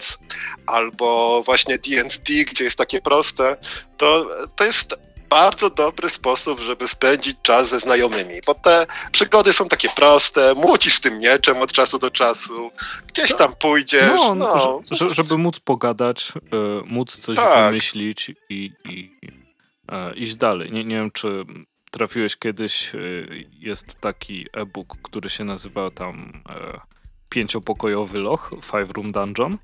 albo właśnie D and D, gdzie jest takie proste, to, to jest bardzo dobry sposób, żeby spędzić czas ze znajomymi, bo te przygody są takie proste, młócisz tym mieczem od czasu do czasu, gdzieś tam pójdziesz. No, no. Że, żeby móc pogadać, y, móc coś tak. wymyślić i, i y, iść dalej. Nie, nie wiem, czy trafiłeś kiedyś, y, jest taki e-book, który się nazywa tam y, pięciopokojowy loch, Five Room Dungeon.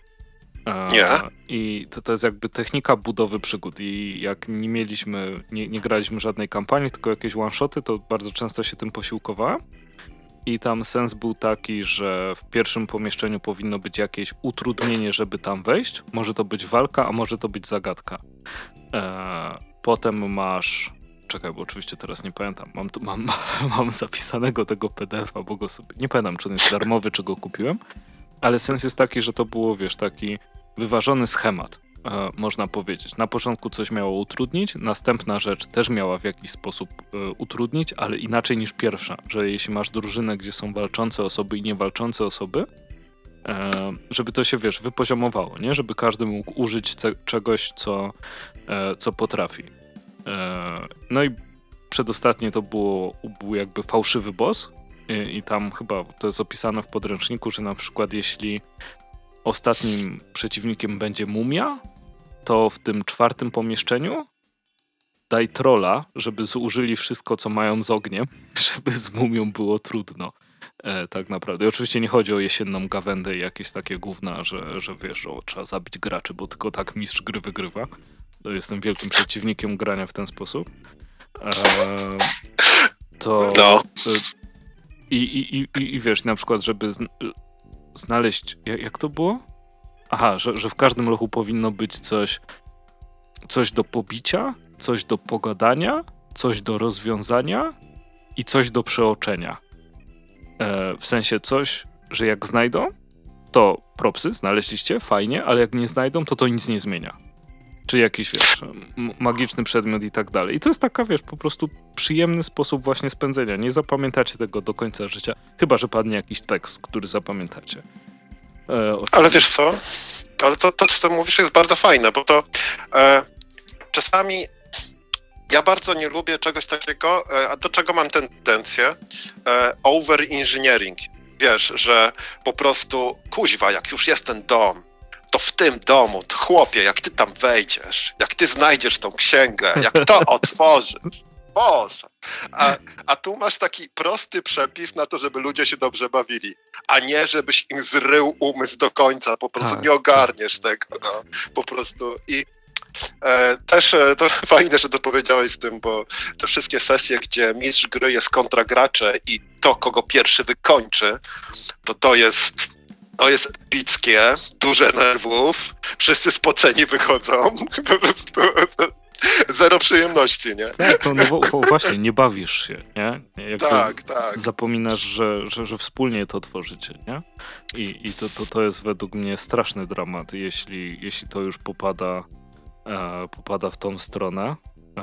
E, nie. I to, to jest jakby technika budowy przygód. I jak nie mieliśmy, nie, nie graliśmy żadnej kampanii, tylko jakieś one-shoty, to bardzo często się tym posiłkowałem. I tam sens był taki, że w pierwszym pomieszczeniu powinno być jakieś utrudnienie, żeby tam wejść. Może to być walka, a może to być zagadka. E, potem masz czekaj, bo oczywiście teraz nie pamiętam. Mam, tu, mam, mam zapisanego tego P D F-a, bo go sobie... Nie pamiętam, czy on jest darmowy, czy go kupiłem, ale sens jest taki, że to było, wiesz, taki wyważony schemat, e, można powiedzieć. Na początku coś miało utrudnić, następna rzecz też miała w jakiś sposób e, utrudnić, ale inaczej niż pierwsza, że jeśli masz drużynę, gdzie są walczące osoby i niewalczące osoby, e, żeby to się, wiesz, wypoziomowało, nie? Żeby każdy mógł użyć ce- czegoś, co, e, co potrafi. E, no i przedostatnie to było, był jakby fałszywy boss i, i tam chyba to jest opisane w podręczniku, że na przykład jeśli ostatnim przeciwnikiem będzie mumia, to w tym czwartym pomieszczeniu daj trolla, żeby zużyli wszystko, co mają z ogniem, żeby z mumią było trudno. E, tak naprawdę. I oczywiście nie chodzi o jesienną gawędę i jakieś takie gówna, że, że wiesz, o, trzeba zabić graczy, bo tylko tak mistrz gry wygrywa. To jestem wielkim przeciwnikiem grania w ten sposób. E, to... No. I, i, i, i, I wiesz, na przykład, żeby zn- znaleźć... Jak, jak to było? Aha, że, że w każdym lochu powinno być coś coś do pobicia, coś do pogadania, coś do rozwiązania i coś do przeoczenia. E, w sensie coś, że jak znajdą, to propsy, znaleźliście, fajnie, ale jak nie znajdą, to to nic nie zmienia. Czy jakiś, wiesz, m- magiczny przedmiot i tak dalej. I to jest taka, wiesz, po prostu przyjemny sposób właśnie spędzenia. Nie zapamiętacie tego do końca życia, chyba że padnie jakiś tekst, który zapamiętacie. E, ale wiesz co? Ale to, to, co mówisz, jest bardzo fajne, bo to e, czasami ja bardzo nie lubię czegoś takiego, e, a do czego mam tendencję, e, over-engineering. Wiesz, że po prostu, kuźwa, jak już jest ten dom, to w tym domu, to chłopie, jak ty tam wejdziesz, jak ty znajdziesz tą księgę, jak to otworzysz, Boże. A, a tu masz taki prosty przepis na to, żeby ludzie się dobrze bawili, a nie żebyś im zrył umysł do końca, po prostu tak, nie ogarniesz tak. tego, no, po prostu i e, też e, to fajne, że to powiedziałeś z tym, bo te wszystkie sesje, gdzie mistrz gry jest kontra gracze i to, kogo pierwszy wykończy, to to jest to jest epickie, duże nerwów, wszyscy spoceni wychodzą, po prostu zero przyjemności, nie? Tak, no, no w, właśnie, nie bawisz się, nie? Jakby tak, tak. Zapominasz, że, że, że wspólnie to tworzycie, nie? I, i to, to, to jest według mnie straszny dramat, jeśli, jeśli to już popada, e, popada w tą stronę. E,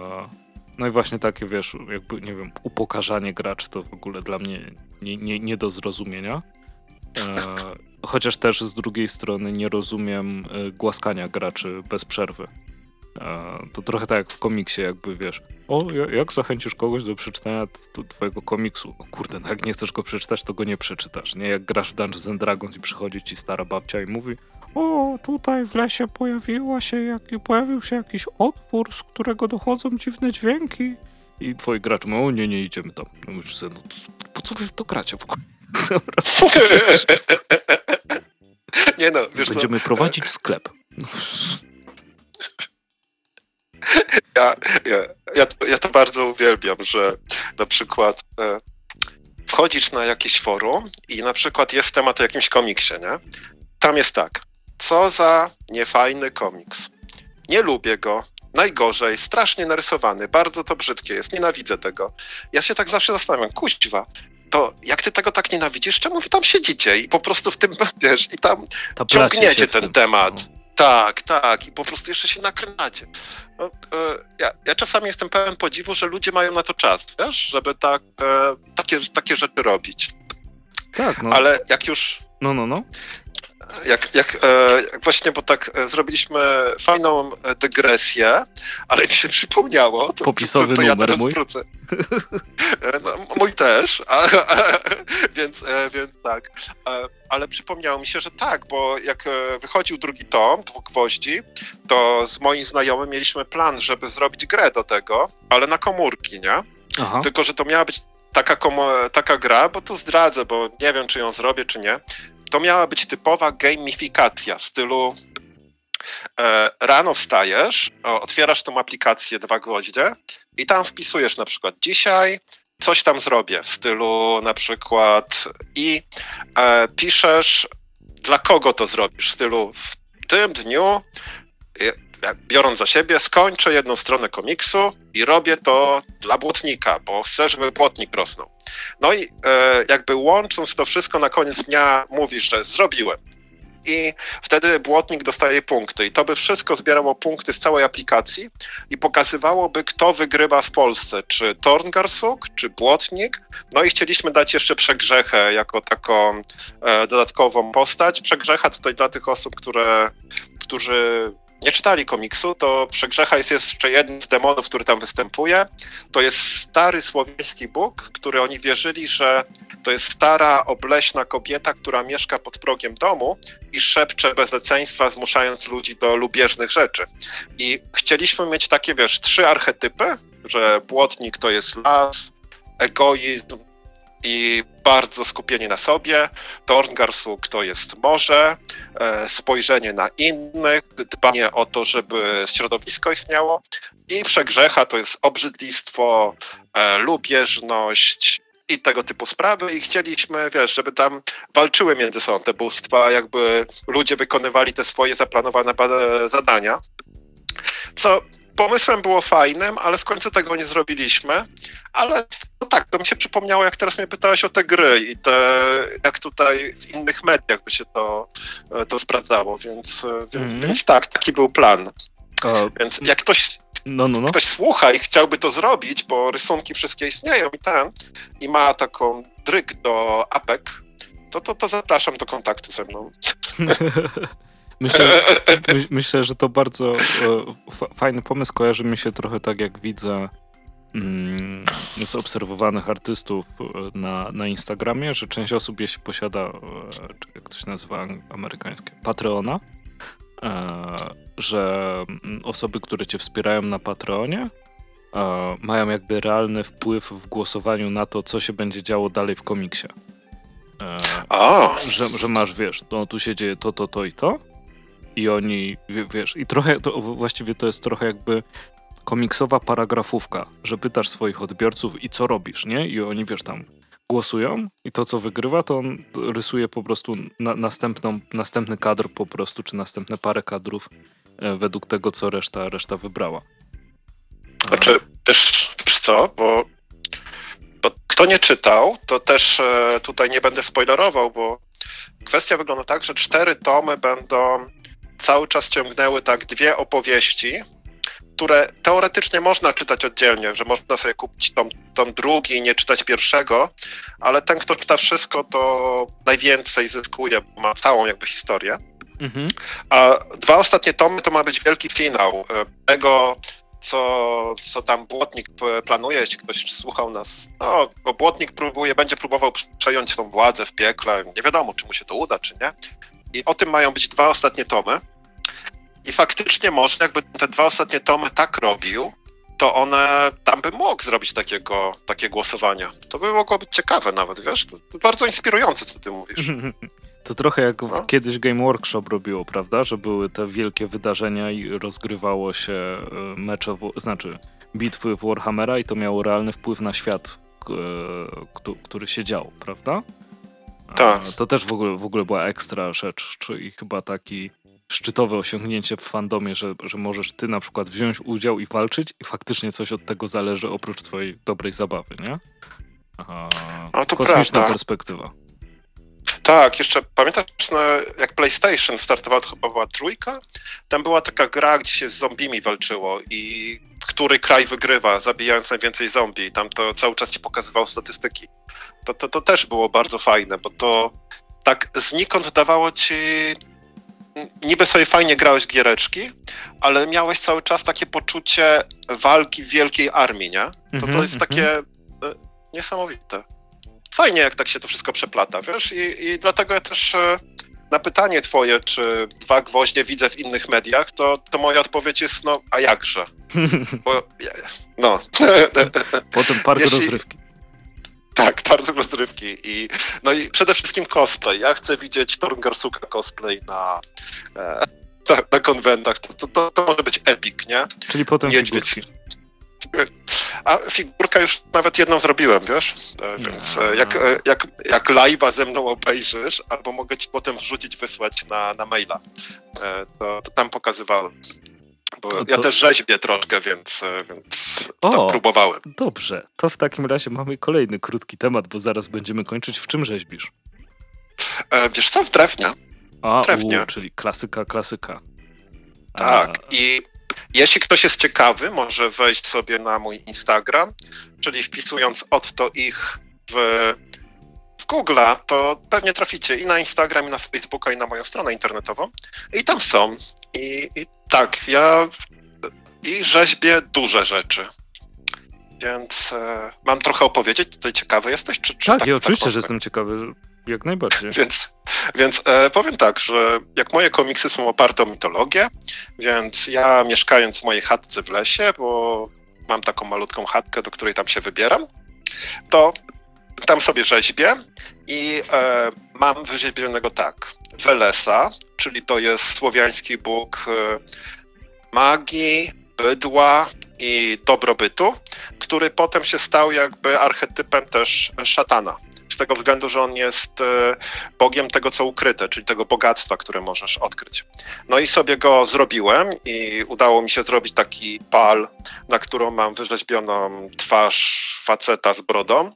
no i właśnie takie, wiesz, jakby, nie wiem, upokarzanie graczy to w ogóle dla mnie nie, nie, nie do zrozumienia. E, chociaż też z drugiej strony nie rozumiem e, głaskania graczy bez przerwy. To trochę tak jak w komiksie, jakby wiesz, o, jak zachęcisz kogoś do przeczytania t- t- twojego komiksu? No kurde, no jak nie chcesz go przeczytać, to go nie przeczytasz, nie? Jak grasz w Dungeons and Dragons i przychodzi ci stara babcia i mówi, o, tutaj w lesie pojawiła się jak, pojawił się jakiś otwór, z którego dochodzą dziwne dźwięki. I twoi gracze mówią, o nie, nie idziemy tam. No mówisz sobie, no po co wy w to gracie w ogóle? nie no, wiesz Będziemy co? prowadzić sklep. Ja, ja, ja, ja to bardzo uwielbiam, że na przykład e, wchodzisz na jakieś forum i na przykład jest temat o jakimś komiksie, nie? Tam jest tak, co za niefajny komiks. Nie lubię go, najgorzej, strasznie narysowany, bardzo to brzydkie jest, nienawidzę tego. Ja się tak zawsze zastanawiam, kuźwa, to jak ty tego tak nienawidzisz, czemu wy tam siedzicie i po prostu w tym, wiesz, i tam ciągniecie ten tym. temat. No. Tak, tak. I po prostu jeszcze się nakręcacie. No, e, ja, ja czasami jestem pełen podziwu, że ludzie mają na to czas, wiesz, żeby tak, e, takie, takie rzeczy robić. Tak, no. Ale jak już... No, no, no. Jak, jak, e, jak właśnie, bo tak e, zrobiliśmy fajną dygresję, ale mi się przypomniało... To, Popisowy to, to numer ja mój. Wrócę. E, no, mój też, a, a, więc, e, więc tak. E, ale przypomniało mi się, że tak, bo jak wychodził drugi tom, Dwóch Gwoździ, to z moim znajomym mieliśmy plan, żeby zrobić grę do tego, ale na komórki, nie? Aha. Tylko, że to miała być taka, komu- taka gra, bo tu zdradzę, bo nie wiem, czy ją zrobię, czy nie. To miała być typowa gamifikacja w stylu e, rano wstajesz, o, otwierasz tą aplikację Dwa Gwoździe i tam wpisujesz na przykład dzisiaj coś tam zrobię w stylu na przykład i e, piszesz dla kogo to zrobisz w stylu w tym dniu biorąc za siebie, skończę jedną stronę komiksu i robię to dla błotnika, bo chcę, żeby błotnik rosnął. No i e, jakby łącząc to wszystko na koniec dnia mówisz, że zrobiłem. I wtedy błotnik dostaje punkty. I to by wszystko zbierało punkty z całej aplikacji i pokazywałoby, kto wygrywa w Polsce. Czy Torngarsuk, czy błotnik. No i chcieliśmy dać jeszcze Przegrzechę jako taką e, dodatkową postać. Przegrzecha tutaj dla tych osób, które, którzy nie czytali komiksu, to Przegrzecha jest jeszcze jednym z demonów, który tam występuje. To jest stary słowiański bóg, który oni wierzyli, że to jest stara, obleśna kobieta, która mieszka pod progiem domu i szepcze bezeceństwa, zmuszając ludzi do lubieżnych rzeczy. I chcieliśmy mieć takie, wiesz, trzy archetypy, że błotnik to jest las, egoizm i bardzo skupienie na sobie. Torngarsuk to jest morze, e, spojrzenie na innych, dbanie o to, żeby środowisko istniało. I Przegrzecha to jest obrzydlistwo, e, lubieżność i tego typu sprawy. I chcieliśmy, wiesz, żeby tam walczyły między sobą te bóstwa, jakby ludzie wykonywali te swoje zaplanowane ba- zadania. Co pomysłem było fajnym, ale w końcu tego nie zrobiliśmy. Ale no tak, to mi się przypomniało, jak teraz mnie pytałeś o te gry i te, jak tutaj w innych mediach by się to, to sprawdzało, więc, więc, mm-hmm. więc tak, taki był plan. A, więc jak ktoś, no, no, no. ktoś słucha i chciałby to zrobić, bo rysunki wszystkie istnieją i ten, i ma taką dryg do apek, to, to, to zapraszam do kontaktu ze mną. Myślę, my, myślę, że to bardzo e, fajny pomysł. Kojarzy mi się trochę tak, jak widzę mm, z obserwowanych artystów na, na Instagramie, że część osób, jeśli posiada, e, czy jak to się nazywa amerykańskie, Patreona, e, że osoby, które cię wspierają na Patreonie, e, mają jakby realny wpływ w głosowaniu na to, co się będzie działo dalej w komiksie. E, że, że masz, wiesz, no tu się dzieje to, to, to i to. I oni, wiesz, i trochę, to właściwie to jest trochę jakby komiksowa paragrafówka, że pytasz swoich odbiorców i co robisz, nie? I oni, wiesz, tam głosują i to, co wygrywa, to on rysuje po prostu na, następną, następny kadr po prostu, czy następne parę kadrów e, według tego, co reszta, reszta wybrała. Znaczy, też, wiesz co, bo, bo kto nie czytał, to też e, tutaj nie będę spoilerował, bo kwestia wygląda tak, że cztery tomy będą cały czas ciągnęły tak dwie opowieści, które teoretycznie można czytać oddzielnie, że można sobie kupić tom, tom drugi i nie czytać pierwszego, ale ten, kto czyta wszystko, to najwięcej zyskuje, bo ma całą jakby historię. Mhm. A dwa ostatnie tomy to ma być wielki finał tego, co, co tam Błotnik planuje, jeśli ktoś słuchał nas. No, bo Błotnik próbuje, będzie próbował przejąć tą władzę w piekle. Nie wiadomo, czy mu się to uda, czy nie. I o tym mają być dwa ostatnie tomy. I faktycznie może, jakby te dwa ostatnie tomy tak robił, to one, tam by mógł zrobić takiego, takie głosowania. To by mogło być ciekawe nawet, wiesz? To, to bardzo inspirujące, co ty mówisz. To trochę jak no? kiedyś Game Workshop robiło, prawda? Że były te wielkie wydarzenia i rozgrywało się mecze, w, znaczy bitwy w Warhammera i to miało realny wpływ na świat, który się dział, prawda? Tak. To też w ogóle, w ogóle była ekstra rzecz, czyli chyba taki szczytowe osiągnięcie w fandomie, że, że możesz ty na przykład wziąć udział i walczyć i faktycznie coś od tego zależy oprócz twojej dobrej zabawy, nie? Aha. No to kosmiczna prawda. Perspektywa. Tak, jeszcze pamiętasz, no, jak PlayStation startował, to chyba była trójka? Tam była taka gra, gdzie się z zombimi walczyło i który kraj wygrywa, zabijając najwięcej zombie. I tam to cały czas ci pokazywał statystyki. To, to, to też było bardzo fajne, bo to tak znikąd dawało ci... Niby sobie fajnie grałeś w giereczki, ale miałeś cały czas takie poczucie walki w wielkiej armii, nie? To, to jest takie niesamowite. Fajnie, jak tak się to wszystko przeplata, wiesz? I, i dlatego ja też na pytanie twoje, czy dwa gwoździe widzę w innych mediach, to, to moja odpowiedź jest, no, a jakże? Bo, no. Potem park Jeśli... rozrywki. Tak, bardzo rozrywki. I, no i przede wszystkim cosplay. Ja chcę widzieć Torngarsuka cosplay na, e, na, na konwentach. To, to, to może być epic, nie? Czyli potem Niedźwiedź. Figurki. A figurkę już nawet jedną zrobiłem, wiesz? E, więc e, jak, e, jak, jak live'a ze mną obejrzysz, albo mogę ci potem wrzucić, wysłać na, na maila. E, to, to tam pokazywałem. Bo to... ja też rzeźbię troszkę, więc, więc o, tam próbowałem. Dobrze, to w takim razie mamy kolejny krótki temat, bo zaraz będziemy kończyć. W czym rzeźbisz? E, wiesz co, w drewnie. A, w drewnie. U, czyli klasyka, klasyka. Tak, A... i jeśli ktoś jest ciekawy, może wejść sobie na mój Instagram, czyli wpisując Otto Ich w, w Google'a, to pewnie traficie i na Instagram, i na Facebooka, i na moją stronę internetową. I tam są. I, i tak, ja i rzeźbię duże rzeczy. Więc e, mam trochę opowiedzieć. Tutaj ciekawy jesteś? Czy, czy tak, tak, ja oczywiście, tak że jestem ciekawy. Jak najbardziej. Więc, więc e, powiem tak, że jak moje komiksy są oparte o mitologię, więc ja mieszkając w mojej chatce w lesie, bo mam taką malutką chatkę, do której tam się wybieram, to tam sobie rzeźbię i e, mam wyrzeźbionego tak. Welesa, czyli to jest słowiański bóg e, magii, bydła i dobrobytu, który potem się stał jakby archetypem też szatana. Z tego względu, że on jest bogiem tego, co ukryte, czyli tego bogactwa, które możesz odkryć. No i sobie go zrobiłem i udało mi się zrobić taki pal, na którą mam wyrzeźbioną twarz faceta z brodą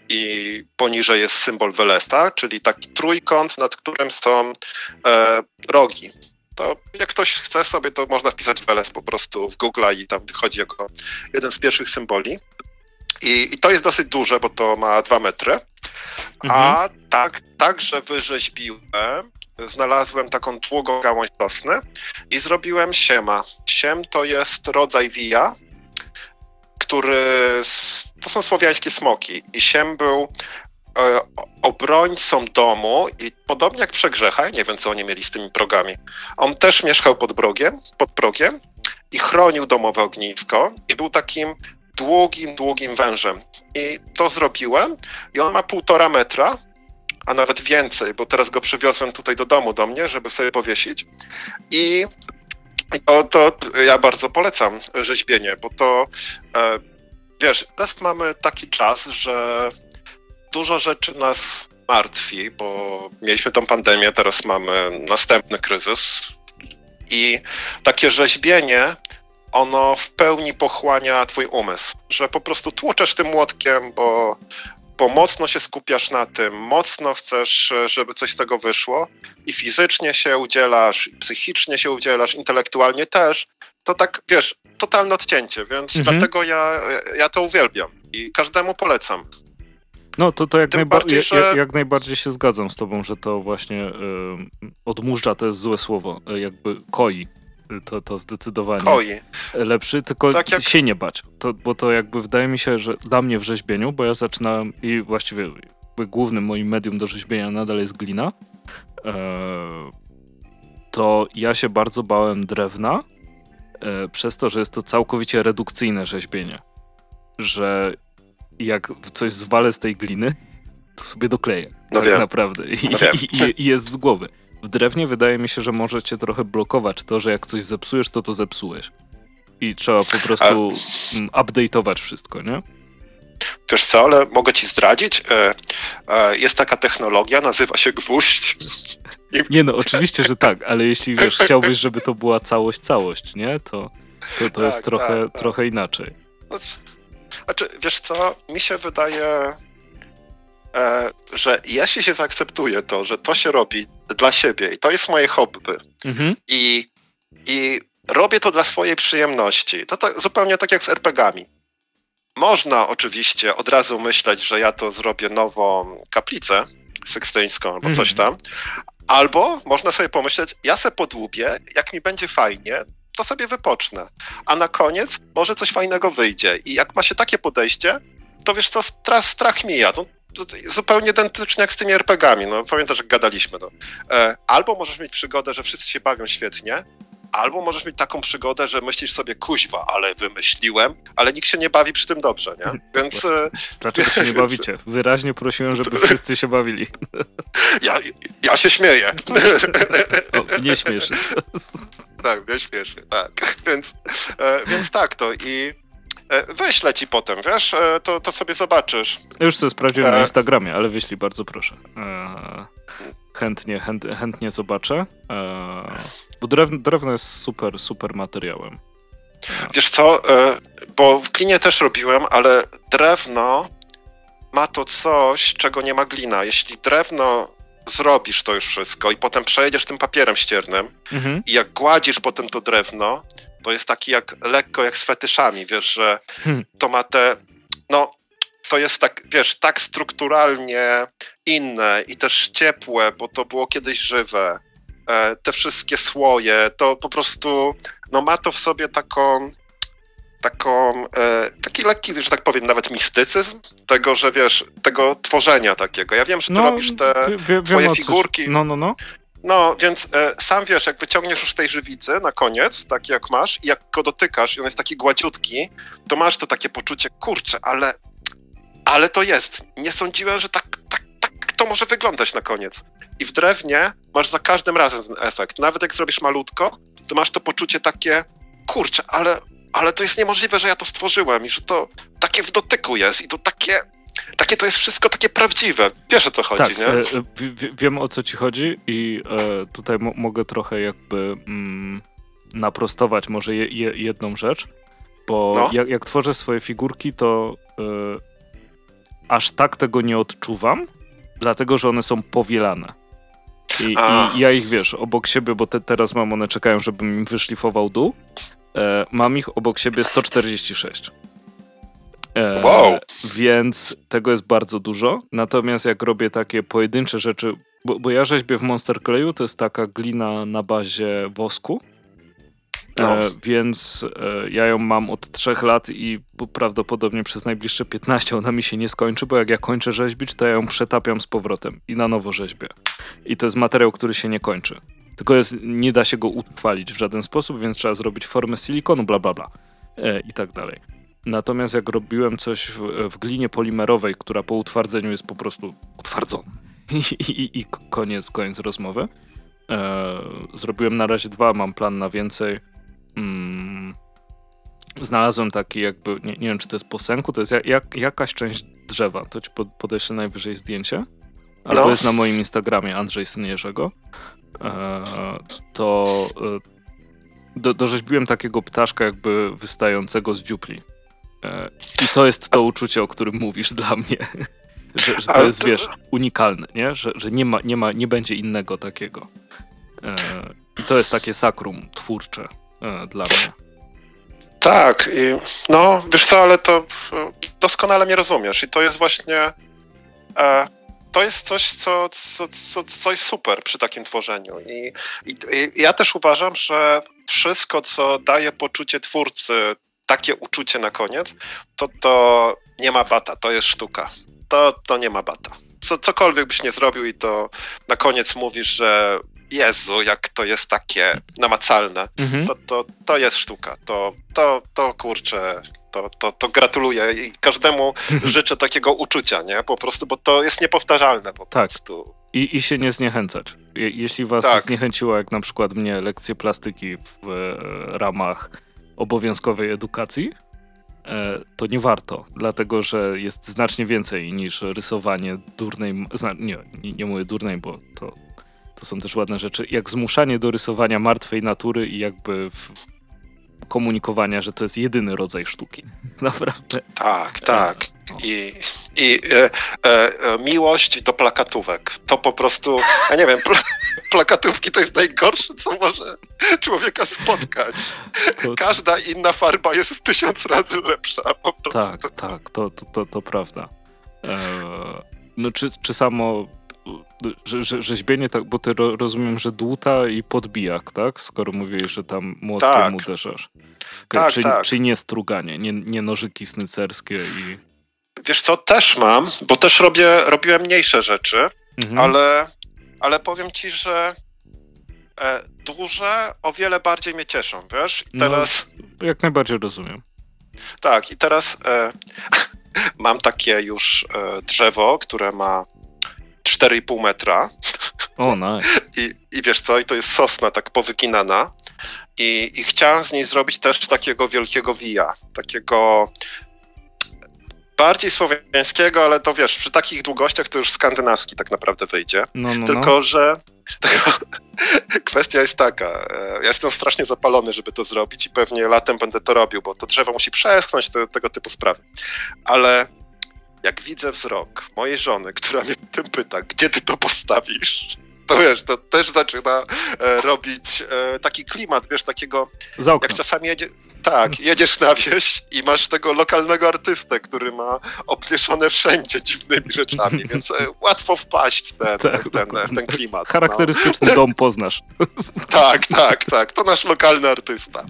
i poniżej jest symbol Welesa, czyli taki trójkąt, nad którym są e, rogi. To jak ktoś chce sobie, to można wpisać Weles po prostu w Google'a i tam wychodzi jako jeden z pierwszych symboli. I, i to jest dosyć duże, bo to ma dwa metry. Mhm. A tak, także wyrzeźbiłem, znalazłem taką długą gałąź sosny i zrobiłem siema. Siem to jest rodzaj wija, który, to są słowiańskie smoki i siem był e, obrońcą domu i podobnie jak Przegrzecha, ja nie wiem co oni mieli z tymi progami, on też mieszkał pod progiem, pod progiem i chronił domowe ognisko i był takim długim, długim wężem. I to zrobiłem i on ma półtora metra, a nawet więcej, bo teraz go przywiozłem tutaj do domu do mnie, żeby sobie powiesić. I to, to ja bardzo polecam rzeźbienie, bo to e, wiesz, teraz mamy taki czas, że dużo rzeczy nas martwi, bo mieliśmy tą pandemię, teraz mamy następny kryzys i takie rzeźbienie ono w pełni pochłania twój umysł, że po prostu tłuczesz tym młotkiem, bo, bo mocno się skupiasz na tym, mocno chcesz, żeby coś z tego wyszło i fizycznie się udzielasz, i psychicznie się udzielasz, intelektualnie też, to tak, wiesz, totalne odcięcie, więc mhm. dlatego ja, ja to uwielbiam i każdemu polecam. No to, to jak, najba- bardziej, że... jak, jak najbardziej się zgadzam z tobą, że to właśnie y, odmurza, to jest złe słowo, y, jakby koi. To, to zdecydowanie Koi. lepszy, tylko tak jak... się nie bać, to, bo to jakby wydaje mi się, że dla mnie w rzeźbieniu, bo ja zaczynałem i właściwie jakby głównym moim medium do rzeźbienia nadal jest glina, e, to ja się bardzo bałem drewna e, przez to, że jest to całkowicie redukcyjne rzeźbienie, że jak coś zwalę z tej gliny, to sobie dokleję, no tak wiem. naprawdę i, no i, i, i jest z głowy. W drewnie wydaje mi się, że może cię trochę blokować to, że jak coś zepsujesz, to to zepsułeś. I trzeba po prostu A... update'ować wszystko, nie? Wiesz co, ale mogę ci zdradzić? E, e, jest taka technologia, nazywa się gwóźdź. I... Nie no, oczywiście, że tak, ale jeśli wiesz, chciałbyś, żeby to była całość, całość, nie? To, to, to tak, jest trochę, tak, tak. trochę inaczej. No, znaczy, wiesz co, mi się wydaje... E, że jeśli się zaakceptuje to, że to się robi dla siebie i to jest moje hobby mhm. i, i robię to dla swojej przyjemności, to tak, zupełnie tak jak z er pe gami. Można oczywiście od razu myśleć, że ja to zrobię nową kaplicę sykstyńską albo coś tam, albo można sobie pomyśleć, ja se podłubię, jak mi będzie fajnie, to sobie wypocznę, a na koniec może coś fajnego wyjdzie i jak ma się takie podejście, to wiesz co, strach, strach mija. To, zupełnie identycznie jak z tymi er pe gami, no pamiętasz jak gadaliśmy, no. E, albo możesz mieć przygodę, że wszyscy się bawią świetnie, albo możesz mieć taką przygodę, że myślisz sobie, kuźwa, ale wymyśliłem, ale nikt się nie bawi przy tym dobrze, nie? Więc... E, Dlaczego się nie bawicie? Wyraźnie prosiłem, żeby wszyscy się bawili. Ja, ja się śmieję. O, nie śmieszy. Tak, mnie śmieszy, tak. Więc, e, więc tak to i wyślę ci potem, wiesz, to, to sobie zobaczysz. Już sobie sprawdziłem e... na Instagramie, ale wyślij, bardzo proszę. E... Chętnie, chęt, chętnie zobaczę. E... Bo drewno, drewno jest super, super materiałem. Wiesz co, bo w glinie też robiłem, ale drewno ma to coś, czego nie ma glina. Jeśli drewno zrobisz to już wszystko i potem przejdziesz tym papierem ściernym mhm. i jak gładzisz potem to drewno, to jest taki jak lekko jak z fetyszami, wiesz, że hmm. to ma te, no to jest tak, wiesz, tak strukturalnie inne i też ciepłe, bo to było kiedyś żywe. E, te wszystkie słoje, to po prostu, no ma to w sobie taką, taką, e, taki lekki, że tak powiem, nawet mistycyzm tego, że wiesz, tego tworzenia takiego. Ja wiem, że ty no, robisz te wie, twoje figurki. Coś. No, no, no. No, więc e, sam wiesz, jak wyciągniesz już tej żywicy na koniec, taki jak masz, i jak go dotykasz i on jest taki gładziutki, to masz to takie poczucie, kurczę, ale, ale to jest. Nie sądziłem, że tak, tak, tak to może wyglądać na koniec. I w drewnie masz za każdym razem ten efekt. Nawet jak zrobisz malutko, to masz to poczucie takie, kurczę, ale, ale to jest niemożliwe, że ja to stworzyłem i że to takie w dotyku jest i to takie... Takie to jest wszystko takie prawdziwe. Wiesz, o co chodzi, tak, nie? E, w, wiem, o co ci chodzi i e, tutaj m- mogę trochę jakby mm, naprostować może je, je, jedną rzecz, bo no. jak, jak tworzę swoje figurki, to e, aż tak tego nie odczuwam, dlatego, że one są powielane. I, i ja ich, wiesz, obok siebie, bo te, teraz mam, one czekają, żebym im wyszlifował dół, e, mam ich obok siebie sto czterdzieści sześć. E, wow. Więc tego jest bardzo dużo. Natomiast jak robię takie pojedyncze rzeczy, bo, bo ja rzeźbię w Monster Clayu, to jest taka glina na bazie wosku. No. E, więc e, ja ją mam od trzech lat i prawdopodobnie przez najbliższe piętnaście ona mi się nie skończy, bo jak ja kończę rzeźbić, to ja ją przetapiam z powrotem i na nowo rzeźbię. I to jest materiał, który się nie kończy. Tylko jest, nie da się go utrwalić w żaden sposób, więc trzeba zrobić formę silikonu, bla bla bla e, i tak dalej. Natomiast jak robiłem coś w, w glinie polimerowej, która po utwardzeniu jest po prostu utwardzona i, i, i koniec, koniec rozmowy. E, zrobiłem na razie dwa, mam plan na więcej. Mm, znalazłem taki jakby, nie, nie wiem czy to jest po sęku, to jest jak, jak, jakaś część drzewa, to ci podeślę najwyżej zdjęcie, albo no. jest na moim Instagramie Andrzej Syn Jerzego. E, to e, do, dorzeźbiłem takiego ptaszka jakby wystającego z dziupli. I to jest to uczucie, o którym mówisz dla mnie. że, że to jest, wiesz, unikalne, nie? Że, że nie ma, nie ma, nie będzie innego takiego. I to jest takie sakrum twórcze dla mnie. Tak, i no, wiesz co, ale to doskonale mnie rozumiesz. I to jest właśnie e, to jest coś, co, co, co, co jest super przy takim tworzeniu. I, i, i ja też uważam, że wszystko, co daje poczucie twórcy, takie uczucie na koniec, to to nie ma bata, to jest sztuka. To, to nie ma bata. Co, cokolwiek byś nie zrobił i to na koniec mówisz, że Jezu, jak to jest takie namacalne, mhm. to, to, to jest sztuka. To, to, to kurczę, to, to, to gratuluję i każdemu życzę takiego uczucia, nie? Po prostu, bo to jest niepowtarzalne po tak. prostu. I, I się nie zniechęcać. Je, jeśli was tak. zniechęciło, jak na przykład mnie, lekcje plastyki w e, ramach obowiązkowej edukacji, e, to nie warto, dlatego że jest znacznie więcej niż rysowanie durnej, zna, nie, nie, nie mówię durnej, bo to, to są też ładne rzeczy, jak zmuszanie do rysowania martwej natury i jakby w komunikowania, że to jest jedyny rodzaj sztuki. Naprawdę. Tak, tak. I, i e, e, miłość do plakatówek. To po prostu, ja nie wiem, pl- plakatówki to jest najgorsze, co może człowieka spotkać. To, Każda inna farba jest tysiąc razy lepsza. Po prostu. Tak, tak, to, to, to, to prawda. E, no czy, czy samo że, że, rzeźbienie, tak, bo ty ro, rozumiem, że dłuta i podbijak, tak? Skoro mówiłeś, że tam młotkiem tak. uderzasz. Tak, czyli, tak. czyli nie struganie, nie, nie nożyki snycerskie i... Wiesz co, też mam, bo też robię, robiłem mniejsze rzeczy, mhm. ale, ale powiem ci, że e, duże o wiele bardziej mnie cieszą, wiesz? I teraz... No, jak najbardziej rozumiem. Tak, i teraz e, mam takie już e, drzewo, które ma cztery i pół metra. O, nice. I, I wiesz co, i to jest sosna tak powyginana. I, I chciałem z niej zrobić też takiego wielkiego wija, takiego... bardziej słowiańskiego, ale to wiesz, przy takich długościach to już skandynawski tak naprawdę wyjdzie. No, no, Tylko, no. że tylko, kwestia jest taka, ja jestem strasznie zapalony, żeby to zrobić i pewnie latem będę to robił, bo to drzewo musi przeschnąć, te, tego typu sprawy. Ale jak widzę wzrok mojej żony, która mnie tym pyta, gdzie ty to postawisz, to wiesz, to też zaczyna e, robić e, taki klimat, wiesz, takiego, Za oknem. jak czasami jedzie, tak, jedziesz na wieś i masz tego lokalnego artystę, który ma obwieszone wszędzie dziwnymi rzeczami, więc e, łatwo wpaść w ten, Tak, w ten, w ten klimat. Charakterystyczny no. dom poznasz. Tak, tak, tak, to nasz lokalny artysta.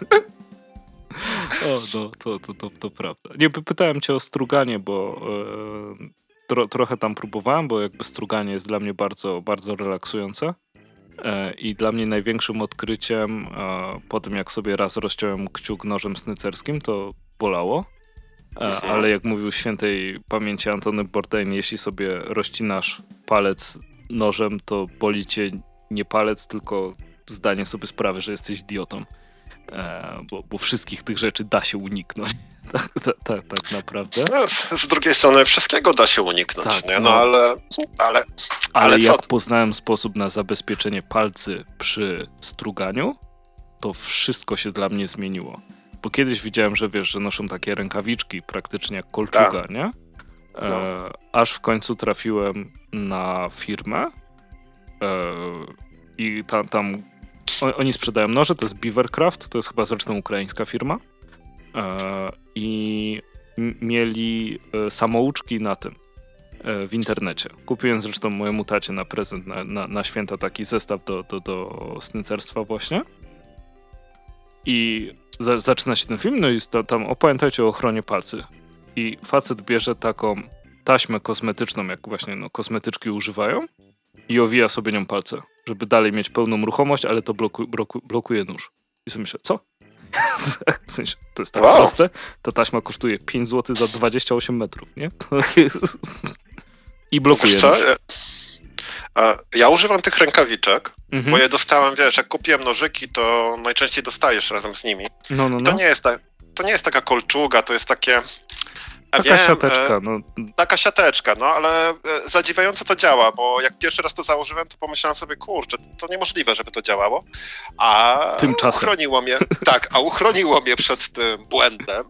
O, no, to, to, to, to prawda. Nie, pytałem cię o struganie, bo e, tro, trochę tam próbowałem, bo jakby struganie jest dla mnie bardzo, bardzo relaksujące. E, I dla mnie największym odkryciem e, po tym, jak sobie raz rozciąłem kciuk nożem snycerskim, to bolało. E, Mhm. ale jak mówił świętej pamięci Antony Bourdain, jeśli sobie rozcinasz palec nożem, to boli cię nie palec, tylko zdanie sobie sprawy, że jesteś idiotą. E, bo, bo wszystkich tych rzeczy da się uniknąć. tak, tak, tak, tak naprawdę. No, z, z drugiej strony wszystkiego da się uniknąć, Tak, nie? No, no. ale, ale, Ale, ale co? jak poznałem sposób na zabezpieczenie palcy przy struganiu, to wszystko się dla mnie zmieniło. Bo kiedyś widziałem, że wiesz, że noszą takie rękawiczki praktycznie jak kolczuga, Tak. nie? E, No. Aż w końcu trafiłem na firmę e, i ta, tam o, oni sprzedają noże, to jest Beavercraft, to jest chyba zresztą ukraińska firma e, i m- mieli e, samouczki na tym e, w internecie. Kupiłem zresztą mojemu tacie na prezent na, na, na święta taki zestaw do, do, do snycerstwa właśnie i za, zaczyna się ten film, no i to, tam opamiętajcie o ochronie palcy i facet bierze taką taśmę kosmetyczną, jak właśnie no, kosmetyczki używają i owija sobie nią palce, żeby dalej mieć pełną ruchomość, ale to bloku, bloku, blokuje nóż. I sobie myślę, co? W sensie, to jest tak Wow. proste. Ta taśma kosztuje pięć złotych za dwadzieścia osiem metrów, nie? To jest... I blokuje Wiesz co? nóż. Ja, ja używam tych rękawiczek, Mhm. bo je dostałem, wiesz, jak kupiłem nożyki, to najczęściej dostajesz razem z nimi. No, no, To no. nie jest, ta, to nie jest taka kolczuga, to jest takie... Ja Taka wiem, siateczka, e, no. Taka siateczka, no ale e, zadziwiająco to działa, bo jak pierwszy raz to założyłem, to pomyślałem sobie, kurczę, to niemożliwe, żeby to działało, a Tymczasem. uchroniło mnie, tak, a uchroniło mnie przed tym błędem,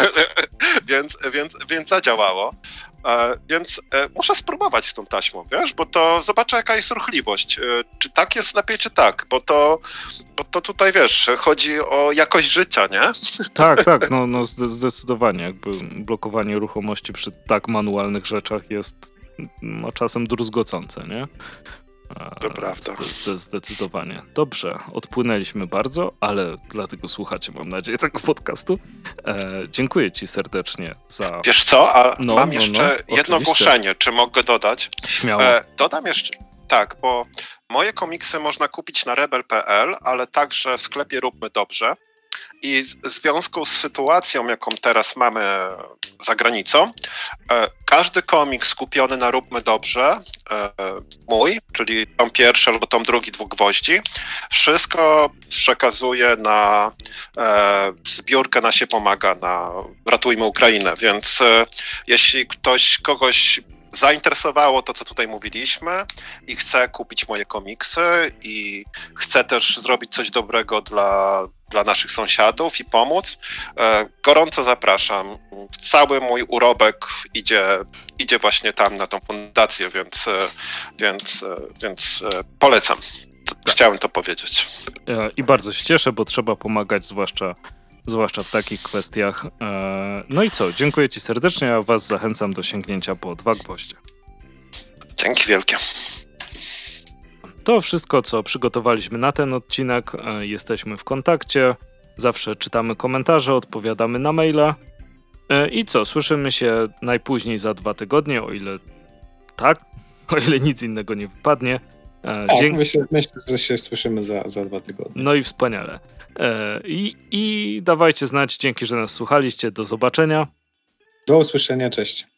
więc, więc, więc zadziałało. E, więc e, muszę spróbować z tą taśmą, wiesz, bo to zobaczę, jaka jest ruchliwość. E, czy tak jest lepiej, czy tak, bo to, bo to tutaj, wiesz, chodzi o jakość życia, nie? Tak, tak, no, no zde- zdecydowanie. Jakby blokowanie ruchomości przy tak manualnych rzeczach jest no, czasem druzgocące, nie? E, To prawda. Zde- zde- zdecydowanie. Dobrze, odpłynęliśmy bardzo, ale dlatego słuchacie, mam nadzieję, tego podcastu. E, dziękuję ci serdecznie za... Wiesz co, a No, mam no, jeszcze no, jedno oczywiście. ogłoszenie, czy mogę dodać? Śmiało. E, dodam jeszcze, tak, bo moje komiksy można kupić na rebel kropka p l, ale także w sklepie Róbmy Dobrze. I w związku z sytuacją, jaką teraz mamy za granicą, e, każdy komiks kupiony na Róbmy Dobrze, e, mój, czyli tom pierwszy albo tom drugi Dwóch Gwoździ, wszystko przekazuję na e, zbiórkę Na się pomaga, na Ratujmy Ukrainę, więc e, jeśli ktoś kogoś zainteresowało to, co tutaj mówiliśmy i chce kupić moje komiksy i chce też zrobić coś dobrego dla, dla naszych sąsiadów i pomóc, e, gorąco zapraszam. Cały mój urobek idzie, idzie właśnie tam na tą fundację, więc, e, więc, e, więc e, polecam. T- Chciałem to powiedzieć. E, I bardzo się cieszę, bo trzeba pomagać, zwłaszcza, zwłaszcza w takich kwestiach. E, No i co, dziękuję ci serdecznie, a was zachęcam do sięgnięcia po dwa gwoździe. Dzięki wielkie. To wszystko, co przygotowaliśmy na ten odcinek. E, Jesteśmy w kontakcie, zawsze czytamy komentarze, odpowiadamy na maila. E, I co, słyszymy się najpóźniej za dwa tygodnie, o ile tak, o ile nic innego nie wypadnie. E, Tak, dzięki- myślę, myślę, że się słyszymy za, za dwa tygodnie. No i wspaniale. E, I, I dawajcie znać, dzięki, że nas słuchaliście. Do zobaczenia. Do usłyszenia, cześć.